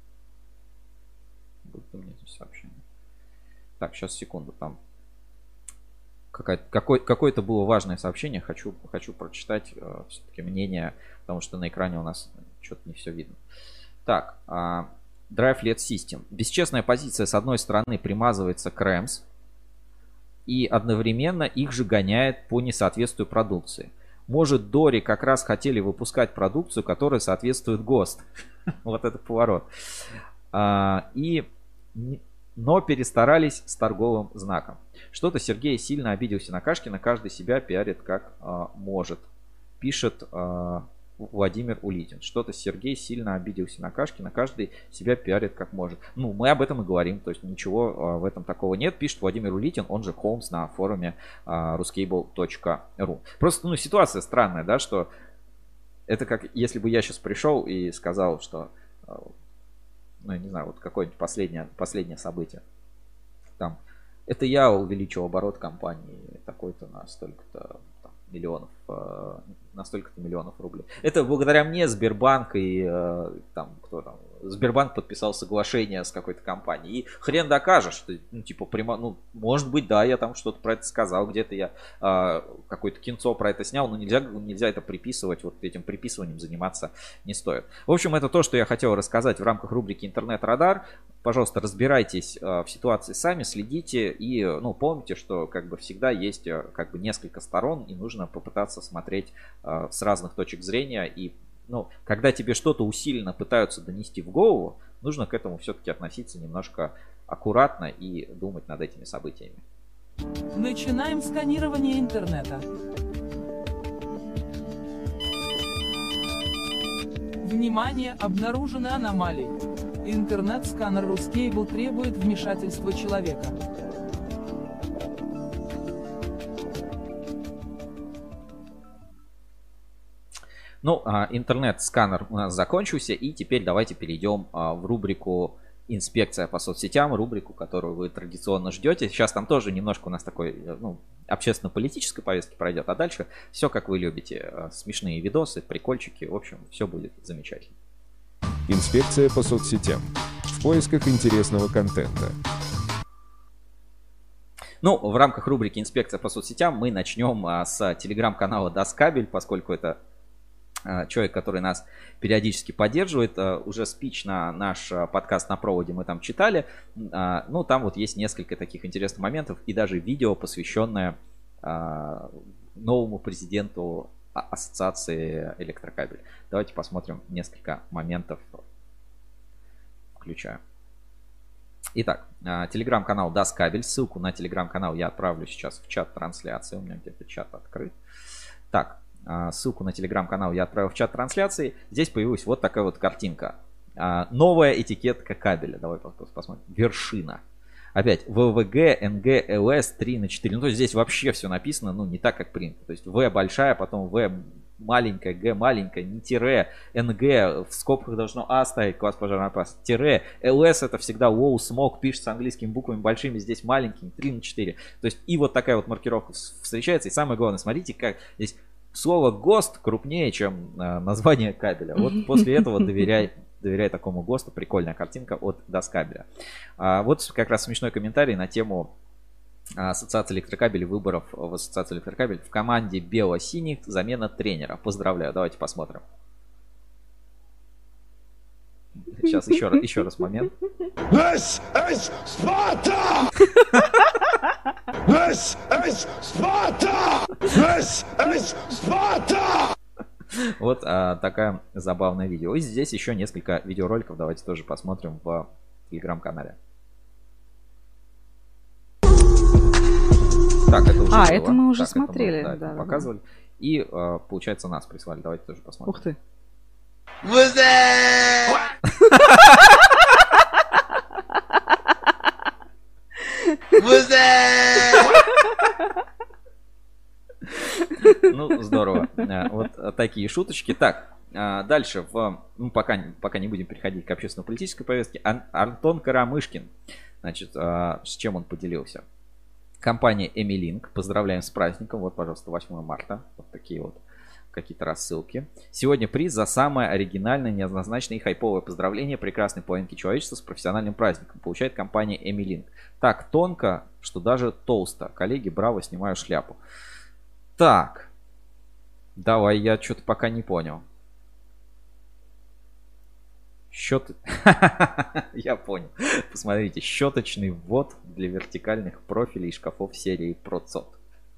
Будет у меня здесь сообщение. Так, сейчас, секунду, там какое-то какое, какое-то было важное сообщение. Хочу, хочу прочитать э, все-таки мнение, потому что на экране у нас что-то не все видно. Так, э, Drive Led System. Бесчестная позиция, с одной стороны, примазывается к рэмс, и одновременно их же гоняет по несоответствию продукции. Может, Дори как раз хотели выпускать продукцию, которая соответствует ГОСТ. Вот это поворот. И... но перестарались с торговым знаком. Что-то Сергей сильно обиделся на Кашкина, каждый себя пиарит как а, может. Пишет а, Владимир Улитин. Что-то Сергей сильно обиделся на Кашкина, каждый себя пиарит как может. Ну, мы об этом и говорим, то есть ничего а, в этом такого нет. Пишет Владимир Улитин, он же Холмс на форуме а, ruskable точка ру. Просто, ну, ситуация странная, да, что это как если бы я сейчас пришел и сказал, что... ну, я не знаю, вот какое-нибудь последнее, последнее событие. Там, это я увеличил оборот компании такой-то на столько-то там, миллионов, э, на столько-то миллионов рублей. Это благодаря мне Сбербанк и э, там, кто там, Сбербанк подписал соглашение с какой-то компанией. И хрен докажешь, что, ну, типа, прямо, ну, может быть, да, я там что-то про это сказал, где-то я э, какое-то кинцо про это снял, но нельзя, нельзя это приписывать, вот этим приписыванием заниматься не стоит. В общем, это то, что я хотел рассказать в рамках рубрики «Интернет-радар». Пожалуйста, разбирайтесь э, в ситуации сами, следите и, ну, помните, что как бы всегда есть э, как бы несколько сторон, и нужно попытаться смотреть э, с разных точек зрения. И, ну, когда тебе что-то усиленно пытаются донести в голову, нужно к этому все-таки относиться немножко аккуратно и думать над этими событиями. Начинаем сканирование интернета. Внимание, обнаружены аномалии. Интернет-сканер Ruskable требует вмешательства человека. Ну, интернет-сканер у нас закончился, и теперь давайте перейдем в рубрику «Инспекция по соцсетям», рубрику, которую вы традиционно ждете. Сейчас там тоже немножко у нас такой, ну, общественно-политической повестки пройдет, а дальше все как вы любите. Смешные видосы, прикольчики, в общем, все будет замечательно. Инспекция по соцсетям. В поисках интересного контента. Ну, в рамках рубрики «Инспекция по соцсетям» мы начнем а, с телеграм-канала Даскабель, поскольку это а, человек, который нас периодически поддерживает. А, уже спич на наш а, подкаст «На проводе» мы там читали. А, ну, там вот есть несколько таких интересных моментов и даже видео, посвященное а, новому президенту Ассоциации Электрокабель. Давайте посмотрим несколько моментов. Включаю. Итак, телеграм-канал Даскабель. Ссылку на телеграм-канал я отправлю сейчас в чат трансляции. У меня где-то чат открыт. Так, ссылку на телеграм-канал я отправил в чат трансляции. Здесь появилась вот такая вот картинка. Новая этикетка кабеля. Давай посмотрим. Вершина. Опять вэ вэ гэ, эн гэ, эл эс три на четыре. Ну, то есть здесь вообще все написано, ну, не так, как принято. То есть V большая, потом V маленькая, G маленькая, не тире, эн гэ, в скобках должно А стоять, класс пожарной опасности, тире. эл эс это всегда low smoke, пишется английскими буквами большими, здесь маленькими, три на четыре. То есть и вот такая вот маркировка встречается. И самое главное, смотрите, как здесь слово ГОСТ крупнее, чем э, название кабеля. Вот после этого доверяй. Доверяй такому ГОСТу. Прикольная картинка от Даскабеля. А, вот как раз смешной комментарий на тему Ассоциации Электрокабель, выборов в Ассоциации Электрокабель. В команде бело-синих замена тренера. Поздравляю. Давайте посмотрим. Сейчас еще раз, еще раз момент. This is Sparta! This is Sparta! This is Sparta! Вот а, такая забавное видео. И здесь еще несколько видеороликов. Давайте тоже посмотрим в телеграм-канале. Так, это уже а, было. это мы уже так, смотрели. Это мы, да, да, это показывали. Да. И, а, получается, нас прислали. Давайте тоже посмотрим. Ух ты. Ну, здорово. Вот такие шуточки. Так, дальше. В, ну, пока, пока не будем переходить к общественно-политической повестке. Ан- Антон Карамышкин. Значит, с чем он поделился? Компания Эмилинк. Поздравляем с праздником. Вот, пожалуйста, восьмое марта. Вот такие вот какие-то рассылки. Сегодня приз за самое оригинальное, неоднозначное и хайповое поздравление прекрасной половинки человечества с профессиональным праздником. Получает компания Эмилинк. Так тонко, что даже толсто. Коллеги, браво, снимаю шляпу. Так. Давай, я что-то пока не понял. Счет... Я понял. Посмотрите, щеточный ввод для вертикальных профилей шкафов серии ProCot.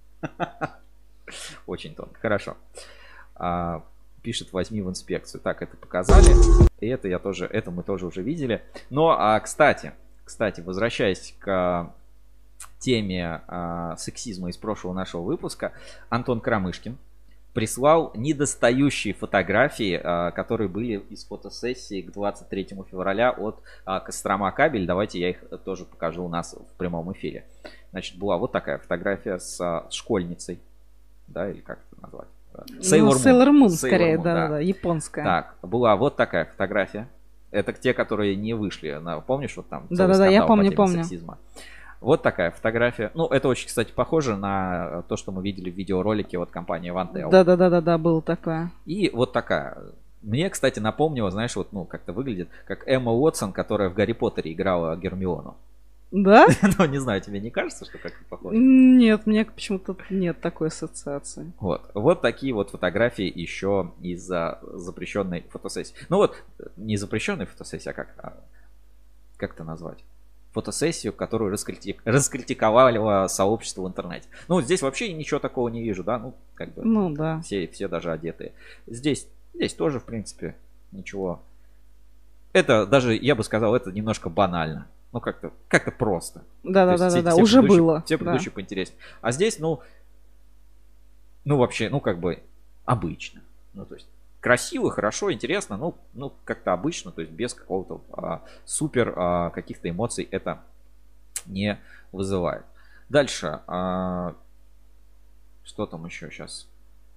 Очень тонко. Хорошо. А, пишет, возьми в инспекцию. Так, это показали. И это я тоже, это мы тоже уже видели. Но, а, кстати, кстати, возвращаясь к теме а, сексизма из прошлого нашего выпуска, Антон Крамышкин прислал недостающие фотографии, а, которые были из фотосессии к двадцать третьему февраля от а, Кострома Кабель. Давайте я их тоже покажу у нас в прямом эфире. Значит, была вот такая фотография с, с школьницей. Да, или как это назвать? Sailor Moon, Sailor Moon скорее, Moon, да, да, да, японская. Так, была вот такая фотография. Это те, которые не вышли. На, помнишь, вот там? Да-да-да, я помню, помню. Сексизма. Вот такая фотография. Ну, это очень, кстати, похоже на то, что мы видели в видеоролике от компании OneTel. Да-да-да-да, было такое. И вот такая. Мне, кстати, напомнило, знаешь, вот, ну, как-то выглядит, как Эмма Уотсон, которая в Гарри Поттере играла Гермиону. Да? Ну, не знаю, тебе не кажется, что как-то похоже? Нет, мне почему-то нет такой ассоциации. Вот. Вот такие вот фотографии еще из-за запрещенной фотосессии. Ну вот, не запрещенной фотосессии, а как? А, как это назвать? Фотосессию, которую раскритик... раскритиковали сообщество в интернете. Ну, здесь вообще ничего такого не вижу, да? Ну, как бы. Ну, да. Все, все даже одетые. Здесь, здесь тоже, в принципе, ничего. Это даже, я бы сказал, это немножко банально. Ну, как-то как-то просто. Да-да-да, уже было. Те предыдущие да. поинтереснее. А здесь, ну, ну, вообще, ну, как бы обычно. Ну, то есть, красиво, хорошо, интересно, ну, ну как-то обычно, то есть, без какого-то а, супер а, каких-то эмоций это не вызывает. Дальше. А, что там еще сейчас?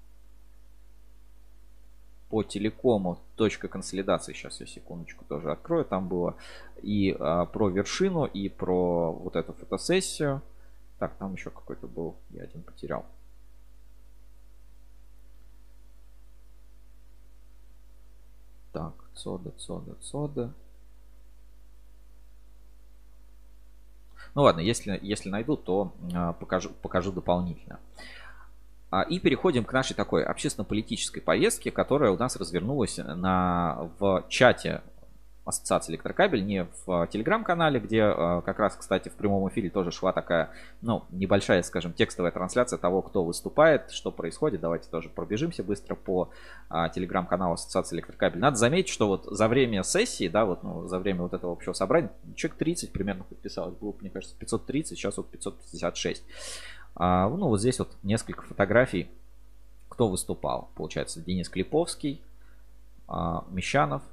По телекому точка консолидации, сейчас я секундочку тоже открою, там было и а, про вершину, и про вот эту фотосессию. Так, там еще какой-то был, я один потерял. Так, цода, цода, цода. Ну ладно, если, если найду, то а, покажу, покажу дополнительно. И переходим к нашей такой общественно-политической повестке, которая у нас развернулась на, в чате Ассоциации Электрокабель, не в телеграм-канале, где как раз, кстати, в прямом эфире тоже шла такая, ну, небольшая, скажем, текстовая трансляция того, кто выступает, что происходит. Давайте тоже пробежимся быстро по телеграм-каналу Ассоциации Электрокабель. Надо заметить, что вот за время сессии, да, вот, ну, за время вот этого общего собрания, человек тридцать примерно подписалось, было, мне кажется, пятьсот тридцать, сейчас вот пятьсот пятьдесят шесть. А, ну, вот здесь вот несколько фотографий, кто выступал. Получается, Денис Клиповский, а, Мещанов,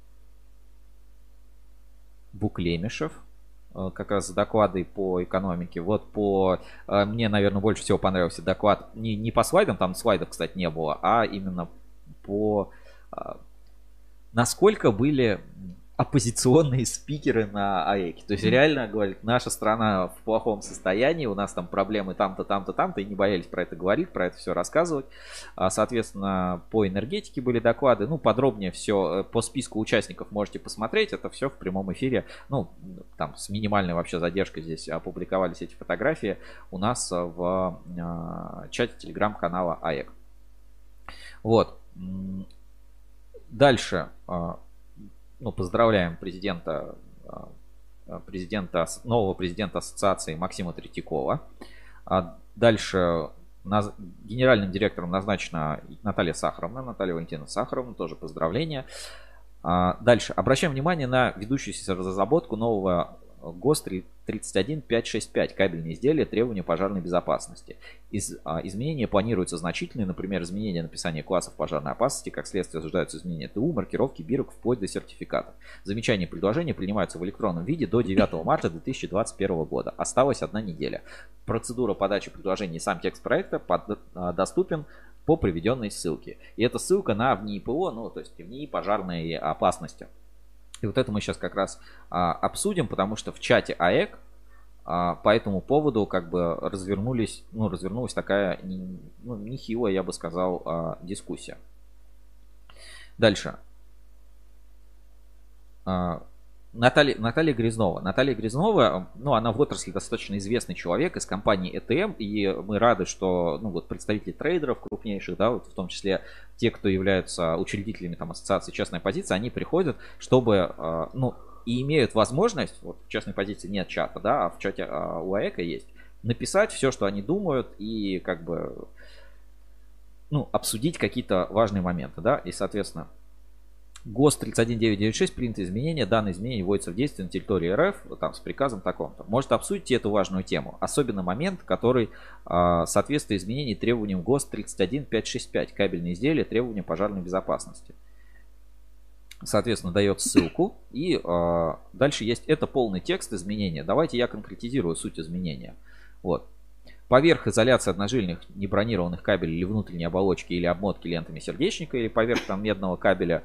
Буклемишев, а, как раз доклады по экономике. Вот по... А, мне, наверное, больше всего понравился доклад не, не по слайдам, там слайдов, кстати, не было, а именно по... А, насколько были оппозиционные спикеры на АЭКе. То есть реально, говорит, наша страна в плохом состоянии, у нас там проблемы там-то, там-то, там-то, и не боялись про это говорить, про это все рассказывать. Соответственно, по энергетике были доклады. Ну, подробнее все по списку участников можете посмотреть. Это все в прямом эфире. Ну, там с минимальной вообще задержкой здесь опубликовались эти фотографии у нас в чате телеграм-канала АЭК. Вот. Дальше. Ну, поздравляем президента, президента, нового президента ассоциации Максима Третьякова. Дальше генеральным директором назначена Наталья Сахаровна, Наталья Валентиновна Сахаровна, тоже поздравления. Дальше обращаем внимание на ведущуюся разработку нового ГОСТ тридцать один пятьсот шестьдесят пять кабельные изделия, требования пожарной безопасности. Из, а, изменения планируются значительные, например, изменения написания классов пожарной опасности, как следствие ожидаются изменения ТУ, маркировки бирок вплоть до сертификатов. Замечания и предложения принимаются в электронном виде до девятого марта две тысячи двадцать первого года. Осталась одна неделя. Процедура подачи предложений и сам текст проекта под, а, доступен по приведенной ссылке. И это ссылка на ВНИИ ПО, ну то есть ВНИИ пожарной опасности. И вот это мы сейчас как раз а, обсудим, потому что в чате АЭК По этому поводу как бы развернулись, ну, развернулась такая, ну, нехилая, я бы сказал, дискуссия. Дальше. Наталья, Наталья Грязнова. Наталья Грязнова, ну, она в отрасли достаточно известный человек из компании и ти эм, и мы рады, что, ну, вот представители трейдеров крупнейших, да, вот в том числе те, кто являются учредителями там ассоциации «Частная позиция», они приходят, чтобы, ну, и имеют возможность, вот в «Частной позиции» нет чата, да, а в чате у АЭКа есть, написать все, что они думают, и как бы, ну, обсудить какие-то важные моменты, да, и, соответственно, ГОСТ тридцать один девятьсот девяносто шесть принято изменения, данные изменения вводятся в действие на территории РФ там, с приказом таком-то. Может обсудить эту важную тему, особенно момент, который э, соответствует изменений требованиям ГОСТ тридцать один пятьсот шестьдесят пять, кабельные изделия, требования пожарной безопасности. Соответственно, дает ссылку, и э, дальше есть это полный текст изменения. Давайте я конкретизирую суть изменения. Вот. Поверх изоляции одножильных небронированных кабелей или внутренней оболочки или обмотки лентами сердечника или поверх там, медного кабеля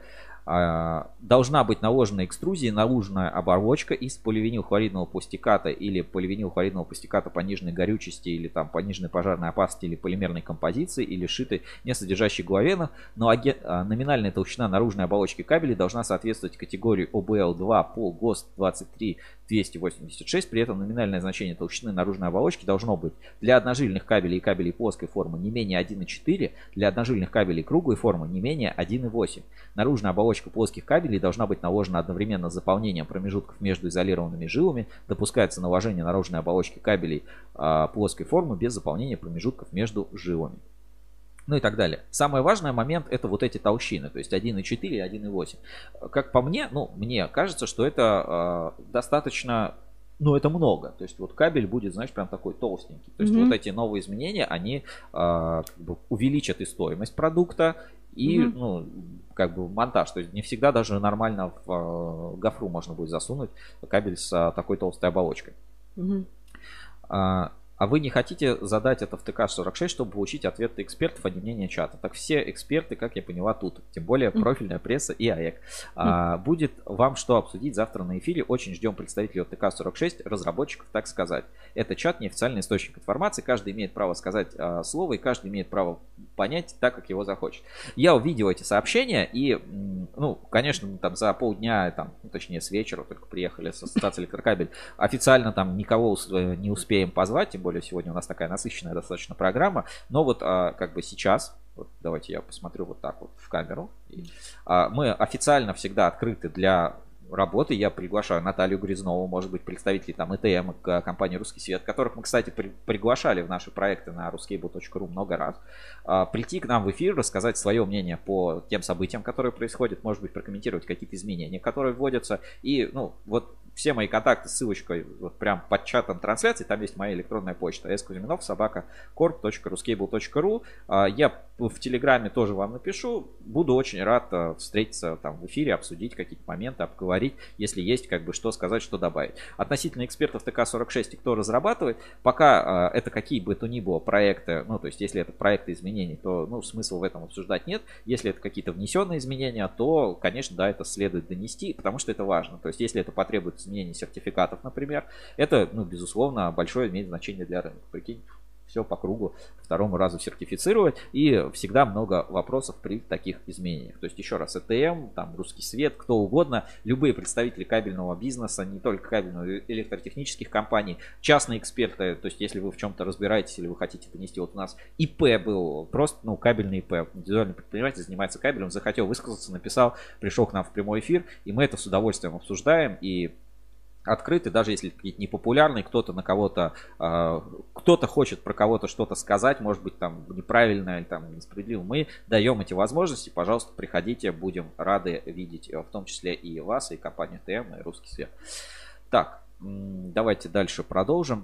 должна быть наложена экструзия наружная оболочка из поливинилхлоридного пластиката или поливинилхлоридного пластиката пониженной горючести или там пониженной пожарной опасности или полимерной композиции или шитой, не содержащей главенов, но аген... номинальная толщина наружной оболочки кабелей должна соответствовать категории о бэ эл два по ГОСТ двадцать три двести восемьдесят шесть, при этом номинальное значение толщины наружной оболочки должно быть для одножильных кабелей и кабелей плоской формы не менее один и четыре, для одножильных кабелей круглой формы не менее один и восемь. Наружная оболочка плоских кабелей должна быть наложена одновременно с заполнением промежутков между изолированными жилами. Допускается наложение наружной оболочки кабелей э, плоской формы без заполнения промежутков между жилами. Ну и так далее. Самый важный момент это вот эти толщины, то есть один и четыре и один и восемь. Как по мне, ну, мне кажется, что это э, достаточно, ну, это много. То есть вот кабель будет, знаешь, прям такой толстенький. То есть mm-hmm. вот эти новые изменения, они э, как бы увеличат и стоимость продукта, и, mm-hmm. ну, как бы монтаж. То есть не всегда даже нормально в э, гофру можно будет засунуть кабель с э, такой толстой оболочкой. Mm-hmm. А, а вы не хотите задать это в тэ ка сорок шесть, чтобы получить ответы экспертов, а не мнение чата? Так все эксперты, как я поняла, тут. Тем более профильная пресса и АЭК. А, будет вам что обсудить завтра на эфире. Очень ждем представителей тэ ка сорок шесть, разработчиков, так сказать. Это чат, неофициальный источник информации. Каждый имеет право сказать а, слово, и каждый имеет право понять так, как его захочет. Я увидел эти сообщения, и, ну, конечно, мы там за полдня, там, ну, точнее с вечера только приехали с ассоциации Электрокабель. Официально там никого не успеем позвать, тем более сегодня у нас такая насыщенная достаточно программа. Но вот а, как бы сейчас, вот, давайте я посмотрю вот так вот в камеру. И, а, мы официально всегда открыты для работы. Я приглашаю Наталью Грязнову, может быть, представителей там и тэ эм, компании «Русский свет», которых мы, кстати, при, приглашали в наши проекты на ruskable точка ру много раз, а, прийти к нам в эфир, рассказать свое мнение по тем событиям, которые происходят, может быть, прокомментировать какие-то изменения, которые вводятся. И, ну, вот все мои контакты с ссылочкой вот прям под чатом трансляции, там есть моя электронная почта эс кузьминов собака корп точка ruskable точка ру. Я в Телеграме тоже вам напишу. Буду очень рад встретиться там в эфире, обсудить какие-то моменты, обговорить, если есть как бы что сказать, что добавить. Относительно экспертов тэ ка сорок шесть и кто разрабатывает, пока это какие бы то ни было проекты, ну то есть если это проекты изменений, то ну смысла в этом обсуждать нет. Если это какие-то внесенные изменения, то, конечно, да, это следует донести, потому что это важно. То есть если это потребует изменений сертификатов, например, это, ну, безусловно, большое имеет значение для рынка. Прикинь, все по кругу второму разу сертифицировать, и всегда много вопросов при таких изменениях. То есть еще раз, и тэ эм, там, Русский свет, кто угодно, любые представители кабельного бизнеса, не только кабельного, электротехнических компаний, частные эксперты, то есть если вы в чем-то разбираетесь или вы хотите донести, вот у нас и пэ был, просто, ну, кабельный и пэ, индивидуальный предприниматель занимается кабелем, захотел высказаться, написал, пришел к нам в прямой эфир, и мы это с удовольствием обсуждаем, и открыты, даже если какие-то непопулярные, кто-то на кого-то, э, кто-то хочет про кого-то что-то сказать, может быть там неправильно или там несправедливо, мы даем эти возможности, пожалуйста, приходите, будем рады видеть в том числе и вас, и компанию тэ эм, и Русский свет. Так, давайте дальше продолжим.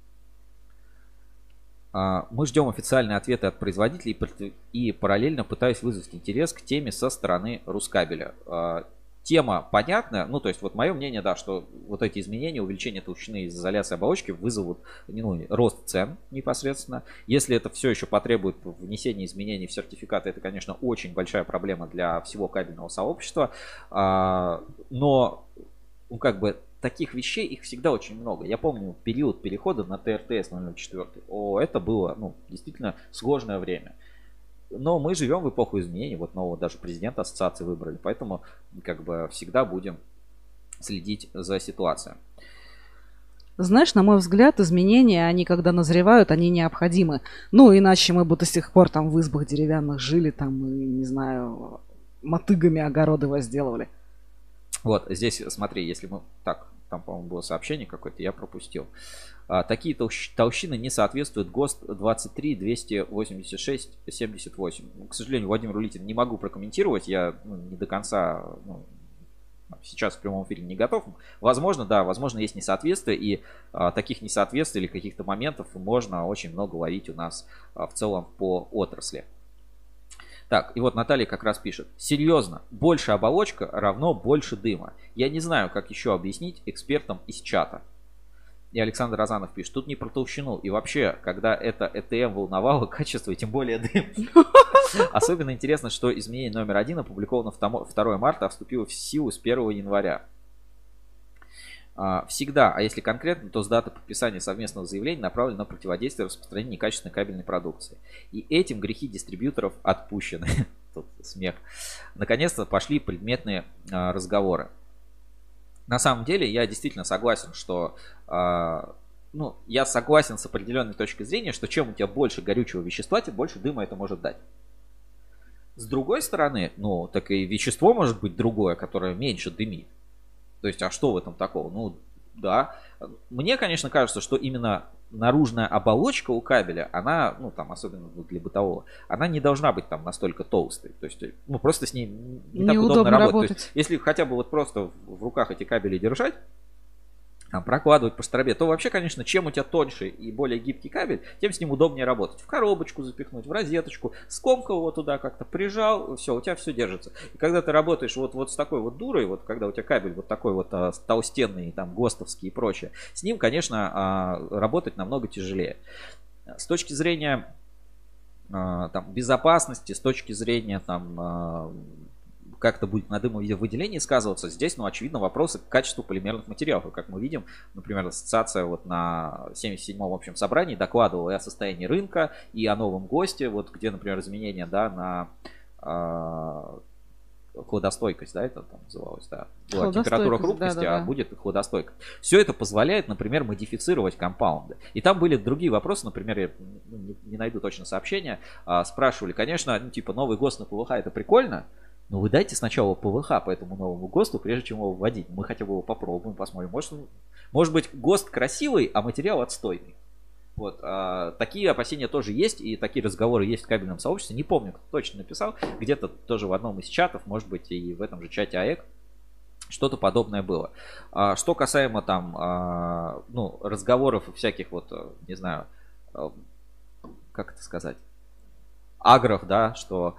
Мы ждем официальные ответы от производителей и параллельно пытаюсь вызвать интерес к теме со стороны Рускабеля. Тема понятная, ну то есть вот мое мнение, да, что вот эти изменения, увеличение толщины из изоляции оболочки вызовут, ну, рост цен непосредственно. Если это все еще потребует внесения изменений в сертификаты, это, конечно, очень большая проблема для всего кабельного сообщества, но, ну, как бы таких вещей, их всегда очень много. Я помню период перехода на тэ эр тэ эс ноль ноль четыре. О, это было, ну, действительно сложное время. Но мы живем в эпоху изменений. Вот нового даже президента ассоциации выбрали. Поэтому, как бы, всегда будем следить за ситуацией. Знаешь, на мой взгляд, изменения, они когда назревают, они необходимы. Ну, иначе мы бы до сих пор там в избах деревянных жили, там, и, не знаю, мотыгами огороды возделывали. Вот, здесь, смотри, если мы... Так, там, по-моему, было сообщение какое-то, я пропустил. А, такие толщ... толщины не соответствуют ГОСТ двадцать три двести восемьдесят шесть семьдесят восемь. Ну, к сожалению, Владимир Улитин, не могу прокомментировать, я ну, не до конца... Ну, сейчас в прямом эфире не готов. Возможно, да, возможно, есть несоответствие, и а, таких несоответствий или каких-то моментов можно очень много ловить у нас а, в целом по отрасли. Так, и вот Наталья как раз пишет. Серьезно, больше оболочка равно больше дыма. Я не знаю, как еще объяснить экспертам из чата. И Александр Розанов пишет, тут не про толщину. И вообще, когда это и тэ эм волновало качество, и тем более дым. Особенно интересно, что изменение номер один опубликовано второго марта, а вступило в силу с первого января. Всегда, а если конкретно, то с даты подписания совместного заявления направлено на противодействие распространению некачественной кабельной продукции. И этим грехи дистрибьюторов отпущены. Тут смех. Наконец-то пошли предметные разговоры. На самом деле, я действительно согласен, что... Ну, я согласен с определенной точки зрения, что чем у тебя больше горючего вещества, тем больше дыма это может дать. С другой стороны, ну, так и вещество может быть другое, которое меньше дымит. То есть, а что в этом такого? Ну, да. Мне, конечно, кажется, что именно наружная оболочка у кабеля, она, ну, там, особенно для бытового, она не должна быть там настолько толстой. То есть, ну, просто с ней не так удобно работать. работать. То есть, если хотя бы вот просто в руках эти кабели держать, там, прокладывать по стробе, то вообще, конечно, чем у тебя тоньше и более гибкий кабель, тем с ним удобнее работать. В коробочку запихнуть, в розеточку, скомкал его туда как-то, прижал, все, у тебя все держится. И когда ты работаешь вот, вот с такой вот дурой, вот когда у тебя кабель вот такой вот а, толстенный, там, ГОСТовский и прочее, с ним, конечно, а, работать намного тяжелее. С точки зрения а, там, безопасности, с точки зрения там... А, как-то будет на дымовыделении сказываться, здесь, ну, очевидно, вопросы к качеству полимерных материалов. И как мы видим, например, ассоциация вот на семьдесят седьмом общем собрании докладывала и о состоянии рынка, и о новом ГОСТе, вот где, например, изменения, да, на э, хладостойкость, да, это там называлось, да, была температура хрупкости, да, да, а да. будет хладостойкость. Все это позволяет, например, модифицировать компаунды. И там были другие вопросы, например, я не, не найду точно сообщения, э, спрашивали, конечно, ну, типа, новый ГОСТ на ПВХ это прикольно, но вы дайте сначала ПВХ по этому новому ГОСТу, прежде чем его вводить. Мы хотя бы его попробуем, посмотрим. Может, может быть, ГОСТ красивый, а материал отстойный. Вот, а, такие опасения тоже есть, и такие разговоры есть в кабельном сообществе. Не помню, кто точно написал. Где-то тоже в одном из чатов, может быть, и в этом же чате АЭК, что-то подобное было. А, что касаемо там, а, ну, разговоров всяких вот, не знаю, как это сказать, агров, да, что...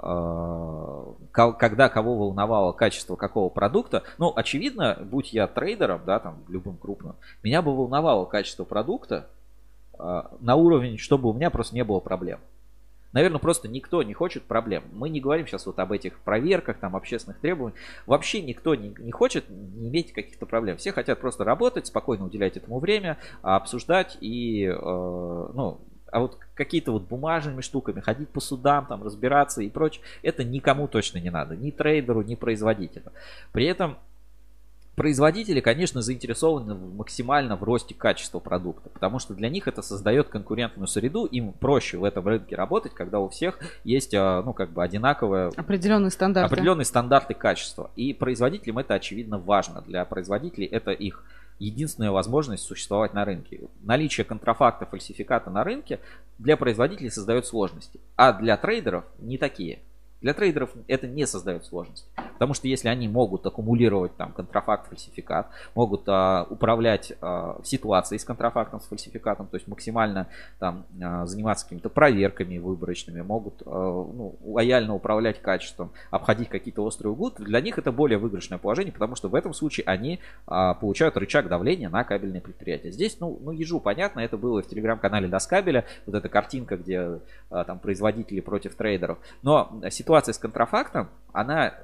когда кого волновало качество какого продукта, ну, очевидно, будь я трейдером, да, там, любым крупным, меня бы волновало качество продукта э, на уровень, чтобы у меня просто не было проблем. Наверное, просто никто не хочет проблем. Мы не говорим сейчас вот об этих проверках, там, общественных требованиях. Вообще никто не, не хочет не иметь каких-то проблем. Все хотят просто работать, спокойно уделять этому время, обсуждать и, э, ну, а вот какие-то вот бумажными штуками, ходить по судам, там, разбираться и прочее, это никому точно не надо. Ни трейдеру, ни производителю. При этом производители, конечно, заинтересованы максимально в росте качества продукта, потому что для них это создает конкурентную среду, им проще в этом рынке работать, когда у всех есть, ну, как бы одинаковые определенные стандарты. определенные стандарты качества. И производителям это, очевидно, важно. Для производителей это их единственная возможность существовать на рынке. Наличие контрафакта, фальсификата на рынке для производителей создает сложности, а для трейдеров не такие. Для трейдеров это не создает сложности, потому что если они могут аккумулировать там контрафакт, фальсификат, могут а, управлять а, ситуацией с контрафактом, с фальсификатом, то есть максимально там а, заниматься какими-то проверками выборочными, могут а, ну, лояльно управлять качеством, обходить какие-то острые углы, для них это более выигрышное положение, потому что в этом случае они а, получают рычаг давления на кабельные предприятия. Здесь, ну, ну ежу понятно, это было и в телеграм-канале Доскабеля, вот эта картинка, где а, там производители против трейдеров, но ситуация Ситуация с контрафактом, она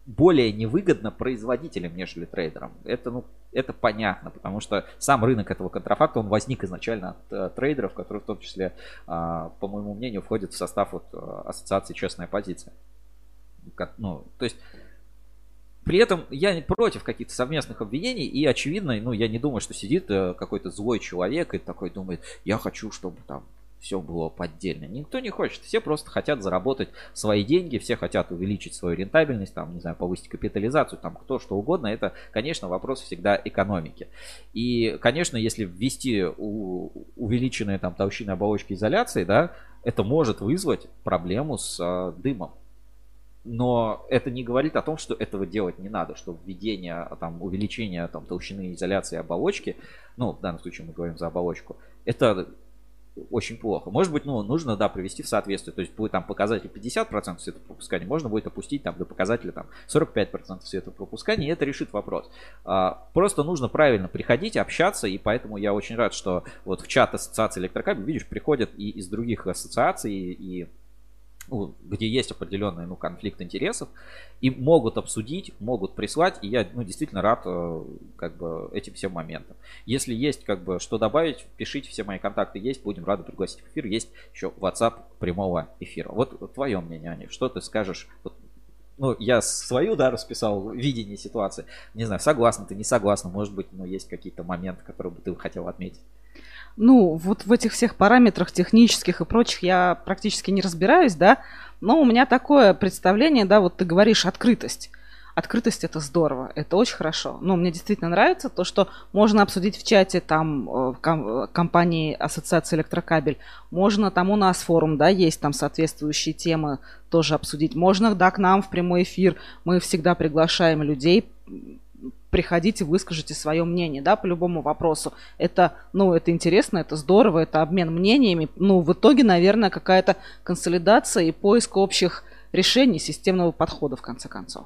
более невыгодно производителям, нежели трейдерам. Это, ну, это понятно, потому что сам рынок этого контрафакта, он возник изначально от э, трейдеров, которые в том числе, э, по моему мнению, входят в состав вот, э, ассоциации «Честная позиция». Как, ну, то есть, при этом я не против каких-то совместных обвинений, и очевидно, ну, я не думаю, что сидит э, какой-то злой человек и такой думает, я хочу, чтобы там все было поддельно. Никто не хочет. Все просто хотят заработать свои деньги, все хотят увеличить свою рентабельность, там, не знаю, повысить капитализацию, там, кто что угодно. Это, конечно, вопрос всегда экономики. И, конечно, если ввести у, увеличенные там толщины оболочки изоляции, да, это может вызвать проблему с а, дымом. Но это не говорит о том, что этого делать не надо, что введение, там, увеличение там, толщины изоляции оболочки, ну, в данном случае мы говорим за оболочку, это очень плохо. Может быть, ну, нужно, да, привести в соответствие. То есть будет там показатель пятьдесят процентов светопропускания, можно будет опустить там до показателя там сорок пять процентов светопропускания, и это решит вопрос. А, просто нужно правильно приходить, общаться, и поэтому я очень рад, что вот в чат ассоциации электрокабель, видишь, приходят и из других ассоциаций, и ну, где есть определенный, ну, конфликт интересов, и могут обсудить, могут прислать, и я, ну, действительно рад как бы этим всем моментам. Если есть как бы что добавить, пишите, все мои контакты есть, будем рады пригласить в эфир, есть еще WhatsApp прямого эфира. Вот, вот твое мнение, Аня, что ты скажешь? Вот, ну, я свою, да, расписал видение ситуации, не знаю, согласна ты, не согласна, может быть, ну, есть какие-то моменты, которые бы ты хотел отметить. Ну, вот в этих всех параметрах технических и прочих я практически не разбираюсь, да, но у меня такое представление, да, вот ты говоришь открытость. Открытость — это здорово, это очень хорошо. Но мне действительно нравится то, что можно обсудить в чате там компании Ассоциации Электрокабель, можно там у нас форум, да, есть там соответствующие темы тоже обсудить, можно, да, к нам в прямой эфир, мы всегда приглашаем людей. Приходите, выскажите свое мнение, да, по любому вопросу. Это, ну, это интересно, это здорово, это обмен мнениями. Ну, в итоге, наверное, какая-то консолидация и поиск общих решений, системного подхода, в конце концов.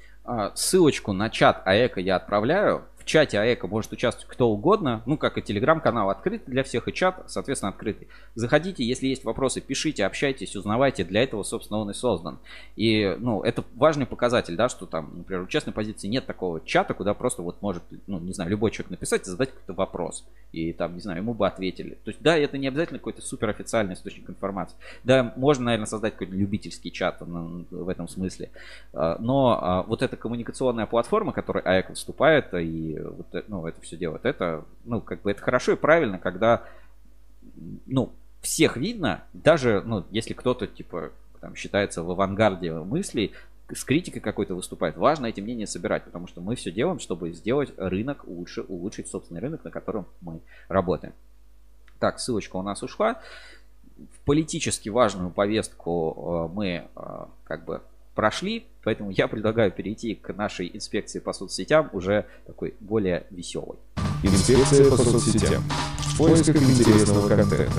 Ссылочку на чат АЭКО я отправляю. В чате АЭКО может участвовать кто угодно. Ну, как и телеграм-канал открыт для всех, и чат, соответственно, открытый. Заходите, если есть вопросы, пишите, общайтесь, узнавайте. Для этого, собственно, он и создан. И, ну, это важный показатель, да, что там, например, у «Честной позиции» нет такого чата, куда просто вот может, ну, не знаю, любой человек написать и задать какой-то вопрос. И там, не знаю, ему бы ответили. То есть, да, это не обязательно какой-то суперофициальный источник информации. Да, можно, наверное, создать какой-то любительский чат в этом смысле. Но вот эта коммуникационная платформа, в которой АЭКО выступает, и вот, ну, это все делает, это, ну, как бы это хорошо и правильно, когда, ну, всех видно, даже, ну, если кто-то, типа, там, считается в авангарде мыслей, с критикой какой-то выступает, важно эти мнения собирать, потому что мы все делаем, чтобы сделать рынок лучше, улучшить собственный рынок, на котором мы работаем. Так, ссылочка у нас ушла. В политически важную повестку мы, как бы, прошли, поэтому я предлагаю перейти к нашей инспекции по соцсетям, уже такой более веселой. Инспекция по соцсетям. В поисках интересного контента.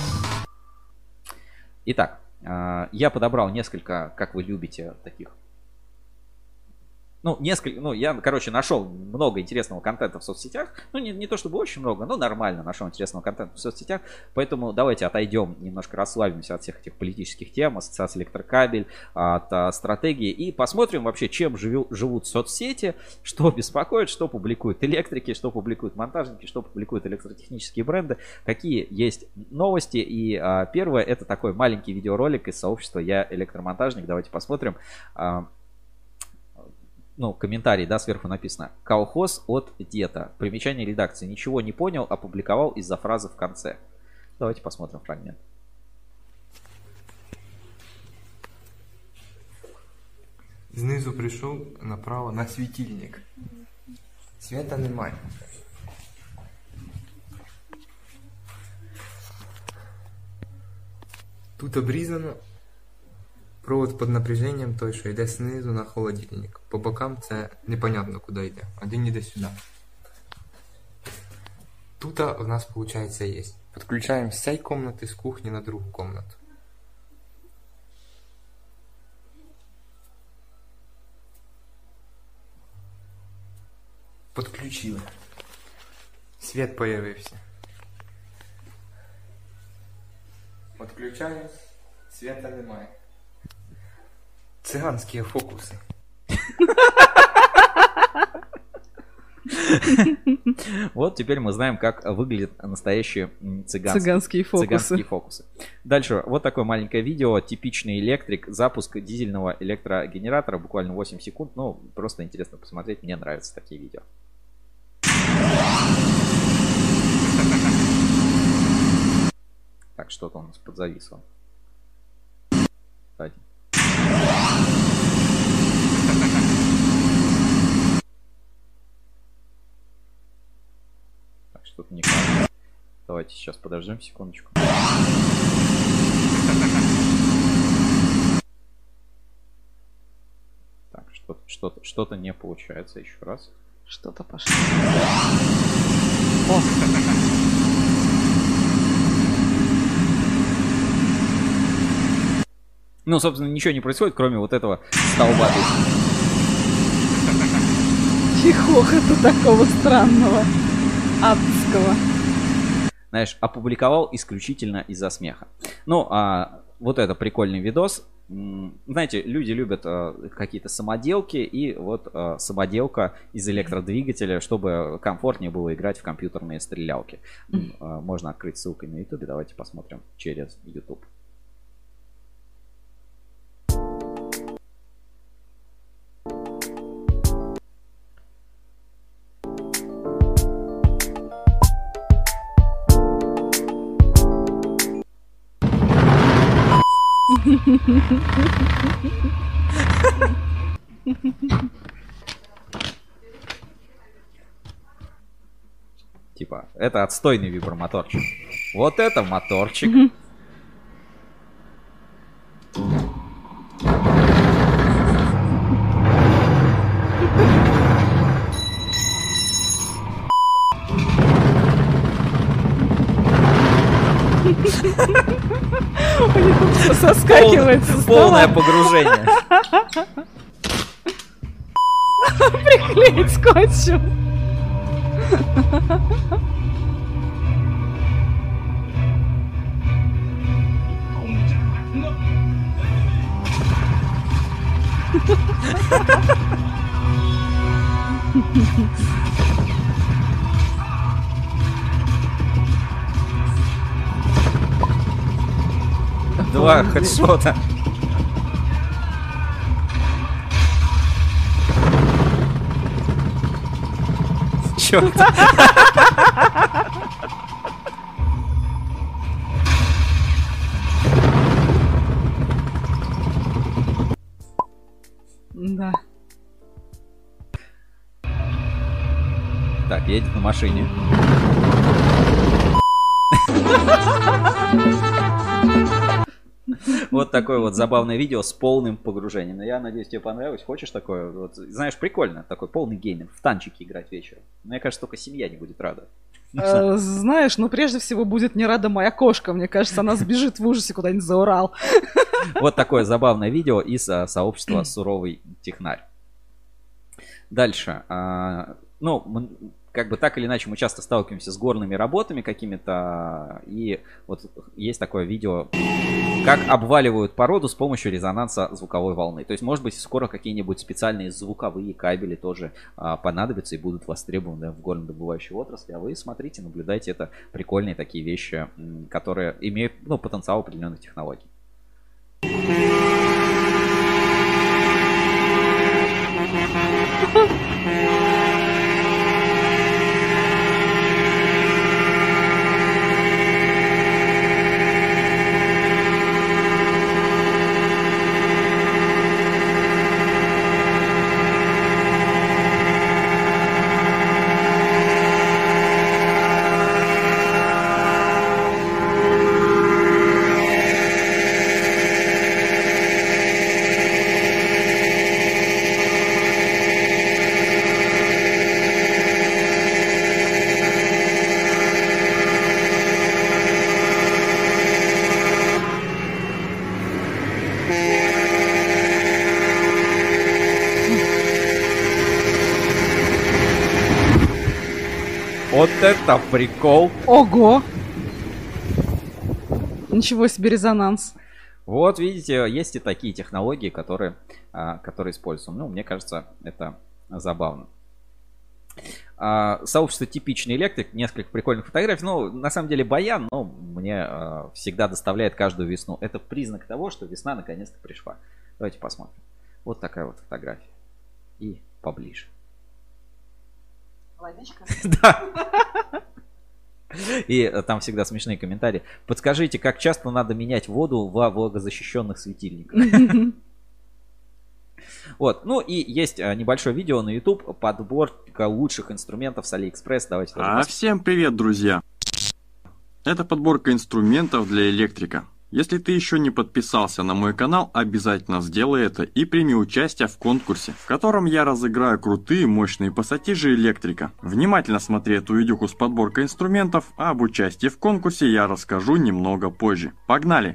Итак, я подобрал несколько, как вы любите, таких. Ну, несколько, ну, я, короче, нашел много интересного контента в соцсетях. Ну, не, не то чтобы очень много, но нормально нашел интересного контента в соцсетях. Поэтому давайте отойдем, немножко расслабимся от всех этих политических тем, ассоциации Электрокабель, от а, стратегии. И посмотрим вообще, чем живу, живут соцсети, что беспокоит, что публикуют электрики, что публикуют монтажники, что публикуют электротехнические бренды, какие есть новости. И а, первое, это такой маленький видеоролик из сообщества «Я электромонтажник». Давайте посмотрим. А, Ну, комментарий, да, сверху написано: колхоз от деда. Примечание редакции: ничего не понял, опубликовал из-за фразы в конце. Давайте посмотрим фрагмент. Знизу прийшов направо на світильник. Света немає. Тут обрізано провод під напряженням той, що йде знизу на холодильник. По бокам це непонятно куди йде. Один йде сюди. Тут у нас, виходить, є. Підключаємо з цієї кімнати, з кухні на другу кімнату. Подключили. Свет появився. Подключаю. Света немає. Циганські фокуси. Вот теперь мы знаем, как выглядят настоящие цыганские, цыганские фокусы. цыганские фокусы. Дальше вот такое маленькое видео. Типичный электрик. Запуск дизельного электрогенератора. Буквально восемь секунд. Ну, просто интересно посмотреть. Мне нравятся такие видео. Так, что-то у нас подзависло. Так, что-то не кажется. Давайте сейчас подождем секундочку. Так, что-то что-то что-то не получается еще раз. Что-то пошло. О! Ну, собственно, ничего не происходит, кроме вот этого столба. И хохота такого странного, адского. Знаешь, опубликовал исключительно из-за смеха. Ну, а вот это прикольный видос. Знаете, люди любят а, какие-то самоделки, и вот а, самоделка из электродвигателя, чтобы комфортнее было играть в компьютерные стрелялки. Mm. А, можно открыть ссылкой на YouTube, давайте посмотрим через YouTube. Типа, это отстойный вибромоторчик. Вот это моторчик. Соскакивает со стола. Полное погружение. Приклеить скотчем. Два хедшота. Чё это? Да. Так, едет на машине. Вот такое вот забавное видео с полным погружением. Но я надеюсь, тебе понравилось. Хочешь такое? Вот, знаешь, прикольно. Такой полный гейминг. В танчики играть вечером. Мне кажется, только семья не будет рада. Э, знаешь, ну прежде всего будет не рада моя кошка. Мне кажется, она сбежит в ужасе куда-нибудь за Урал. Вот такое забавное видео из а, сообщества «Суровый технарь». Дальше. А, ну, мы, как бы так или иначе мы часто сталкиваемся с горными работами какими-то. И вот есть такое видео, как обваливают породу с помощью резонанса звуковой волны. То есть, может быть, скоро какие-нибудь специальные звуковые кабели тоже а, понадобятся и будут востребованы в горнодобывающей отрасли. А вы смотрите, наблюдайте, это прикольные такие вещи, которые имеют, ну, потенциал определенных технологий. Вот это прикол. Ого! Ничего себе резонанс. Вот видите, есть и такие технологии, которые, которые используются. Ну, мне кажется, это забавно. Сообщество «Типичный электрик», несколько прикольных фотографий. Ну, на самом деле баян, но мне всегда доставляет каждую весну. Это признак того, что весна наконец-то пришла. Давайте посмотрим. Вот такая вот фотография. И поближе. Водичка? Да. И там всегда смешные комментарии. Подскажите, как часто надо менять воду во влагозащищенных светильниках? Вот, ну и есть небольшое видео на YouTube, подборка лучших инструментов с AliExpress. Давайте. А всем привет, друзья! Это подборка инструментов для электрика. Если ты еще не подписался на мой канал, обязательно сделай это и прими участие в конкурсе, в котором я разыграю крутые мощные пассатижи электрика. Внимательно смотри эту видюху с подборкой инструментов, а об участии в конкурсе я расскажу немного позже. Погнали!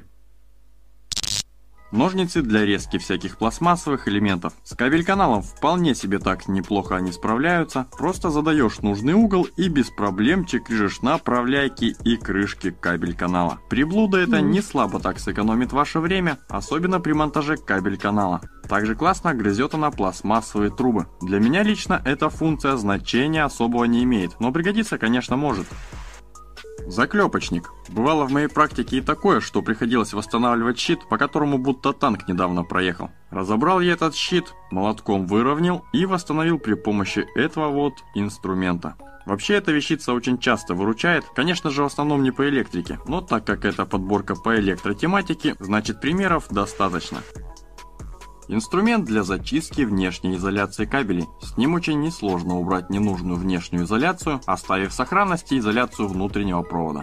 Ножницы для резки всяких пластмассовых элементов. С кабель-каналом вполне себе так неплохо они справляются. Просто задаешь нужный угол и без проблем чекрыжишь направляйки и крышки кабель-канала. Приблуда это не слабо так сэкономит ваше время, особенно при монтаже кабель-канала. Также классно грызет она пластмассовые трубы. Для меня лично эта функция значения особого не имеет, но пригодится, конечно, может. Заклепочник. Бывало в моей практике и такое, что приходилось восстанавливать щит, по которому будто танк недавно проехал. Разобрал я этот щит, молотком выровнял и восстановил при помощи этого вот инструмента. Вообще эта вещица очень часто выручает, конечно же в основном не по электрике, но так как это подборка по электротематике, значит примеров достаточно. Инструмент для зачистки внешней изоляции кабелей. С ним очень несложно убрать ненужную внешнюю изоляцию, оставив в сохранности изоляцию внутреннего провода.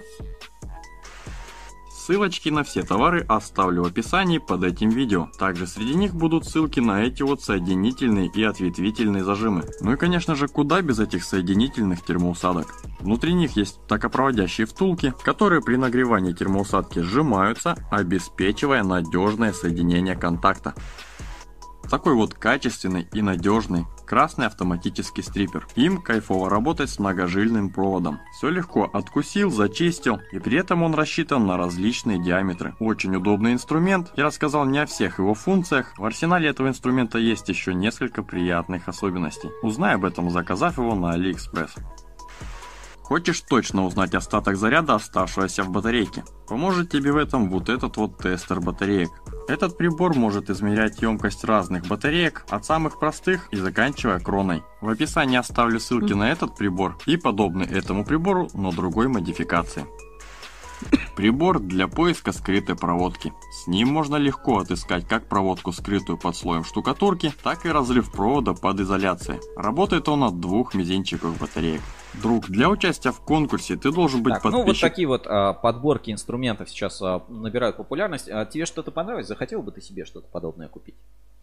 Ссылочки на все товары оставлю в описании под этим видео. Также среди них будут ссылки на эти вот соединительные и ответвительные зажимы. Ну и конечно же, куда без этих соединительных термоусадок. Внутри них есть токопроводящие втулки, которые при нагревании термоусадки сжимаются, обеспечивая надежное соединение контакта. Такой вот качественный и надежный красный автоматический стриппер. Им кайфово работать с многожильным проводом. Все легко откусил, зачистил, и при этом он рассчитан на различные диаметры. Очень удобный инструмент. Я рассказал не о всех его функциях. В арсенале этого инструмента есть еще несколько приятных особенностей. Узнай об этом, заказав его на AliExpress. Хочешь точно узнать остаток заряда, оставшегося в батарейке? Поможет тебе в этом вот этот вот тестер батареек. Этот прибор может измерять емкость разных батареек, от самых простых и заканчивая кроной. В описании оставлю ссылки на этот прибор и подобный этому прибору, но другой модификации. Прибор для поиска скрытой проводки. С ним можно легко отыскать как проводку, скрытую под слоем штукатурки, так и разрыв провода под изоляцией. Работает он от двух мизинчиковых батареек. Друг, для участия в конкурсе ты должен быть так, подписчик. Ну вот такие вот а, подборки инструментов сейчас а, набирают популярность. А тебе что-то понравилось? Захотел бы ты себе что-то подобное купить?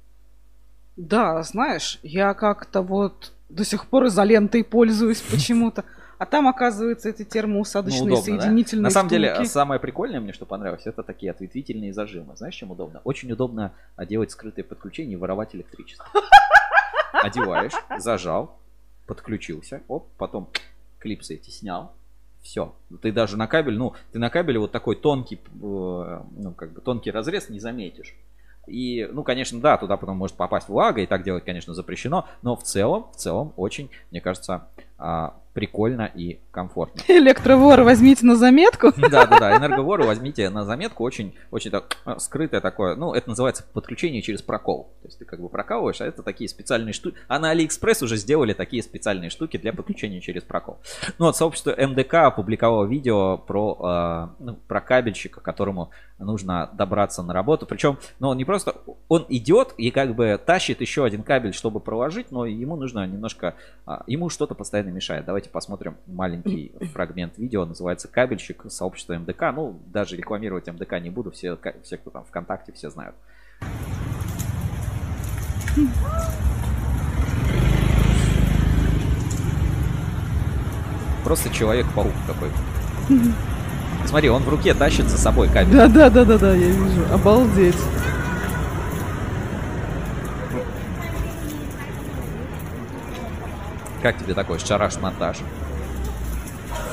Да, знаешь, я как-то вот до сих пор изолентой пользуюсь почему-то. А там, оказывается, эти термоусадочные ну, удобно, соединительные да? На самом втулки. деле, самое прикольное мне, что понравилось, это такие ответвительные зажимы. Знаешь, чем удобно? Очень удобно делать скрытые подключения и воровать электричество. Одеваешь, зажал, подключился, оп, потом клипсы эти снял, все. Ты даже на кабель, ну, ты на кабеле вот такой тонкий, ну, как бы тонкий разрез не заметишь. И, ну, конечно, да, туда потом может попасть влага, и так делать, конечно, запрещено, но в целом, в целом, очень, мне кажется, прикольно и комфортно. Электровор возьмите на заметку. Да, да, да, энерговоры возьмите на заметку, очень, очень так скрытое такое, ну, это называется подключение через прокол. То есть ты как бы прокалываешь, а это такие специальные штуки. А на AliExpress уже сделали такие специальные штуки для подключения через прокол. Ну, вот сообщество эм дэ ка опубликовало видео про, ну, про кабельщика, которому нужно добраться на работу. Причем, ну, он не просто, он идет и как бы тащит еще один кабель, чтобы проложить, но ему нужно немножко, ему что-то постоянно мешает. Давайте посмотрим маленький фрагмент видео, называется «Кабельщик», сообщество эм дэ ка. Ну, даже рекламировать эм дэ ка не буду, все, все кто там ВКонтакте, все знают. Просто Человек-паук какой-то. Смотри, он в руке тащит за собой кабель. Да-да-да-да-да, я вижу. Обалдеть. Как тебе такой шараш-монтаж?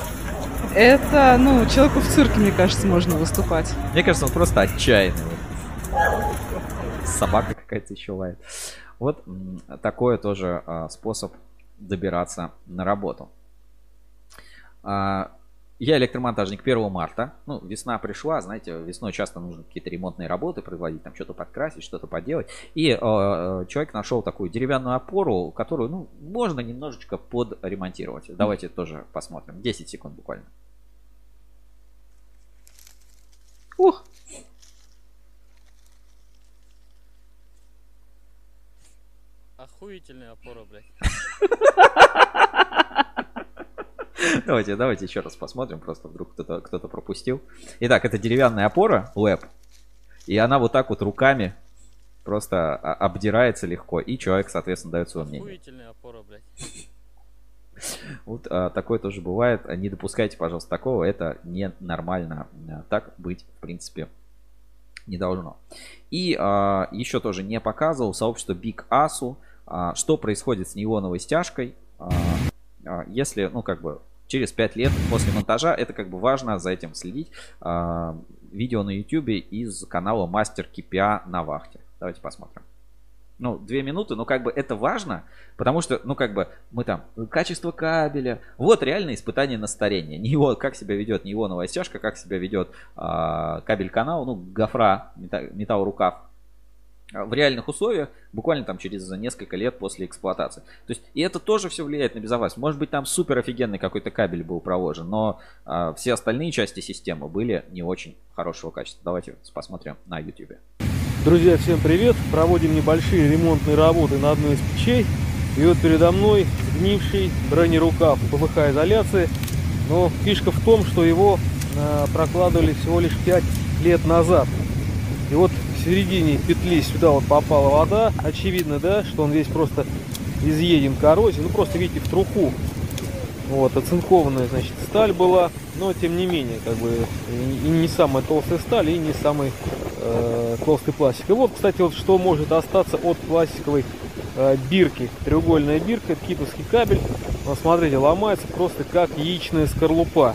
Это, ну, человеку в цирке, мне кажется, можно выступать. Мне кажется, он просто отчаянный. Собака какая-то еще лает. Вот такой тоже а, способ добираться на работу. А, я электромонтажник первого марта. Ну, весна пришла, знаете, весной часто нужно какие-то ремонтные работы проводить, там что-то подкрасить, что-то поделать. И а, человек нашел такую деревянную опору, которую, ну, можно немножечко подремонтировать. Давайте тоже посмотрим. десять секунд буквально. Ух! Охуительная опора, блядь. Давайте, давайте еще раз посмотрим, просто вдруг кто-то кто-то пропустил. Итак, это деревянная опора, лэп, и она вот так вот руками просто обдирается легко, и человек, соответственно, дает свое мнение. Охуительная опора, блядь. Вот а, такое тоже бывает. Не допускайте, пожалуйста, такого, это ненормально. Так быть, в принципе, не должно. И а, еще тоже не показывал сообщество Big Asu, а, что происходит с нейлоновой стяжкой, а, а, если, ну, как бы, через пять лет после монтажа. Это как бы важно за этим следить. А, видео на YouTube из канала Мастер кей пи эй на вахте. Давайте посмотрим. Ну, две минуты, но как бы это важно, потому что, ну, как бы мы там, качество кабеля, вот реальное испытание на старение. Нейлон, как себя ведет нейлоновая стяжка, как себя ведет а, кабель-канал, ну, гофра, металл-рукав. В реальных условиях, буквально там через несколько лет после эксплуатации. То есть, и это тоже все влияет на безопасность. Может быть, там супер офигенный какой-то кабель был проложен, но а, все остальные части системы были не очень хорошего качества. Давайте посмотрим на YouTube. Друзья, всем привет! Проводим небольшие ремонтные работы на одной из печей. И вот передо мной сгнивший бронерукав пэ вэ ха-изоляции. Но фишка в том, что его э, прокладывали всего лишь пять лет назад. И вот в середине петли сюда вот попала вода. Очевидно, да, что он весь просто изъеден коррозией. Ну, просто видите, в труху. Вот, оцинкованная, значит, сталь была. Но, тем не менее, как бы, и не самая толстая сталь, и не самый э, толстый пластик. И вот, кстати, вот что может остаться от пластиковой э, бирки. Треугольная бирка, это киповский кабель. Вот, смотрите, ломается просто как яичная скорлупа.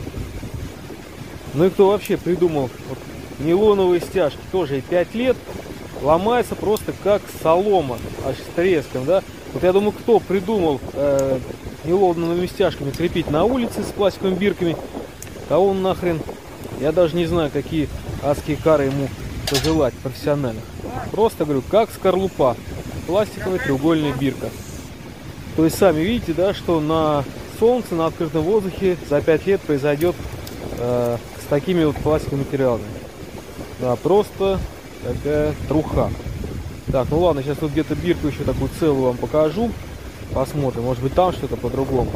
Ну и кто вообще придумал вот, нейлоновые стяжки? Тоже пять лет. Ломается просто как солома, аж с треском, да? Вот я думаю, кто придумал э, нейлоновыми стяжками крепить на улице с пластиковыми бирками, кого он нахрен, я даже не знаю, какие адские кары ему пожелать профессиональных. Просто говорю, как скорлупа, пластиковая треугольная бирка. То есть сами видите, да, что на солнце, на открытом воздухе за пять лет произойдет э, с такими вот пластиковыми материалами. Да, просто такая труха. Так, ну ладно, сейчас тут где-то бирку еще такую целую вам покажу. Посмотрим, может быть там что-то по-другому.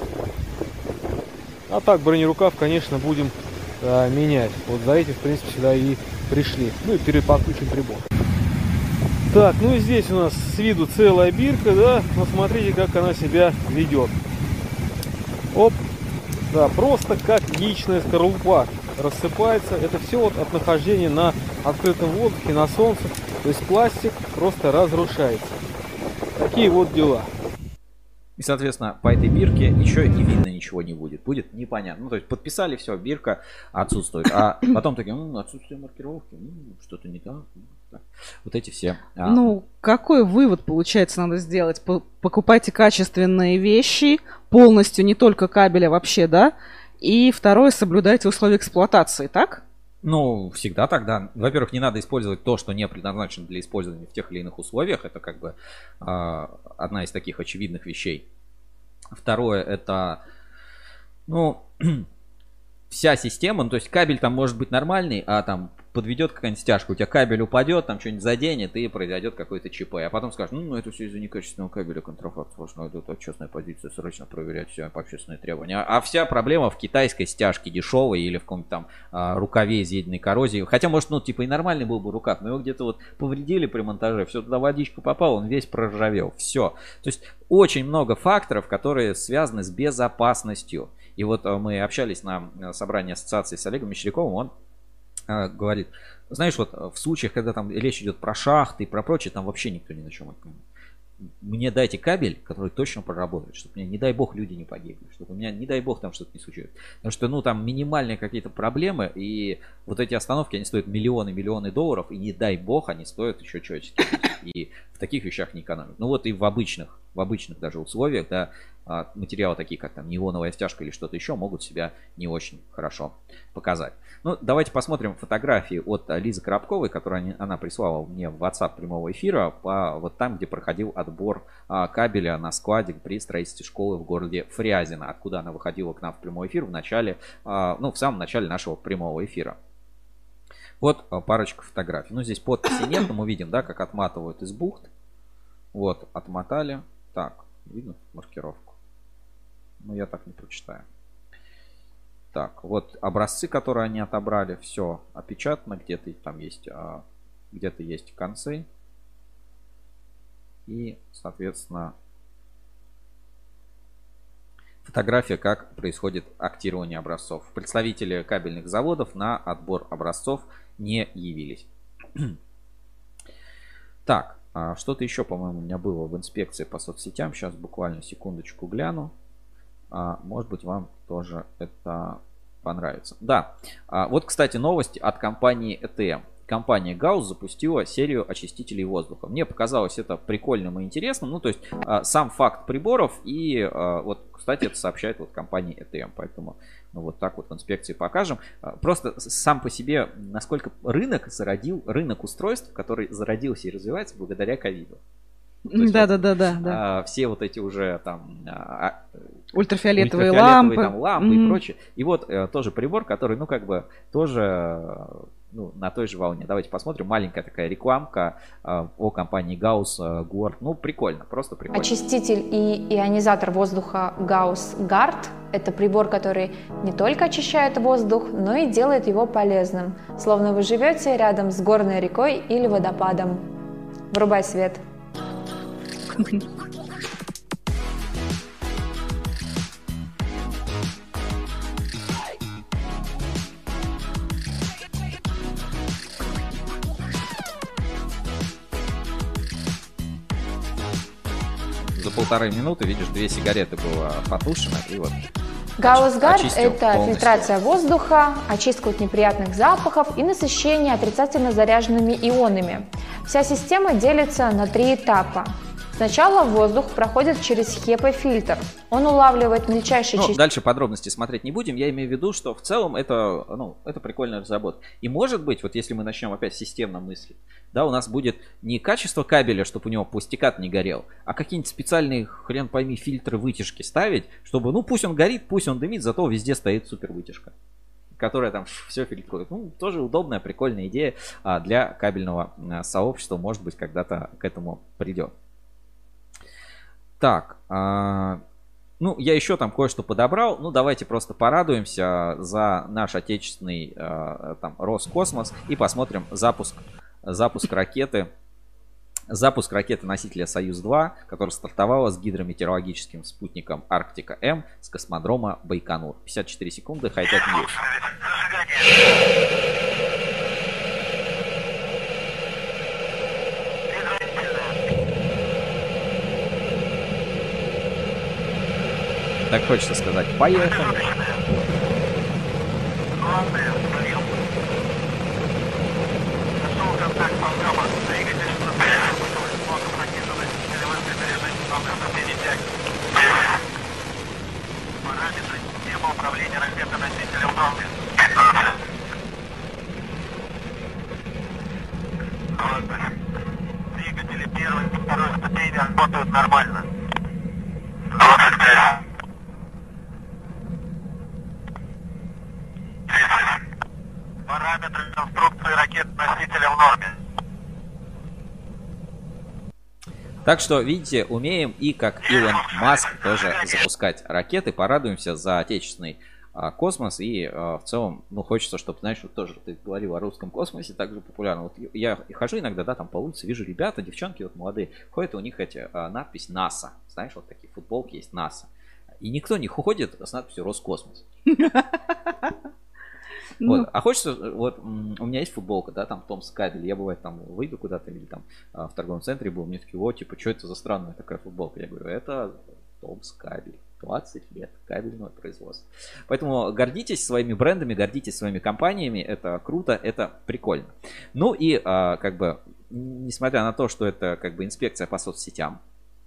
А так, бронерукав, конечно, будем а, менять. Вот за этим, в принципе, сюда и пришли. Ну и переподключим прибор. Так, ну и здесь у нас с виду целая бирка, да. Но смотрите, как она себя ведет. Оп. Да, просто как яичная скорлупа рассыпается. Это все вот от нахождения на открытом воздухе, на солнце. То есть пластик просто разрушается. Такие вот дела. И, соответственно, по этой бирке еще и видно ничего не будет. Будет непонятно. Ну, то есть подписали, все, бирка отсутствует. А потом такие, ну, отсутствие маркировки, ну, что-то не так. так. Вот эти все. Ну, какой вывод, получается, надо сделать? Покупайте качественные вещи, полностью, не только кабель, а вообще, да? И второе, соблюдайте условия эксплуатации, так? Ну, всегда тогда. Во-первых, не надо использовать то, что не предназначено для использования в тех или иных условиях. Это как бы э, одна из таких очевидных вещей. Второе, это, ну, вся система, ну, то есть кабель там может быть нормальный, а там подведет какая-нибудь стяжка, у тебя кабель упадет, там что-нибудь заденет и произойдет какой-то ЧП. А потом скажешь, ну, это все из-за некачественного кабеля, контрафакт, сложно, это честная позиция, срочно проверять все по общественные требования. А вся проблема в китайской стяжке дешевой или в каком-то там а, рукаве изъеденной коррозией. Хотя, может, ну, типа и нормальный был бы рукав, но его где-то вот повредили при монтаже, все туда водичка попала, он весь проржавел, все. То есть очень много факторов, которые связаны с безопасностью. И вот мы общались на собрании ассоциации с Олегом Мещеряковым, он говорит, знаешь, вот в случаях, когда там речь идет про шахты и про прочее, там вообще никто ни на чем. мне дайте кабель, который точно проработает, чтобы мне, не дай бог, люди не погибли, чтобы у меня, не дай бог, там что-то не случилось. Потому что, ну, там минимальные какие-то проблемы, и вот эти остановки, они стоят миллионы, миллионы долларов, и не дай бог, они стоят еще человеческие жизни. И в таких вещах не экономят. Ну вот и в обычных, в обычных даже условиях, да, материалы такие, как там неоновая стяжка или что-то еще, могут себя не очень хорошо показать. Ну, давайте посмотрим фотографии от Лизы Коробковой, которую она прислала мне в WhatsApp прямого эфира, по вот там, где проходил отбор а, кабеля на складе при строительстве школы в городе Фрязино, откуда она выходила к нам в прямой эфир в начале, а, ну, в самом начале нашего прямого эфира. Вот а, парочка фотографий. Ну, здесь подписи нет, но мы видим, да, как отматывают из бухт. Вот, отмотали. Так, видно маркировку? Ну, я так не прочитаю. Так, вот образцы, которые они отобрали, все опечатано, где-то там есть, где-то есть концы. И, соответственно, фотография, как происходит актирование образцов. Представители кабельных заводов на отбор образцов не явились. Так, что-то еще, по-моему, у меня было в инспекции по соцсетям. Сейчас буквально секундочку гляну. Может быть, вам тоже это понравится. Да, вот, кстати, новость от компании и тэ эм. Компания Гаусс запустила серию очистителей воздуха. Мне показалось это прикольным и интересным. Ну, то есть, сам факт приборов и, вот, кстати, это сообщает вот компания и тэ эм. Поэтому, ну, вот так вот в инспекции покажем. Просто сам по себе, насколько рынок зародил, рынок устройств, который зародился и развивается благодаря ковиду. Да, да, да, да, да. Все вот эти уже там а, ультрафиолетовые, ультрафиолетовые лампы, там, лампы mm-hmm. и прочее. И вот э, тоже прибор, который, ну, как бы тоже ну, на той же волне. Давайте посмотрим. Маленькая такая рекламка э, о компании Гаусс э, Guard. Ну, прикольно, просто прикольно. Очиститель и ионизатор воздуха Гаусс Guard – это прибор, который не только очищает воздух, но и делает его полезным, словно вы живете рядом с горной рекой или водопадом. Врубай свет. За полторы минуты, видишь, две сигареты было потушено, и вот Гаусс Guard – это полностью фильтрация воздуха, очистка от неприятных запахов и насыщение отрицательно заряженными ионами. Вся система делится на три этапа. Сначала воздух проходит через хепа-фильтр. Он улавливает мельчайшие ну, частицы. Дальше подробности смотреть не будем. Я имею в виду, что в целом это, ну, это прикольная разработка. И может быть, вот если мы начнем опять системно мыслить, да, у нас будет не качество кабеля, чтобы у него пластикат не горел, а какие-нибудь специальные, хрен пойми, фильтры вытяжки ставить, чтобы, ну, пусть он горит, пусть он дымит, зато везде стоит супер вытяжка, которая там все фильтрует. Ну, тоже удобная, прикольная идея а, для кабельного а, сообщества. Может быть, когда-то к этому придет. Так, а, ну, я еще там кое-что подобрал. Ну, давайте просто порадуемся за наш отечественный а, там Роскосмос и посмотрим запуск, запуск ракеты. Запуск ракеты-носителя Союз-два, которая стартовала с гидрометеорологическим спутником Арктика-М с космодрома Байконур. пятьдесят четыре секунды, хай-тек ньюс. Так хочется сказать, поехали. Параметры системы управления ракетоносителем «Норме». Двигатели первой и второй ступени работают нормально. двадцать пять. Параметры конструкции ракет-носителя в норме. Так что, видите, умеем и как Илон Маск тоже запускать ракеты. Порадуемся за отечественный а, космос. И а, в целом, ну, хочется, чтобы, знаешь, вот тоже ты говорил о русском космосе, также популярно. Вот я хожу иногда, да, там по улице, вижу ребята, девчонки вот молодые, ходят, у них эти а, надпись НАСА. Знаешь, вот такие футболки есть НАСА. И никто не ходит с надписью Роскосмос. Вот. А хочется, вот у меня есть футболка, да, там Томс кабель, я бывает там выйду куда-то или там в торговом центре был, мне такие, вот, типа, что это за странная такая футболка? Я говорю, это Томс кабель, двадцать лет кабельного производства. Поэтому гордитесь своими брендами, гордитесь своими компаниями, это круто, это прикольно. Ну и а, как бы, несмотря на то, что это как бы инспекция по соцсетям,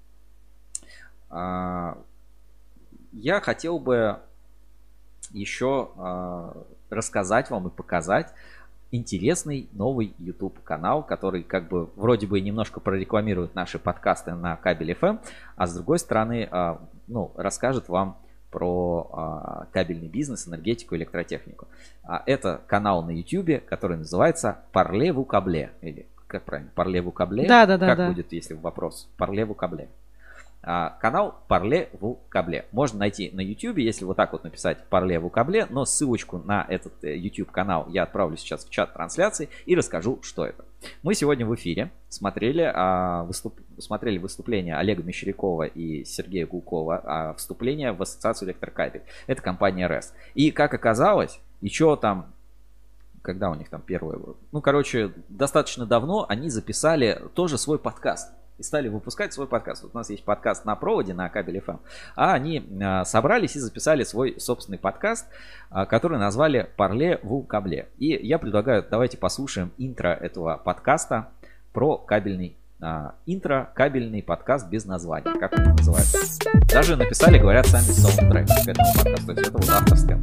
а, я хотел бы еще а, рассказать вам и показать интересный новый YouTube канал, который как бы вроде бы немножко прорекламирует наши подкасты на Кабель эф эм, а с другой стороны, а, ну, расскажет вам про а, кабельный бизнес, энергетику, электротехнику. А, это канал на YouTube, который называется Parlez-vous câble. Или как правильно? Parlez-vous câble? Да, да, да. Как да. будет, если вопрос? Parlez-vous câble. А, канал Parlez-vous câble. Можно найти на YouTube, если вот так вот написать Parlez-vous câble, но ссылочку на этот YouTube канал я отправлю сейчас в чат трансляции и расскажу, что это. Мы сегодня в эфире смотрели, а, выступ... смотрели выступление Олега Мещерякова и Сергея Гулкова, а, вступление в Ассоциацию Электрокабель. Это компания РЭС. И как оказалось, еще там, когда у них там первое было, ну, короче, достаточно давно они записали тоже свой подкаст. И стали выпускать свой подкаст. Вот у нас есть подкаст на проводе на Кабель эф эм. А они а, собрались и записали свой собственный подкаст, а, который назвали Parlez-vous câble. И я предлагаю, давайте послушаем интро этого подкаста про кабельный а, интро, кабельный подкаст без названия. Как он называется? Даже написали, говорят, сами саундтрек к этому подкасту. То есть это вот авторское.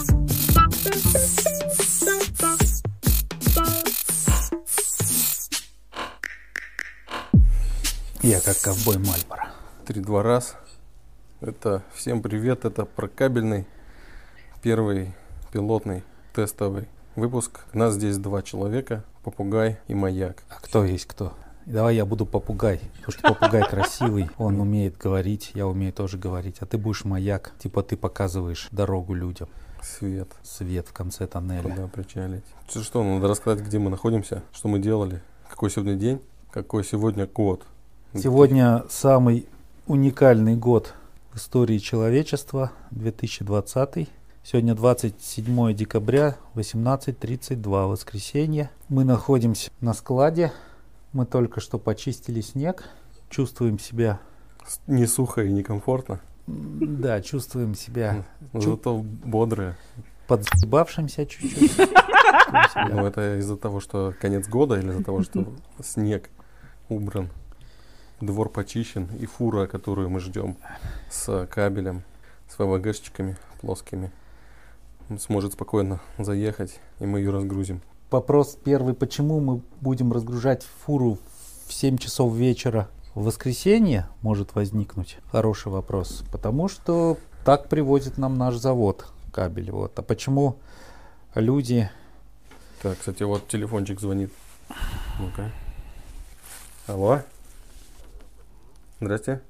Я как ковбой Мальборо. Три-два раз. Это всем привет, это прокабельный первый пилотный тестовый выпуск. У нас здесь два человека, попугай и маяк. А кто есть кто? Давай я буду попугай, потому что попугай красивый, он умеет говорить, я умею тоже говорить. А ты будешь маяк, типа ты показываешь дорогу людям. Свет. Свет в конце тоннеля. Куда причалить. Что, что, надо рассказать, где мы находимся, что мы делали, какой сегодня день, какой сегодня год. Сегодня самый уникальный год в истории человечества, две тысячи двадцатый. Сегодня двадцать седьмое декабря, восемнадцать тридцать два, воскресенье. Мы находимся на складе. Мы только что почистили снег. Чувствуем себя... Не сухо и не комфортно. Да, чувствуем себя... Зато бодрые. Подзабавшимся чуть-чуть. Ну это из-за того, что конец года или из-за того, что снег убран? Двор почищен и фура, которую мы ждем с кабелем, с ВВГшечками плоскими, сможет спокойно заехать, и мы ее разгрузим. Вопрос первый. Почему мы будем разгружать фуру в семь часов вечера в воскресенье? Может возникнуть хороший вопрос. Потому что так привозит нам наш завод кабель. Вот. А почему люди... Так, кстати, вот телефончик звонит. Ну-ка. Алло? Здрасте.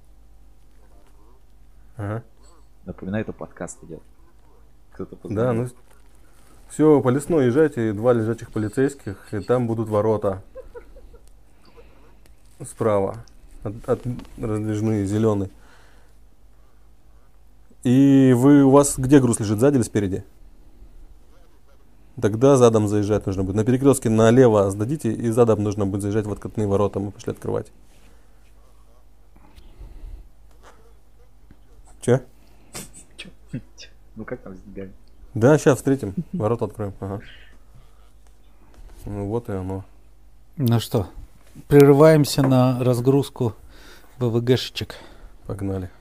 Ага. Напоминаю, это подкаст идет. Кто-то да, ну все, по лесной езжайте, два лежачих полицейских, и там будут ворота. Справа. От, от раздвижные, зеленые. И вы, у вас где груз лежит, сзади или спереди? Тогда задом заезжать нужно будет. На перекрестке налево сдадите, и задом нужно будет заезжать в откатные ворота. Мы пошли открывать. Че? Ну как там с деньгами? Да, сейчас встретим. Ворота откроем. Ага. Ну вот и оно. Ну что, прерываемся на разгрузку ВВГшечек. Погнали.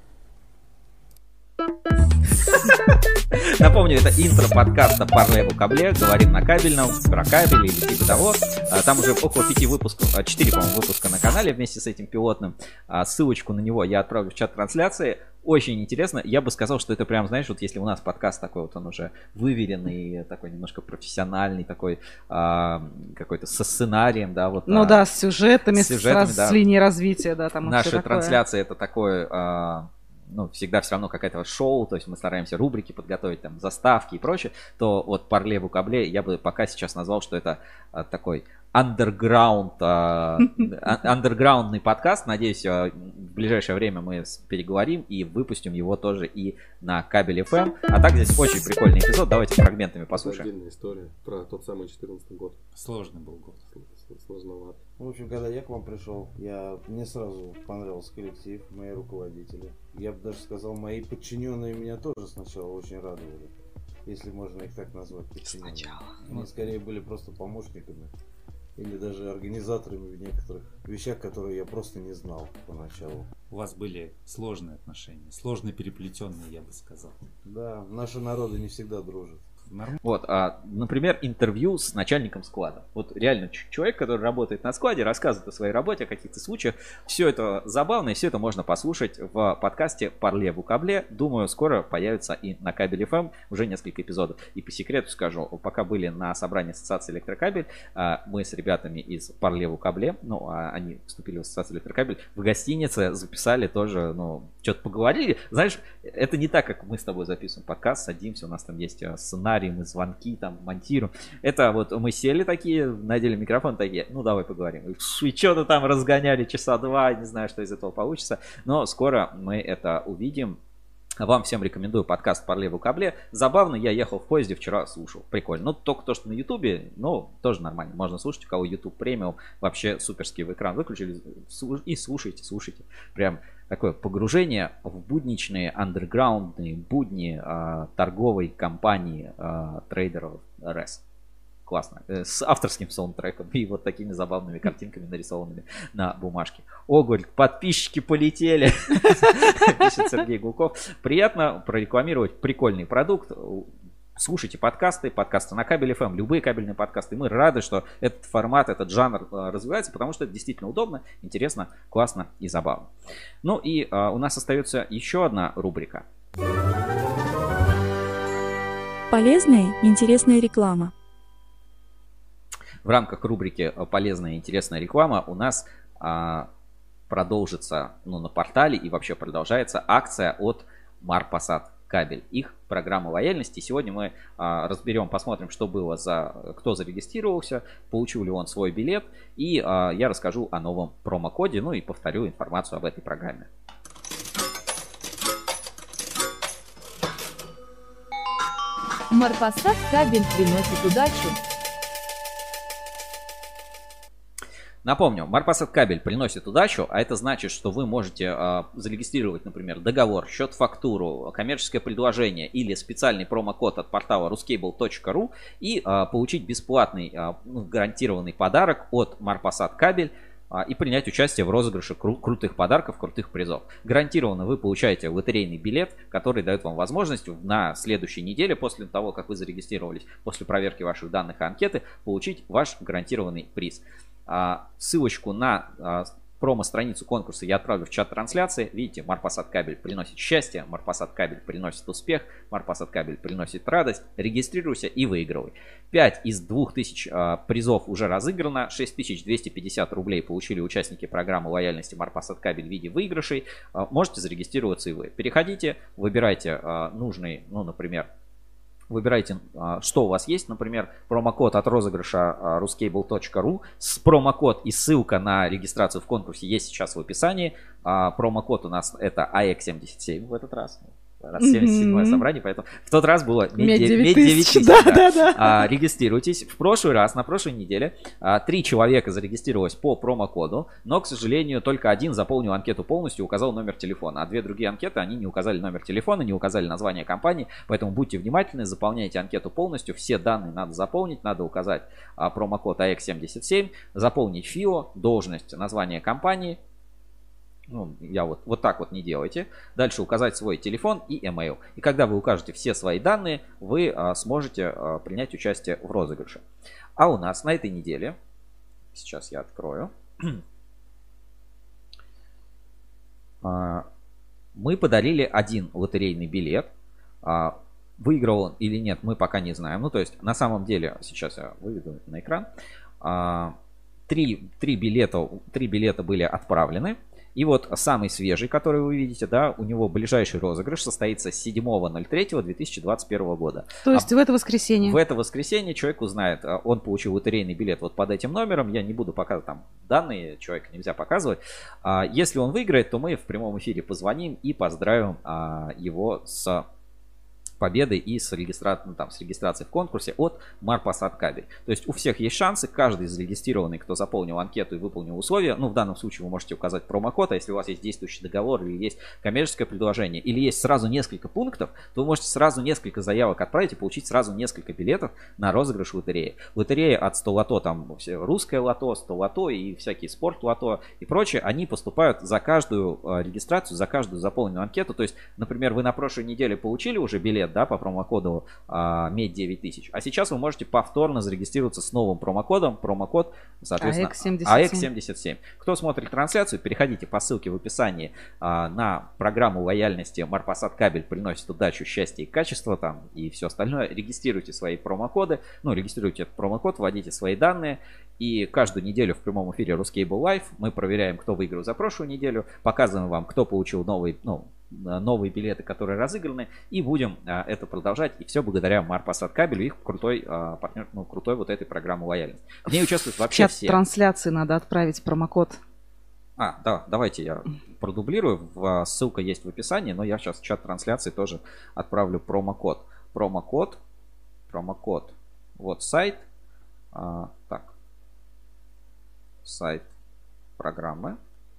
Напомню, это интро подкаста Parlez-vous câble. Говорим на кабельном, про кабель или типа того. Там уже около пяти выпусков, четыре, по-моему, выпуска на канале вместе с этим пилотным. Ссылочку на него я отправлю в чат трансляции. Очень интересно. Я бы сказал, что это прям, знаешь, вот если у нас подкаст такой вот, он уже выверенный, такой немножко профессиональный, такой а, какой-то со сценарием, да, вот. Ну а, да, с сюжетами, с, сюжетами, с, да. с линией развития, да, там. Наши трансляции это такое. А, ну, всегда все равно какое-то шоу, то есть мы стараемся рубрики подготовить, там, заставки и прочее, то вот Parlez-vous câble я бы пока сейчас назвал, что это а, такой андерграунд, андерграундный подкаст. Надеюсь, в ближайшее время мы переговорим и выпустим его тоже и на Кабель эф эм. А так здесь очень прикольный эпизод. Давайте фрагментами послушаем. Отдельная история про тот самый четырнадцатый год. Сложный был год. Сложновато. В общем, когда я к вам пришел, я, мне сразу понравился коллектив, мои руководители. Я бы даже сказал, мои подчиненные меня тоже сначала очень радовали. Если можно их так назвать, подчиненными. Сначала. Они скорее были просто помощниками. Или даже организаторами в некоторых вещах, которые я просто не знал поначалу. У вас были сложные отношения, сложно переплетенные, я бы сказал. Да, наши народы не всегда дружат. Вот, а, например, интервью с начальником склада. Вот реально человек, который работает на складе, рассказывает о своей работе, о каких-то случаях. Все это забавно, и все это можно послушать в подкасте «Парле Вукабле». Думаю, скоро появится и на Кабель эф эм уже несколько эпизодов. И по секрету скажу, пока были на собрании Ассоциации Электрокабель, мы с ребятами из «Парле Вукабле», ну, они вступили в Ассоциацию Электрокабель, в гостинице записали тоже, ну, что-то поговорили. Знаешь, это не так, как мы с тобой записываем подкаст, садимся, у нас там есть сценарий, мы звонки там монтируем. Это вот мы сели такие, надели микрофон, такие, ну давай поговорим. И что-то там разгоняли часа два, не знаю, что из этого получится. Но скоро мы это увидим. Вам всем рекомендую подкаст «Парле Вукабле». Забавно, я ехал в поезде вчера, слушал. Прикольно. Ну, только то, что на Ютубе, ну, тоже нормально. Можно слушать, у кого YouTube премиум. Вообще суперский, в экран выключили и слушайте, слушайте. Прям такое погружение в будничные, андерграундные будни э, торговой компании э, трейдеров РЭС. Классно. С авторским саундтреком и вот такими забавными картинками, нарисованными на бумажке. О, говорит, подписчики полетели, пишет Сергей Гулков. Приятно прорекламировать прикольный продукт. Слушайте подкасты, подкасты на Кабель эф эм, любые кабельные подкасты. Мы рады, что этот формат, этот жанр развивается, потому что это действительно удобно, интересно, классно и забавно. Ну и а, у нас остается еще одна рубрика. Полезная и интересная реклама. В рамках рубрики «Полезная и интересная реклама» у нас а, продолжится, ну, на портале и вообще продолжается акция от Марпасад Кабель. Их программа лояльности. Сегодня мы а, разберем, посмотрим, что было за, кто зарегистрировался, получил ли он свой билет. И а, я расскажу о новом промокоде, ну и повторю информацию об этой программе. Марпасад Кабель приносит удачу. Напомню, Марпасад Кабель приносит удачу, а это значит, что вы можете э, зарегистрировать, например, договор, счет-фактуру, коммерческое предложение или специальный промокод от портала рускейбл точка ру и э, получить бесплатный э, гарантированный подарок от Марпасад Кабель э, и принять участие в розыгрыше кру- крутых подарков, крутых призов. Гарантированно вы получаете лотерейный билет, который дает вам возможность на следующей неделе, после того, как вы зарегистрировались, после проверки ваших данных и анкеты, получить ваш гарантированный приз. Ссылочку на промо-страницу конкурса я отправлю в чат трансляции. Видите, Марпасад Кабель приносит счастье, Марпасад Кабель приносит успех, Марпасад Кабель приносит радость. Регистрируйся и выигрывай. пять из двух тысяч призов уже разыграно, шесть тысяч двести пятьдесят рублей получили участники программы лояльности Марпасад Кабель в виде выигрышей. Можете зарегистрироваться и вы. Переходите, выбирайте нужный, ну, например, выбирайте, что у вас есть, например, промокод от розыгрыша рускейбл точка ру. С промокод и ссылка на регистрацию в конкурсе есть сейчас в описании. Промокод у нас это а икс семьдесят семь в этот раз. Раз семьдесят седьмое mm-hmm. собрание, поэтому в тот раз было медь девять тысяч. Да, да. Да, да. А, регистрируйтесь. В прошлый раз, на прошлой неделе, а, три человека зарегистрировалось по промокоду, но, к сожалению, только один заполнил анкету полностью, указал номер телефона, а две другие анкеты, они не указали номер телефона, не указали название компании, поэтому будьте внимательны, заполняйте анкету полностью, все данные надо заполнить, надо указать а, промокод а икс семьдесят семь, заполнить ФИО, должность, название компании. Ну, я вот, вот так вот не делайте. Дальше указать свой телефон и email. И когда вы укажете все свои данные, вы а, сможете а, принять участие в розыгрыше. А у нас на этой неделе, сейчас я открою, а, мы подарили один лотерейный билет. А, выиграл он или нет, мы пока не знаем. Ну, то есть, на самом деле, сейчас я выведу это на экран. А, три, три билета, три билета были отправлены. И вот самый свежий, который вы видите, да, у него ближайший розыгрыш состоится седьмого ноль третьего две тысячи двадцать первого года. То есть а в это воскресенье? В это воскресенье человек узнает, он получил лотерейный билет вот под этим номером. Я не буду показывать там данные, человека нельзя показывать. Если он выиграет, то мы в прямом эфире позвоним и поздравим его с победы и с, регистра... ну, там, с регистрацией в конкурсе от Марпасад Кабель. То есть у всех есть шансы, каждый зарегистрированный, кто заполнил анкету и выполнил условия, ну в данном случае вы можете указать промокод, а если у вас есть действующий договор или есть коммерческое предложение, или есть сразу несколько пунктов, то вы можете сразу несколько заявок отправить и получить сразу несколько билетов на розыгрыш лотереи. Лотереи от сто лото, там все русское лото, сто лото и всякие спорт лото и прочее, они поступают за каждую регистрацию, за каждую заполненную анкету. То есть, например, вы на прошлой неделе получили уже билет, да, по промокоду а, мед девять тысяч. А сейчас вы можете повторно зарегистрироваться с новым промокодом. Промокод, соответственно, а икс семьдесят семь. Кто смотрит трансляцию, переходите по ссылке в описании а, на программу лояльности Марпасад Кабель приносит удачу, счастье и качество там и все остальное. Регистрируйте свои промокоды. Ну, регистрируйте этот промокод, вводите свои данные. И каждую неделю в прямом эфире Ruscable Live мы проверяем, кто выиграл за прошлую неделю. Показываем вам, кто получил новый, ну, новые билеты, которые разыграны, и будем а, это продолжать, и все благодаря Марпасад Кабелю, их крутой а, партнер, ну, крутой вот этой программы лояльности. В ней участвуют вообще чат все. Трансляции надо отправить промокод. А, да, давайте я продублирую, в, ссылка есть в описании, но я сейчас в чат трансляции тоже отправлю промокод. Промокод, промокод, вот сайт, а, так, сайт программы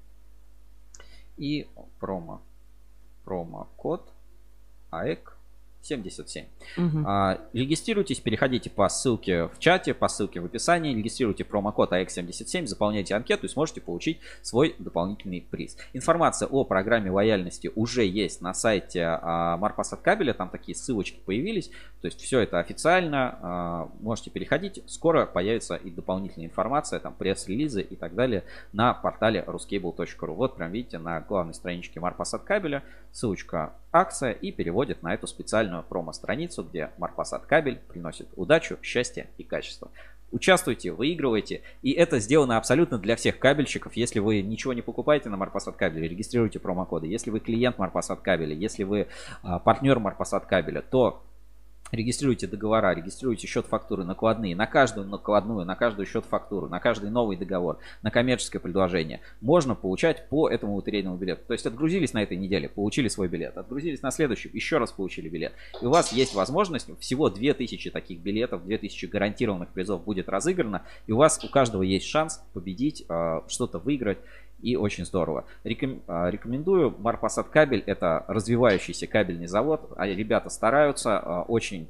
и промо. Промокод а и икс семьдесят семь. Угу. А, регистрируйтесь, переходите по ссылке в чате, по ссылке в описании, регистрируйте промокод а и икс семьдесят семь, заполняйте анкету и сможете получить свой дополнительный приз. Информация о программе лояльности уже есть на сайте а, Марпасад Кабеля, там такие ссылочки появились, то есть все это официально, а, можете переходить, скоро появится и дополнительная информация, там пресс-релизы и так далее на портале ruscable точка ру. Вот прям видите на главной страничке Марпасад Кабеля ссылочка акция и переводит на эту специальную промо-страницу, где Марпасад Кабель приносит удачу, счастье и качество. Участвуйте, выигрывайте. И это сделано абсолютно для всех кабельщиков. Если вы ничего не покупаете на Марпасад Кабеле, регистрируйте промокоды. Если вы клиент Марпасад Кабеля, если вы а, партнер Марпасад Кабеля, то регистрируйте договора, регистрируйте счет-фактуры накладные, на каждую накладную, на каждую счет-фактуру, на каждый новый договор, на коммерческое предложение можно получать по этому лотерейному билету. То есть отгрузились на этой неделе, получили свой билет, отгрузились на следующий, еще раз получили билет. И у вас есть возможность, всего две тысячи таких билетов, две тысячи гарантированных призов будет разыграно, и у вас у каждого есть шанс победить, что-то выиграть. И очень здорово. Реком... Рекомендую. Марпасад Кабель — это развивающийся кабельный завод. Ребята стараются, очень,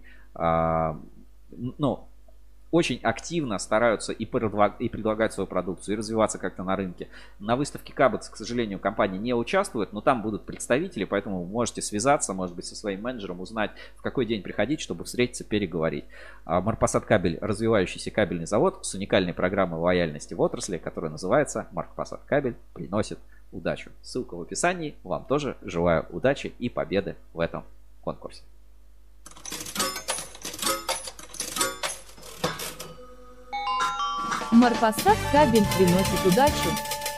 ну, очень активно стараются и, предла... и предлагать свою продукцию, и развиваться как-то на рынке. На выставке Кабекс, к сожалению, компания не участвует, но там будут представители, поэтому вы можете связаться, может быть, со своим менеджером, узнать, в какой день приходить, чтобы встретиться, переговорить. Марпасад Кабель — развивающийся кабельный завод с уникальной программой лояльности в отрасли, которая называется Марпасад Кабель приносит удачу. Ссылка в описании. Вам тоже желаю удачи и победы в этом конкурсе. Марпасад Кабель приносит удачу.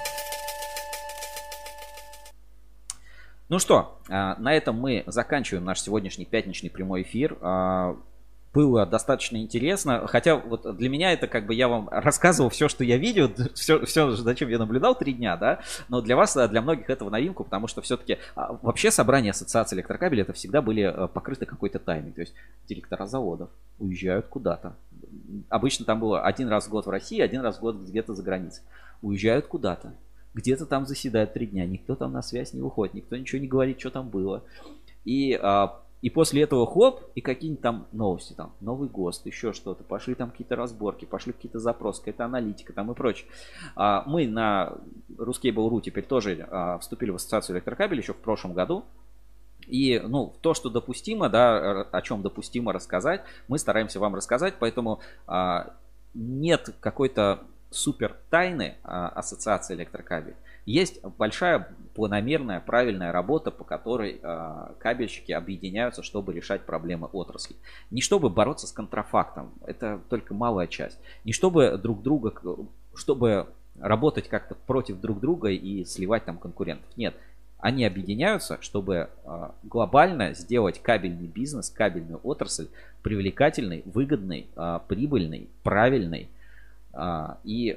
Ну что, на этом мы заканчиваем наш сегодняшний пятничный прямой эфир. Было достаточно интересно, хотя вот для меня это как бы я вам рассказывал все, что я видел, все, все, за чем я наблюдал три дня, да, но для вас, для многих это в новинку, потому что все-таки вообще собрания ассоциации электрокабелей это всегда были покрыты какой-то тайной, то есть директора заводов уезжают куда-то, обычно там было один раз в год в России, один раз в год где-то за границей, уезжают куда-то, где-то там заседают три дня, никто там на связь не выходит, никто ничего не говорит, что там было, и И после этого хлоп, и какие-нибудь там новости, там Новый ГОСТ, еще что-то, пошли там какие-то разборки, пошли какие-то запросы, какая-то аналитика там и прочее. Мы на Ruscable точка ру теперь тоже вступили в ассоциацию электрокабелей еще в прошлом году. И ну, то, что допустимо, да, о чем допустимо рассказать, мы стараемся вам рассказать, поэтому нет какой-то супер тайны ассоциации электрокабелей. Есть большая планомерная, правильная работа, по которой э, кабельщики объединяются, чтобы решать проблемы отрасли. Не чтобы бороться с контрафактом, это только малая часть. Не чтобы друг друга, чтобы работать как-то против друг друга и сливать там конкурентов. Нет. Они объединяются, чтобы а, глобально сделать кабельный бизнес, кабельную отрасль привлекательной, выгодной, а, прибыльной, правильной а, и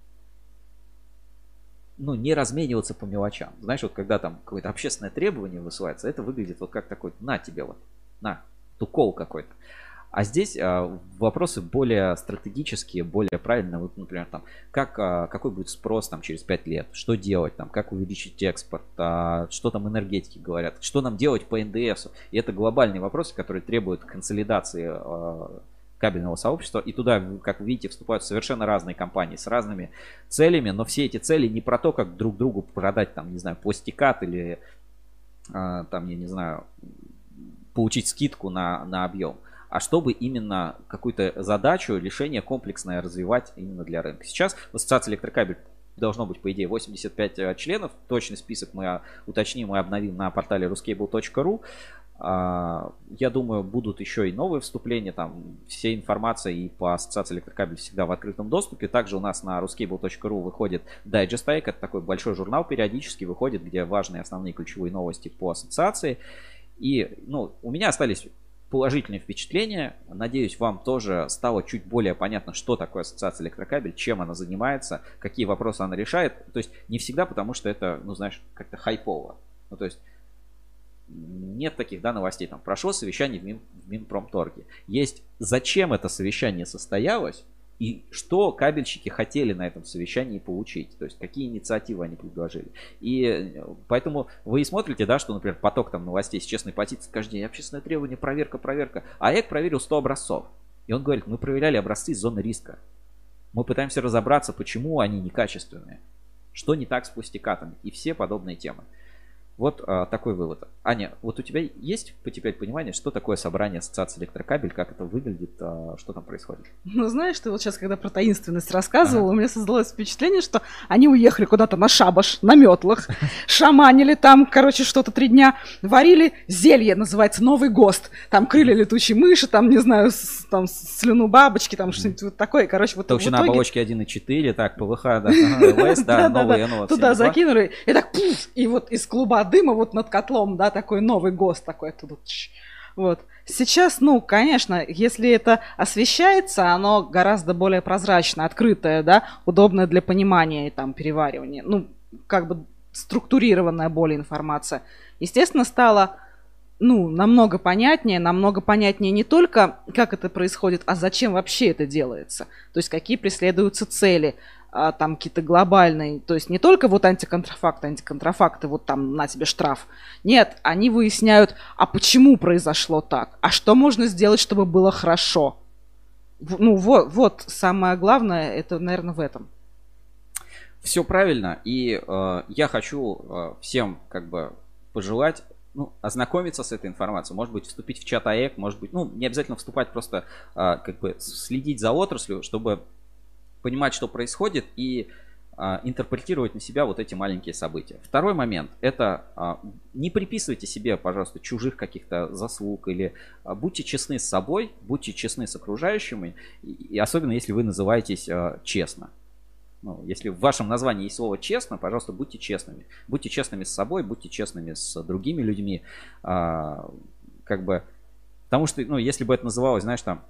ну, не размениваться по мелочам. Знаешь, вот когда там какое-то общественное требование высылается, это выглядит вот как такой, на тебе вот, на, тукол какой-то. А здесь а, вопросы более стратегические, более правильные. Вот, например, там, как, а, какой будет спрос там, через пять лет, что делать, там, как увеличить экспорт, а, что там энергетики говорят, что нам делать по эн дэ эсу. И это глобальные вопросы, которые требуют консолидации а, кабельного сообщества. И туда, как вы видите, вступают совершенно разные компании с разными целями. Но все эти цели не про то, как друг другу продать, там, не знаю, пластикат или а, там, я не знаю, получить скидку на, на объем. А чтобы именно какую-то задачу, решение комплексное развивать именно для рынка. Сейчас в ассоциации электрокабель должно быть, по идее, восемьдесят пять членов. Точный список мы уточним и обновим на портале ruskable точка ру. Я думаю, будут еще и новые вступления. Там вся информация и по ассоциации электрокабель всегда в открытом доступе. Также у нас на ruskable точка ру выходит Digest эй ай си. Это такой большой журнал, периодически выходит, где важные основные ключевые новости по ассоциации. И ну, у меня остались положительные впечатления. Надеюсь, вам тоже стало чуть более понятно, что такое ассоциация электрокабель, чем она занимается, какие вопросы она решает. То есть не всегда, потому что это, ну знаешь, как-то хайпово. Ну то есть нет таких, да, новостей. Там прошло совещание в, Мин, в Минпромторге. Есть зачем это совещание состоялось и что кабельщики хотели на этом совещании получить. То есть какие инициативы они предложили. И поэтому вы и смотрите, да, что, например, поток там новостей с честной позиции каждый день. Общественное требование, проверка, проверка. А ЭК проверил сто образцов. И он говорит, мы проверяли образцы из зоны риска. Мы пытаемся разобраться, почему они некачественные. Что не так с пластикатами. И все подобные темы. Вот а, такой вывод. Аня, вот у тебя есть теперь понимание, что такое собрание ассоциации электрокабель, как это выглядит, а, что там происходит? Ну, знаешь, ты вот сейчас, когда про таинственность рассказывал, ага. у меня создалось впечатление, что они уехали куда-то на шабаш, на метлах, шаманили там, короче, что-то три дня, варили зелье, называется «Новый ГОСТ». Там крылья летучей мыши, там, не знаю, с, там слюну бабочки, там что-нибудь вот такое, короче, вот толщина оболочки один и четыре, так, ПВХ, да, ЛС, да, новые, туда закинули, и так, и вот из клуба дыма вот над котлом, да, такой новый ГОСТ такой оттуда. Вот. Сейчас, ну, конечно, если это освещается, оно гораздо более прозрачное, открытое, да, удобное для понимания и там переваривания. Ну, как бы структурированная более информация. Естественно, стало, ну, намного понятнее, намного понятнее не только, как это происходит, а зачем вообще это делается. То есть, какие преследуются цели. А, там какие-то глобальные, то есть не только вот антиконтрафакты, антиконтрафакты, вот там на тебе штраф. Нет, они выясняют, а почему произошло так, а что можно сделать, чтобы было хорошо. Ну вот, вот самое главное, это, наверное, в этом. Все правильно, и э, я хочу э, всем как бы пожелать, ну, ознакомиться с этой информацией, может быть, вступить в чат АЭК, может быть, ну, не обязательно вступать, просто э, как бы следить за отраслью, чтобы понимать, что происходит, и а, интерпретировать на себя вот эти маленькие события. Второй момент – это а, не приписывайте себе, пожалуйста, чужих каких-то заслуг, или а, будьте честны с собой, будьте честны с окружающими, и, и особенно если вы называетесь а, честно. Ну, если в вашем названии есть слово «честно», пожалуйста, будьте честными. Будьте честными с собой, будьте честными с другими людьми. А, как бы, потому что, ну, если бы это называлось, знаешь, там,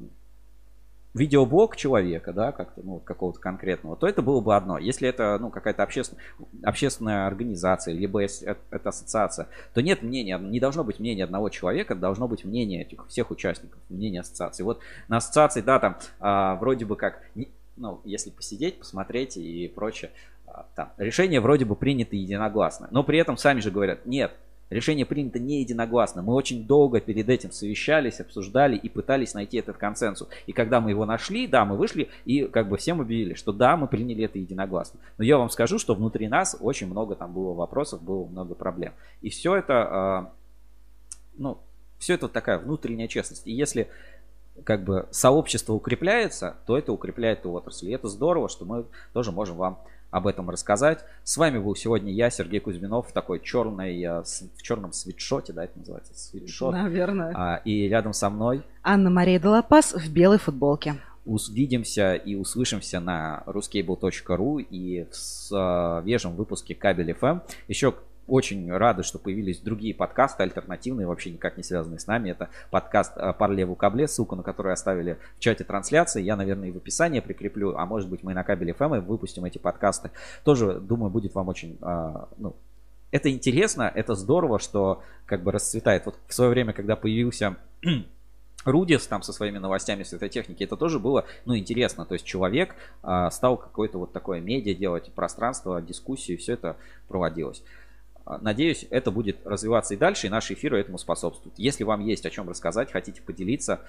видеоблог человека, да, как-то, ну, какого-то конкретного, то это было бы одно. Если это, ну, какая-то общественная, общественная организация, либо это, это ассоциация, то нет мнения, не должно быть мнения одного человека, должно быть мнение этих всех участников, мнение ассоциации. Вот на ассоциации, да, там, а, вроде бы как, ну, если посидеть, посмотреть и прочее, а, там, решения вроде бы приняты единогласно, но при этом сами же говорят, нет, решение принято не единогласно. Мы очень долго перед этим совещались, обсуждали и пытались найти этот консенсус. И когда мы его нашли, да, мы вышли и как бы всем объявили, что да, мы приняли это единогласно. Но я вам скажу, что внутри нас очень много там было вопросов, было много проблем. И все это, ну, все это такая внутренняя честность. И если как бы сообщество укрепляется, то это укрепляет и отрасль. И это здорово, что мы тоже можем вам об этом рассказать. С вами был сегодня я, Сергей Кузьминов, в такой черной, в черном свитшоте, да, это называется, свитшот. Наверное. А, и рядом со мной Анна-Мария Делапас в белой футболке. увидимся и услышимся на ruskable точка ру и в свежем выпуске Кабель эф эм. Еще очень рады, что появились другие подкасты, альтернативные, вообще никак не связанные с нами. Это подкаст «Парле в кабле», ссылку на который оставили в чате трансляции. Я, наверное, и в описании прикреплю, а может быть мы на Кабель эф эм выпустим эти подкасты. Тоже, думаю, будет вам очень... Ну, это интересно, это здорово, что как бы расцветает. Вот в свое время, когда появился... Рудис там со своими новостями светотехники, это тоже было, ну, интересно. То есть человек а, стал какое-то вот такое медиа делать, пространство, дискуссию, все это проводилось. Надеюсь, это будет развиваться и дальше, и наши эфиры этому способствуют. Если вам есть о чем рассказать, хотите поделиться.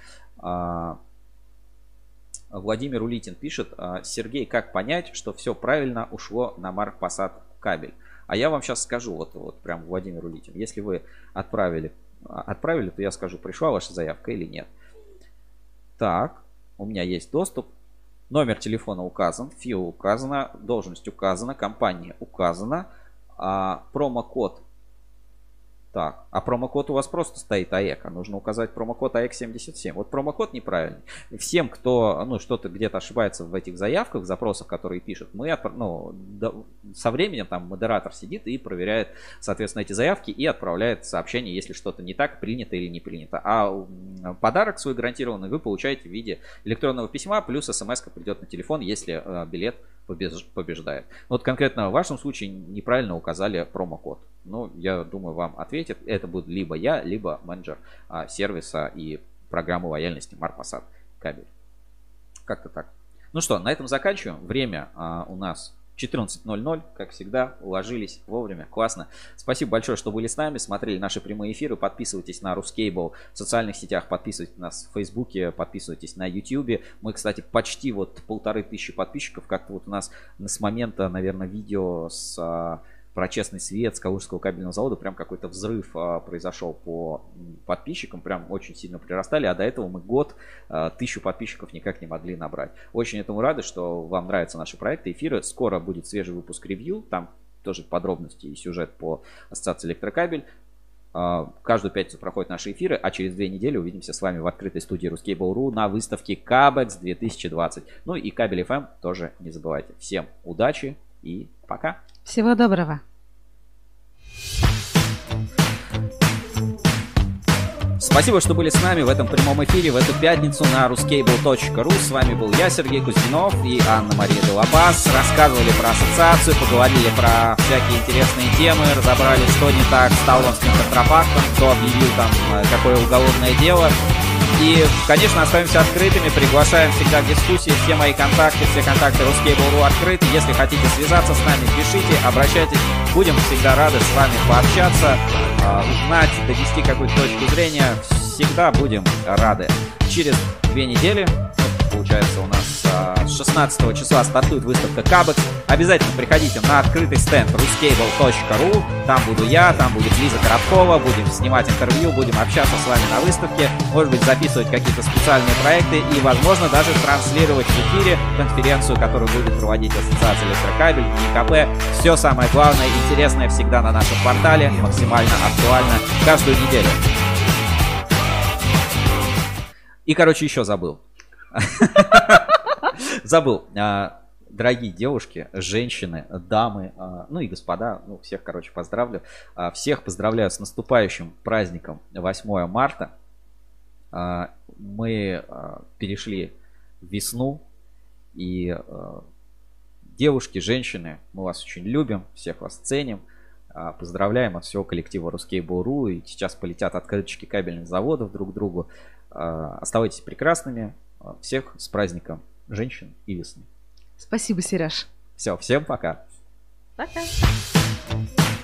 Владимир Улитин пишет: Сергей, как понять, что все правильно ушло на Марпасад кабель? А я вам сейчас скажу, вот, вот прям Владимир Улитин, если вы отправили, отправили, то я скажу, пришла ваша заявка или нет. Так, у меня есть доступ. Номер телефона указан, ФИО указано, должность указана, компания указана. А промокод. Так, а промокод у вас просто стоит АЭК, а нужно указать промокод АЭК семьдесят семь. Вот промокод неправильный. Всем, кто ну, что-то где-то ошибается в этих заявках, в запросах, которые пишут, мы ну, до, со временем там модератор сидит и проверяет, соответственно, эти заявки и отправляет сообщение, если что-то не так, принято или не принято. А подарок свой гарантированный вы получаете в виде электронного письма, плюс смс-ка придет на телефон, если э, билет побеждает. Вот конкретно в вашем случае неправильно указали промокод. Ну, я думаю, вам ответит. Это будет либо я, либо менеджер а, сервиса и программы лояльности Марпасад кабель. Как-то так. Ну что, на этом заканчиваем. Время а, у нас четырнадцать ноль ноль, как всегда, уложились вовремя, классно. Спасибо большое, что были с нами, смотрели наши прямые эфиры, подписывайтесь на Ruskable в социальных сетях, подписывайтесь на нас в Фейсбуке, подписывайтесь на Ютубе. Мы, кстати, почти вот полторы тысячи подписчиков, как-то вот у нас с момента, наверное, видео с... про честный свет с Калужского кабельного завода прям какой-то взрыв а, произошел по подписчикам, прям очень сильно прирастали, а до этого мы год а, тысячу подписчиков никак не могли набрать. Очень этому рады, что вам нравятся наши проекты, эфиры. Скоро будет свежий выпуск ревью, там тоже подробности и сюжет по ассоциации Электрокабель. А, каждую пятницу проходят наши эфиры, а через две недели увидимся с вами в открытой студии Ruskable точка ру на выставке Кабекс две тысячи двадцать. Ну и Кабель эф эм тоже не забывайте. Всем удачи и пока! Всего доброго. Спасибо, что были с нами в этом прямом эфире в эту пятницу на ruskable точка ру. С вами был я, Сергей Кузьминов и Анна-Мария Делабас. Рассказывали про ассоциацию, поговорили про всякие интересные темы, разобрали, что не так с талонским контрафактом, кто объявил там какое уголовное дело. И, конечно, остаемся открытыми, приглашаем всегда к дискуссии. Все мои контакты, все контакты Ruskable точка ру открыты. Если хотите связаться с нами, пишите, обращайтесь. Будем всегда рады с вами пообщаться, узнать, донести какую-то точку зрения. Всегда будем рады. Через две недели, получается, у нас с шестнадцатого числа стартует выставка Кабекс. Обязательно приходите на открытый стенд ruskable точка ру. Там буду я, там будет Лиза Коробкова. Будем снимать интервью, будем общаться с вами на выставке. Может быть, записывать какие-то специальные проекты и, возможно, даже транслировать в эфире конференцию, которую будет проводить Ассоциация Электрокабель, ИКП. Все самое главное, интересное всегда на нашем портале, максимально актуально каждую неделю. И, короче, еще забыл. Забыл. Дорогие девушки, женщины, дамы, ну и господа, ну всех, короче, поздравлю. Всех поздравляю с наступающим праздником восьмое марта. Мы перешли в весну. И девушки, женщины, мы вас очень любим, всех вас ценим. Поздравляем от всего коллектива Ruskable точка ру. И сейчас полетят открыточки кабельных заводов друг к другу. Оставайтесь прекрасными. Всех с праздником женщин и весны. Спасибо, Сереж. Все, всем пока. Пока.